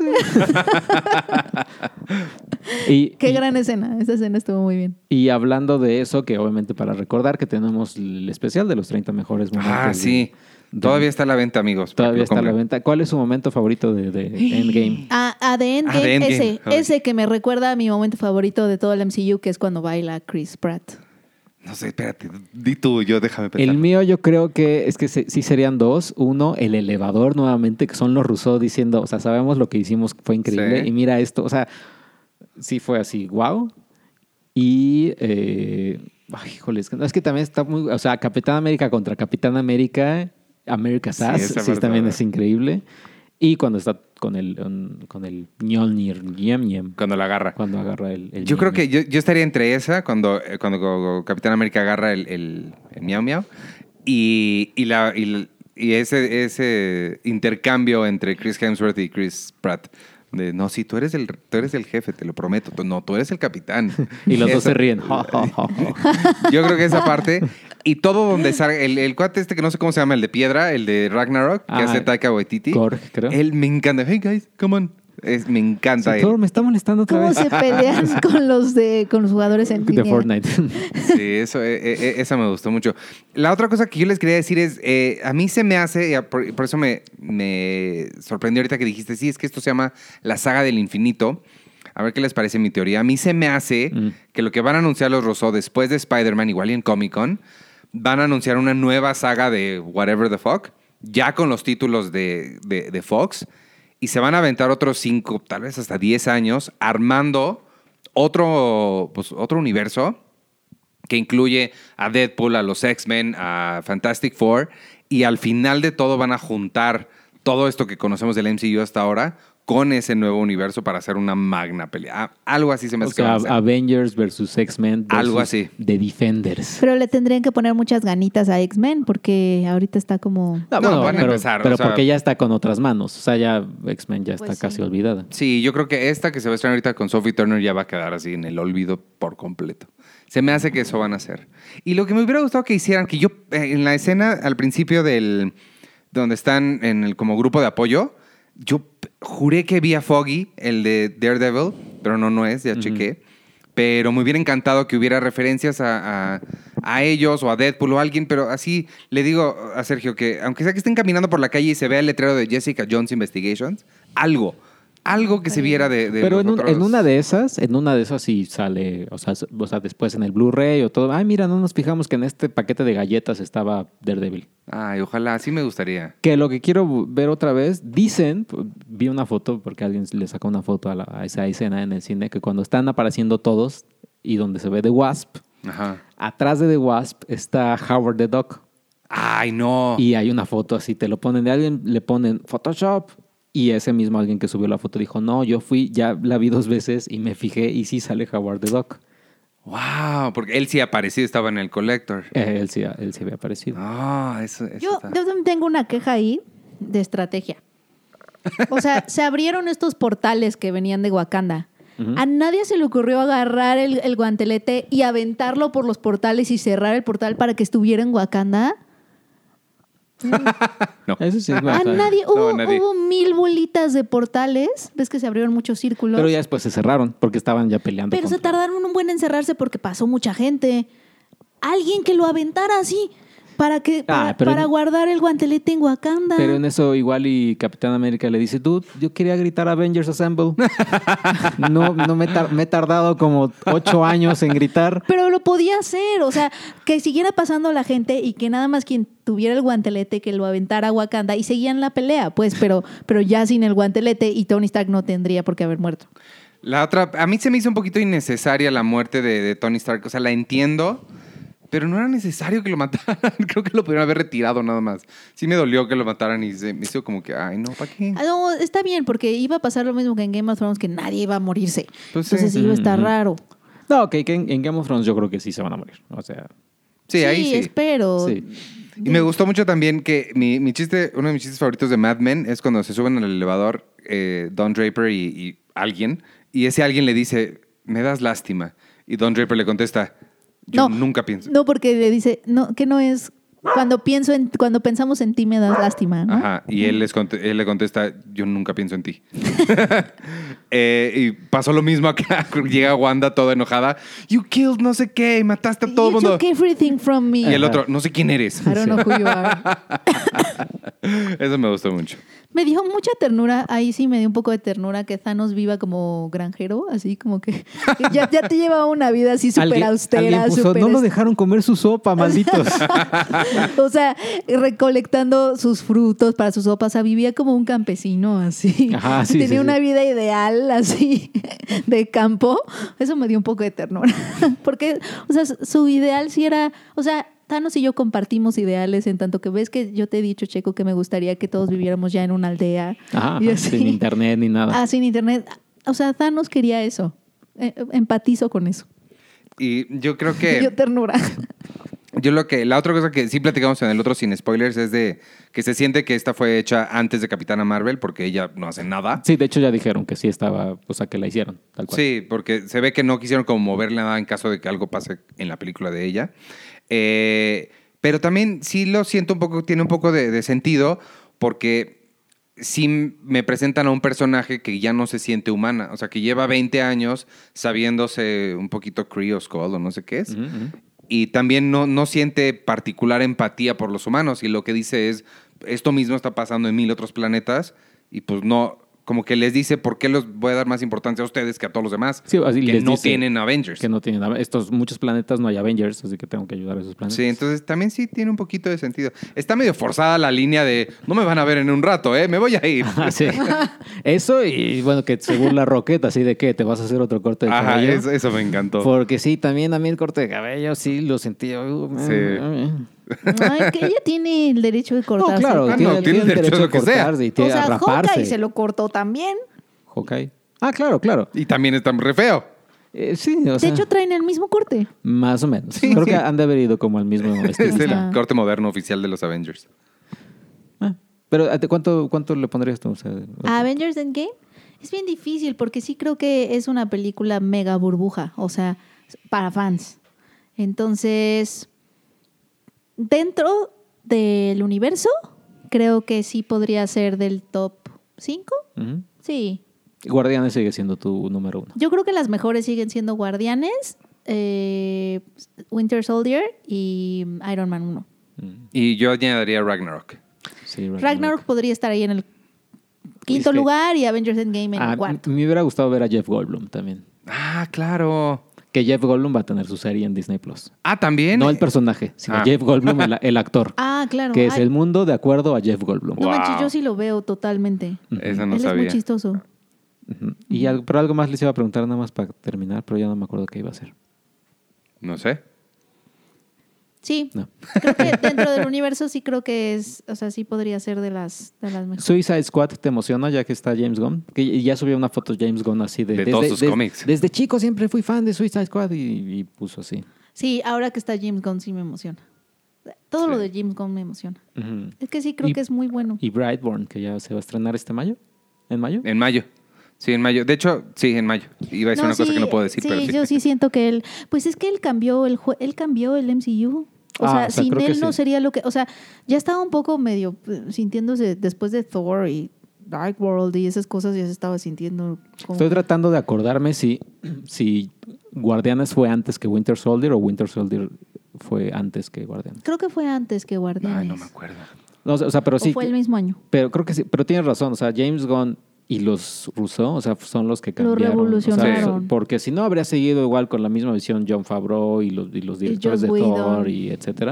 A: y,
C: Qué
A: y-
C: gran escena. Esa escena estuvo muy bien.
A: y hablando de eso, que obviamente para recordar que tenemos el especial de los treinta mejores momentos.
B: Ah,
A: de-
B: sí.
A: de-
B: Todavía está a la venta, amigos. para que
A: Todavía
B: lo
A: está a la
B: compren.
A: venta. ¿Cuál es su momento favorito de, de Endgame?
C: A, a The Endgame,
B: Ah, The Endgame.
C: ese,
B: Ay.
C: ese que me recuerda a mi momento favorito de todo el M C U, que es cuando baila Chris Pratt.
B: No sé, espérate. Di tú, yo déjame pensar.
A: El mío yo creo que es que se- sí serían dos. Uno, el elevador nuevamente, que son los Rousseau diciendo, o sea, sabemos lo que hicimos, fue increíble.
B: Sí.
A: Y mira esto, o sea, sí fue así, wow. Y, eh, ay, híjole, es que, no, es que también está muy, o sea, Capitán América contra Capitán América, America's
B: Sí,
A: Ass,
B: esa
A: sí,
B: parte,
A: también
B: ¿verdad?
A: es increíble. Y cuando está con el, um, con el Mjolnir, Ñem Ñem,
B: Cuando la agarra.
A: cuando agarra el, el
B: Yo
A: Ñem
B: creo que
A: Ñem.
B: yo, yo estaría entre esa, cuando, eh, cuando Capitán América agarra el, el, el miau miau, y, y, la, y, l- y ese, ese intercambio entre Chris Hemsworth y Chris Pratt. De, no, sí, tú eres, el, tú eres el jefe, te lo prometo. Tú- No, tú eres el capitán.
A: Y los dos
B: Esa-
A: se ríen.
B: Yo creo que esa parte. Y todo donde salga. El, el cuate este que no sé cómo se llama, el de piedra, el de Ragnarok, que
A: Ah,
B: hace Taika Waititi.
A: Korg, creo.
B: Él me encanta. Hey guys, come on. Es, me encanta
A: Sí,
B: él.
A: Thor, me está molestando otra
C: ¿Cómo
A: vez.
C: se pelean con los de con los jugadores en
A: De
C: línea?
A: Fortnite.
B: Sí, eso, eh, eh, esa me gustó mucho. La otra cosa que yo les quería decir es, eh, a mí se me hace, y a- por, por eso me, me sorprendió ahorita que dijiste, sí, es que esto se llama la saga del infinito. A ver qué les parece mi teoría. A mí se me hace
A: Mm.
B: que lo que van a anunciar los Rousseau después de Spider-Man, igual y en Comic Con, van a anunciar una nueva saga de Whatever the Fuck, ya con los títulos de, de, de Fox, y se van a aventar otros cinco, tal vez hasta diez años, armando otro, pues, otro universo que incluye a Deadpool, a los X-Men, a Fantastic Four, y al final de todo van a juntar todo esto que conocemos del M C U hasta ahora con ese nuevo universo para hacer una magna pelea. Ah, algo así se me
A: O
B: hace que
A: sea,
B: van a hacer.
A: Avengers versus X-Men. versus
B: Algo así.
A: The Defenders.
C: Pero le tendrían que poner muchas ganitas a X-Men porque ahorita está como...
A: No,
B: No,
A: bueno,
B: van a
A: pero,
B: empezar,
A: pero
B: o sea-
A: porque ya está con otras manos. O sea, ya X-Men ya
C: Pues
A: está
C: sí.
A: casi olvidada.
B: Sí, yo creo que esta que se va a estrenar ahorita con Sophie Turner ya va a quedar así en el olvido por completo. Se me hace que eso van a hacer. Y lo que me hubiera gustado que hicieran, que yo eh, en la escena al principio del donde están en el como grupo de apoyo, yo p- juré que vi a Foggy, el de Daredevil, pero no, no es, ya chequé. Pero me hubiera encantado que hubiera referencias a, a- a ellos o a Deadpool o a alguien, pero así le digo a Sergio que aunque sea que estén caminando por la calle y se vea el letrero de Jessica Jones Investigations, algo, algo que se viera de, de
A: Pero
B: los
A: en, un-
B: otros.
A: en una de esas, en una de esas sí sale, o sea, s- o sea, después en el Blu-ray o todo. Ay, mira, no nos fijamos que en este paquete de galletas estaba Daredevil.
B: Ay, ojalá, así me gustaría.
A: Que lo que quiero ver otra vez, dicen, vi una foto, porque alguien le sacó una foto a, la- a esa escena en el cine, que cuando están apareciendo todos y donde se ve The Wasp,
B: Ajá.
A: atrás de The Wasp está Howard the Duck.
B: Ay, no.
A: Y hay una foto así, te lo ponen de alguien, le ponen Photoshop. Y ese mismo alguien que subió la foto dijo, no, yo fui, ya la vi dos veces y me fijé y sí sale Howard the Duck.
B: Wow, porque él sí apareció, estaba en el Collector.
A: Eh, él, sí, él sí había aparecido.
B: Ah, eso, eso
C: Yo,
B: está-
C: yo también tengo una queja ahí de estrategia. O sea, se abrieron estos portales que venían de Wakanda.
A: Ujú.
C: A nadie se le ocurrió agarrar el, el guantelete y aventarlo por los portales y cerrar el portal para que estuviera en Wakanda.
B: No.
A: Eso sí es
C: A
A: verdad.
C: nadie.
B: No,
C: Hubo,
B: nadie.
C: hubo mil bolitas de portales. ¿Ves que se abrieron muchos círculos?
A: Pero ya después se cerraron porque estaban ya peleando.
C: Pero se
A: contra-
C: tardaron un buen en cerrarse porque pasó mucha gente. Alguien que lo aventara así para que para,
A: Ah, pero
C: para
A: en-
C: guardar el guantelete en Wakanda.
A: Pero en eso igual y Capitán América le dice, dude, yo quería gritar Avengers Assemble. no no me, tar- me he tardado como ocho años en gritar.
C: Pero lo podía hacer, o sea, que siguiera pasando la gente y que nada más quien tuviera el guantelete que lo aventara a Wakanda y seguían la pelea, pues, pero, pero ya sin el guantelete y Tony Stark no tendría por qué haber muerto.
B: La otra, a mí se me hizo un poquito innecesaria la muerte de, de Tony Stark. O sea, la entiendo, pero no era necesario que lo mataran. Creo que lo pudieron haber retirado nada más. Sí me dolió que lo mataran y se me hizo como que, ay, no, ¿para qué?
C: Ah, no, está bien, porque iba a pasar lo mismo que en Game of Thrones, que nadie iba a morirse.
B: Pues sí.
C: Entonces iba a estar
A: Ujú.
C: raro.
A: No, que, que en, en Game of Thrones yo creo que sí se van a morir. O sea,
B: Sí, ahí sí.
C: espero.
A: sí.
B: Y me gustó mucho también que mi, mi chiste, uno de mis chistes favoritos de Mad Men es cuando se suben al elevador eh, Don Draper y, y alguien, y ese alguien le dice, me das lástima. Y Don Draper le contesta, yo
C: No.
B: nunca pienso.
C: No, porque le dice, no, que no es. Cuando pienso en, cuando pensamos en ti me das lástima, ¿no?
B: Ajá, y él, les conte- él le contesta, yo nunca pienso en ti. Eh, y pasó lo mismo acá, llega Wanda toda enojada, you killed no sé qué, y mataste a todo el
C: You
B: mundo.
C: took everything from me.
B: Y el otro, no sé quién eres.
C: I don't know who you are.
B: Eso me gustó mucho.
C: Me dio mucha ternura, ahí sí me dio un poco de ternura que Thanos viva como granjero, así como que que ya, ya te lleva una vida así súper
A: Alguien-
C: austera.
A: alguien puso,
C: súper
A: no lo
C: es-
A: dejaron comer su sopa, malditos.
C: O sea, recolectando sus frutos para sus sopas, o sea, vivía como un campesino así.
A: Ajá, sí,
C: Tenía
A: sí, sí.
C: una vida ideal así de campo. Eso me dio un poco de ternura. Porque, o sea, su ideal sí era, o sea, Thanos y yo compartimos ideales en tanto que ves que yo te he dicho, Checo, que me gustaría que todos viviéramos ya en una aldea.
A: Ajá,
C: y
A: ajá,
C: así.
A: sin internet ni nada.
C: Ah, sin internet. O sea, Thanos quería eso. Eh, empatizo con eso.
B: Y yo creo
C: Me
B: que...
C: dio ternura.
B: Yo lo que, la otra cosa que sí platicamos en el otro sin spoilers es de que se siente que esta fue hecha antes de Capitana Marvel porque ella no hace nada.
A: Sí, de hecho ya dijeron que sí estaba, o sea, que la hicieron, tal cual.
B: Sí, porque se ve que no quisieron como moverle nada en caso de que algo pase en la película de ella. Eh, pero también sí lo siento un poco, tiene un poco de, de sentido porque sí me presentan a un personaje que ya no se siente humana. O sea, que lleva veinte años sabiéndose un poquito Kree o Skull o no sé qué es.
A: Ujú, ujú.
B: Y también no, no siente particular empatía por los humanos. Y lo que dice es, esto mismo está pasando en mil otros planetas. Y pues no, como que les dice, ¿por qué les voy a dar más importancia a ustedes que a todos los demás?
A: Sí, así
B: que
A: les
B: no
A: dice
B: tienen Avengers.
A: Que no tienen Ave- estos muchos planetas, no hay Avengers, así que tengo que ayudar a esos planetas.
B: Sí, entonces también sí tiene un poquito de sentido. Está medio forzada la línea de, no me van a ver en un rato, ¿eh? Me voy a ir.
A: Ah, sí. Eso y bueno, que según la Rocket, así de que te vas a hacer otro corte de
B: Ajá,
A: cabello.
B: eso, eso me encantó.
A: Porque sí, también a mí el corte de cabello sí lo sentí. uh,
B: Sí.
C: Ay, que ella tiene el derecho de
A: No,
C: cortarse.
A: claro,
B: Ah,
A: tiene,
B: no,
A: tiene el derecho
B: a
A: de
B: lo que sea.
A: cortarse y
C: O
A: tiene
C: sea,
A: a raparse.
C: Hawkeye se lo cortó también.
A: Hawkeye. Ah, claro, claro.
B: Y también está re feo.
A: Eh, sí, o
C: De
A: sea,
C: hecho, traen el mismo corte.
A: más o menos.
B: Sí,
A: Creo
B: sí.
A: que han de haber ido como al mismo
B: Es el
A: estilista.
C: Ajá.
B: corte moderno oficial de los Avengers.
A: Ah, pero ¿a ti ¿cuánto, ¿cuánto le pondrías tú? O sea,
C: Avengers Endgame es bien difícil porque sí creo que es una película mega burbuja, o sea, para fans. Entonces, dentro del universo, creo que sí podría ser del top cinco.
A: Ujú.
C: Sí.
A: Guardianes sigue siendo tu número uno.
C: Yo creo que las mejores siguen siendo Guardianes, eh, Winter Soldier y Iron Man uno.
B: Y yo añadiría Ragnarok.
A: Sí, Ragnarok.
C: Ragnarok podría estar ahí en el quinto
A: Es que-
C: lugar y Avengers Endgame en
A: Ah,
C: el cuarto.
A: me hubiera gustado ver a Jeff Goldblum también.
B: Ah, claro.
A: Que Jeff Goldblum va a tener su serie en Disney Plus.
B: Ah, también.
A: No el personaje, sino
B: Ah.
A: Jeff Goldblum, el, el actor.
C: Ah, claro.
A: Que es
C: Ay,
A: el mundo de acuerdo a Jeff Goldblum.
C: No manches,
B: Wow.
C: yo sí lo veo totalmente.
B: Eso no
C: Él es
B: sabía.
C: muy chistoso.
A: Ujú. Y algo, pero algo más les iba a preguntar nada más para terminar, pero ya no me acuerdo qué iba a hacer.
B: No sé.
C: Sí,
A: No.
C: creo que dentro del universo sí creo que es, o sea, sí podría ser de las, de las mejores.
A: Suicide Squad te emociona ya que está James Gunn. Que ya subió una foto James Gunn así de...
B: De todos sus
A: des-
B: cómics.
A: Desde chico siempre fui fan de Suicide Squad y, y puso así.
C: Sí, ahora que está James Gunn sí me emociona. Todo
B: Sí.
C: lo de James Gunn me emociona.
A: Ujú.
C: Es que sí creo
A: Y-
C: que es muy bueno.
A: Y Brightburn, que ya se va a estrenar este mayo. ¿En mayo?
B: En mayo. Sí, en mayo. De hecho, sí, en mayo. Iba a decir
C: No,
B: una cosa
C: sí,
B: que no puedo decir,
C: sí,
B: pero sí.
C: yo sí siento que él, pues es que él cambió el jue- él cambió el M C U. O
A: Ah,
C: sea,
A: o sea,
C: sin
A: creo que
C: él no
A: sí.
C: sería lo que, o sea, ya estaba un poco medio eh, sintiéndose después de Thor y Dark World y esas cosas, ya se estaba sintiendo como
A: Estoy tratando de acordarme si, si Guardianes fue antes que Winter Soldier o Winter Soldier fue antes que Guardianes.
C: Creo que fue antes que Guardianes.
B: Ay, no me acuerdo.
A: No, o sea, o sea, pero
C: O
A: sí.
C: fue el mismo año.
A: Pero creo que sí. Pero tienes razón. O sea, James Gunn y los Russo, o sea, son los que
C: Lo
A: cambiaron.
C: revolucionaron.
A: O sea, porque si no, habría seguido igual con la misma visión Jon Favreau y los, y los directores de
C: Joss Whedon.
A: Thor y etcétera.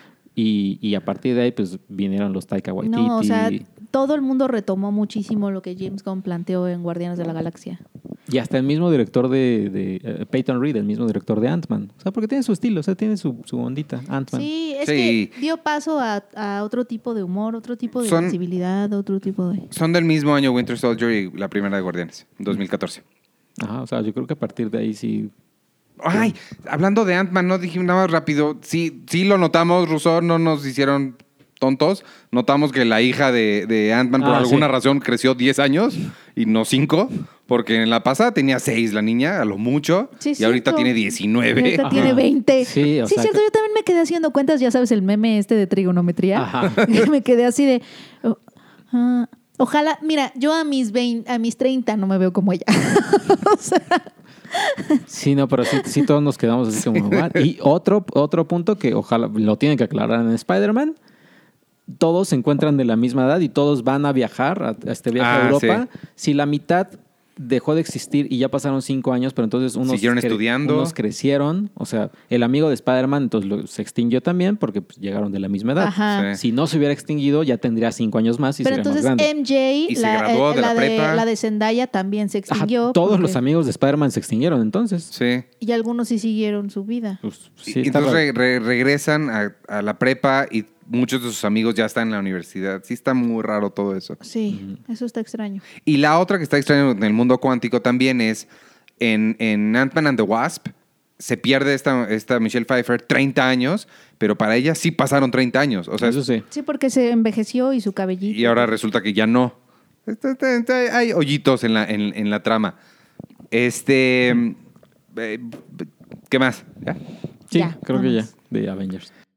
A: Y, y a partir de ahí, pues, vinieron los Taika Waititi.
C: No, o sea, todo el mundo retomó muchísimo lo que James Gunn planteó en Guardianes de la Galaxia.
A: Y hasta el mismo director de, de eh, Peyton Reed, el mismo director de Ant-Man. O sea, porque tiene su estilo, o sea, tiene su, su ondita, Ant-Man.
C: Sí, es
B: Sí.
C: que dio paso a, a otro tipo de humor, otro tipo de
B: Son-
C: sensibilidad, otro tipo de...
B: Son del mismo año Winter Soldier y la primera de Guardianes, dos mil catorce.
A: Ajá, o sea, yo creo que a partir de ahí sí.
B: Ay, hablando de Ant-Man, no dije nada más rápido. Sí, sí lo notamos, Rousseau, no nos hicieron tontos. Notamos que la hija de, de Ant-Man por
A: Ah,
B: alguna
A: sí.
B: razón creció diez años y no cinco, porque en la pasada tenía seis la niña, a lo mucho,
C: Sí,
B: y ahorita
C: cierto.
B: tiene diecinueve.
C: Ahorita
A: Ajá.
C: tiene veinte.
A: Sí, o
C: sí,
A: sea,
C: cierto,
A: que-
C: yo también me quedé haciendo cuentas, ya sabes, el meme este de trigonometría.
A: Ajá.
C: Y me quedé así de... oh, ah, ojalá, mira, yo a mis veinte, a mis treinta no me veo como ella. O sea,
A: Sí, no, pero sí, sí todos nos quedamos así como... "What?". Y otro, otro punto que ojalá lo tienen que aclarar en Spider-Man. Todos se encuentran de la misma edad y todos van a viajar a, a este viaje
B: Ah,
A: a Europa.
B: sí.
A: Si la mitad dejó de existir y ya pasaron cinco años, pero entonces unos,
B: Siguieron
A: cre-
B: estudiando.
A: unos crecieron. O sea, el amigo de Spider-Man entonces lo- se extinguió también porque pues, llegaron de la misma edad.
C: ajá.
B: Sí.
A: Si no se hubiera extinguido, ya tendría cinco años más y
C: Pero
A: sería
C: entonces
A: más grande.
C: M J,
B: Y se
C: la,
B: graduó
C: eh,
B: de la
C: la de,
B: prepa.
C: la de Zendaya también se
A: Ajá,
C: extinguió.
A: todos
C: porque-
A: los amigos de Spider-Man se extinguieron entonces.
B: Sí.
C: Y algunos sí siguieron su vida.
A: Pues, sí,
B: y
A: está
B: entonces
A: raro.
B: re- re- regresan a, a la prepa y muchos de sus amigos ya están en la universidad. Sí está muy raro todo eso.
C: Sí, eso está extraño.
B: Y la otra que está extraña en el mundo cuántico también es en, en Ant-Man and the Wasp. Se pierde esta, esta Michelle Pfeiffer treinta años, pero para ella sí pasaron treinta años. O sea,
A: Eso sí.
C: Sí, porque se envejeció y su cabellito.
B: y ahora resulta que ya no. Está- está- está- Hay hoyitos en la, en, en la trama. Este. eh, ¿Qué más? ¿Ya?
A: Sí,
C: Ya,
A: creo que ya,
C: vamos.
A: de Avengers.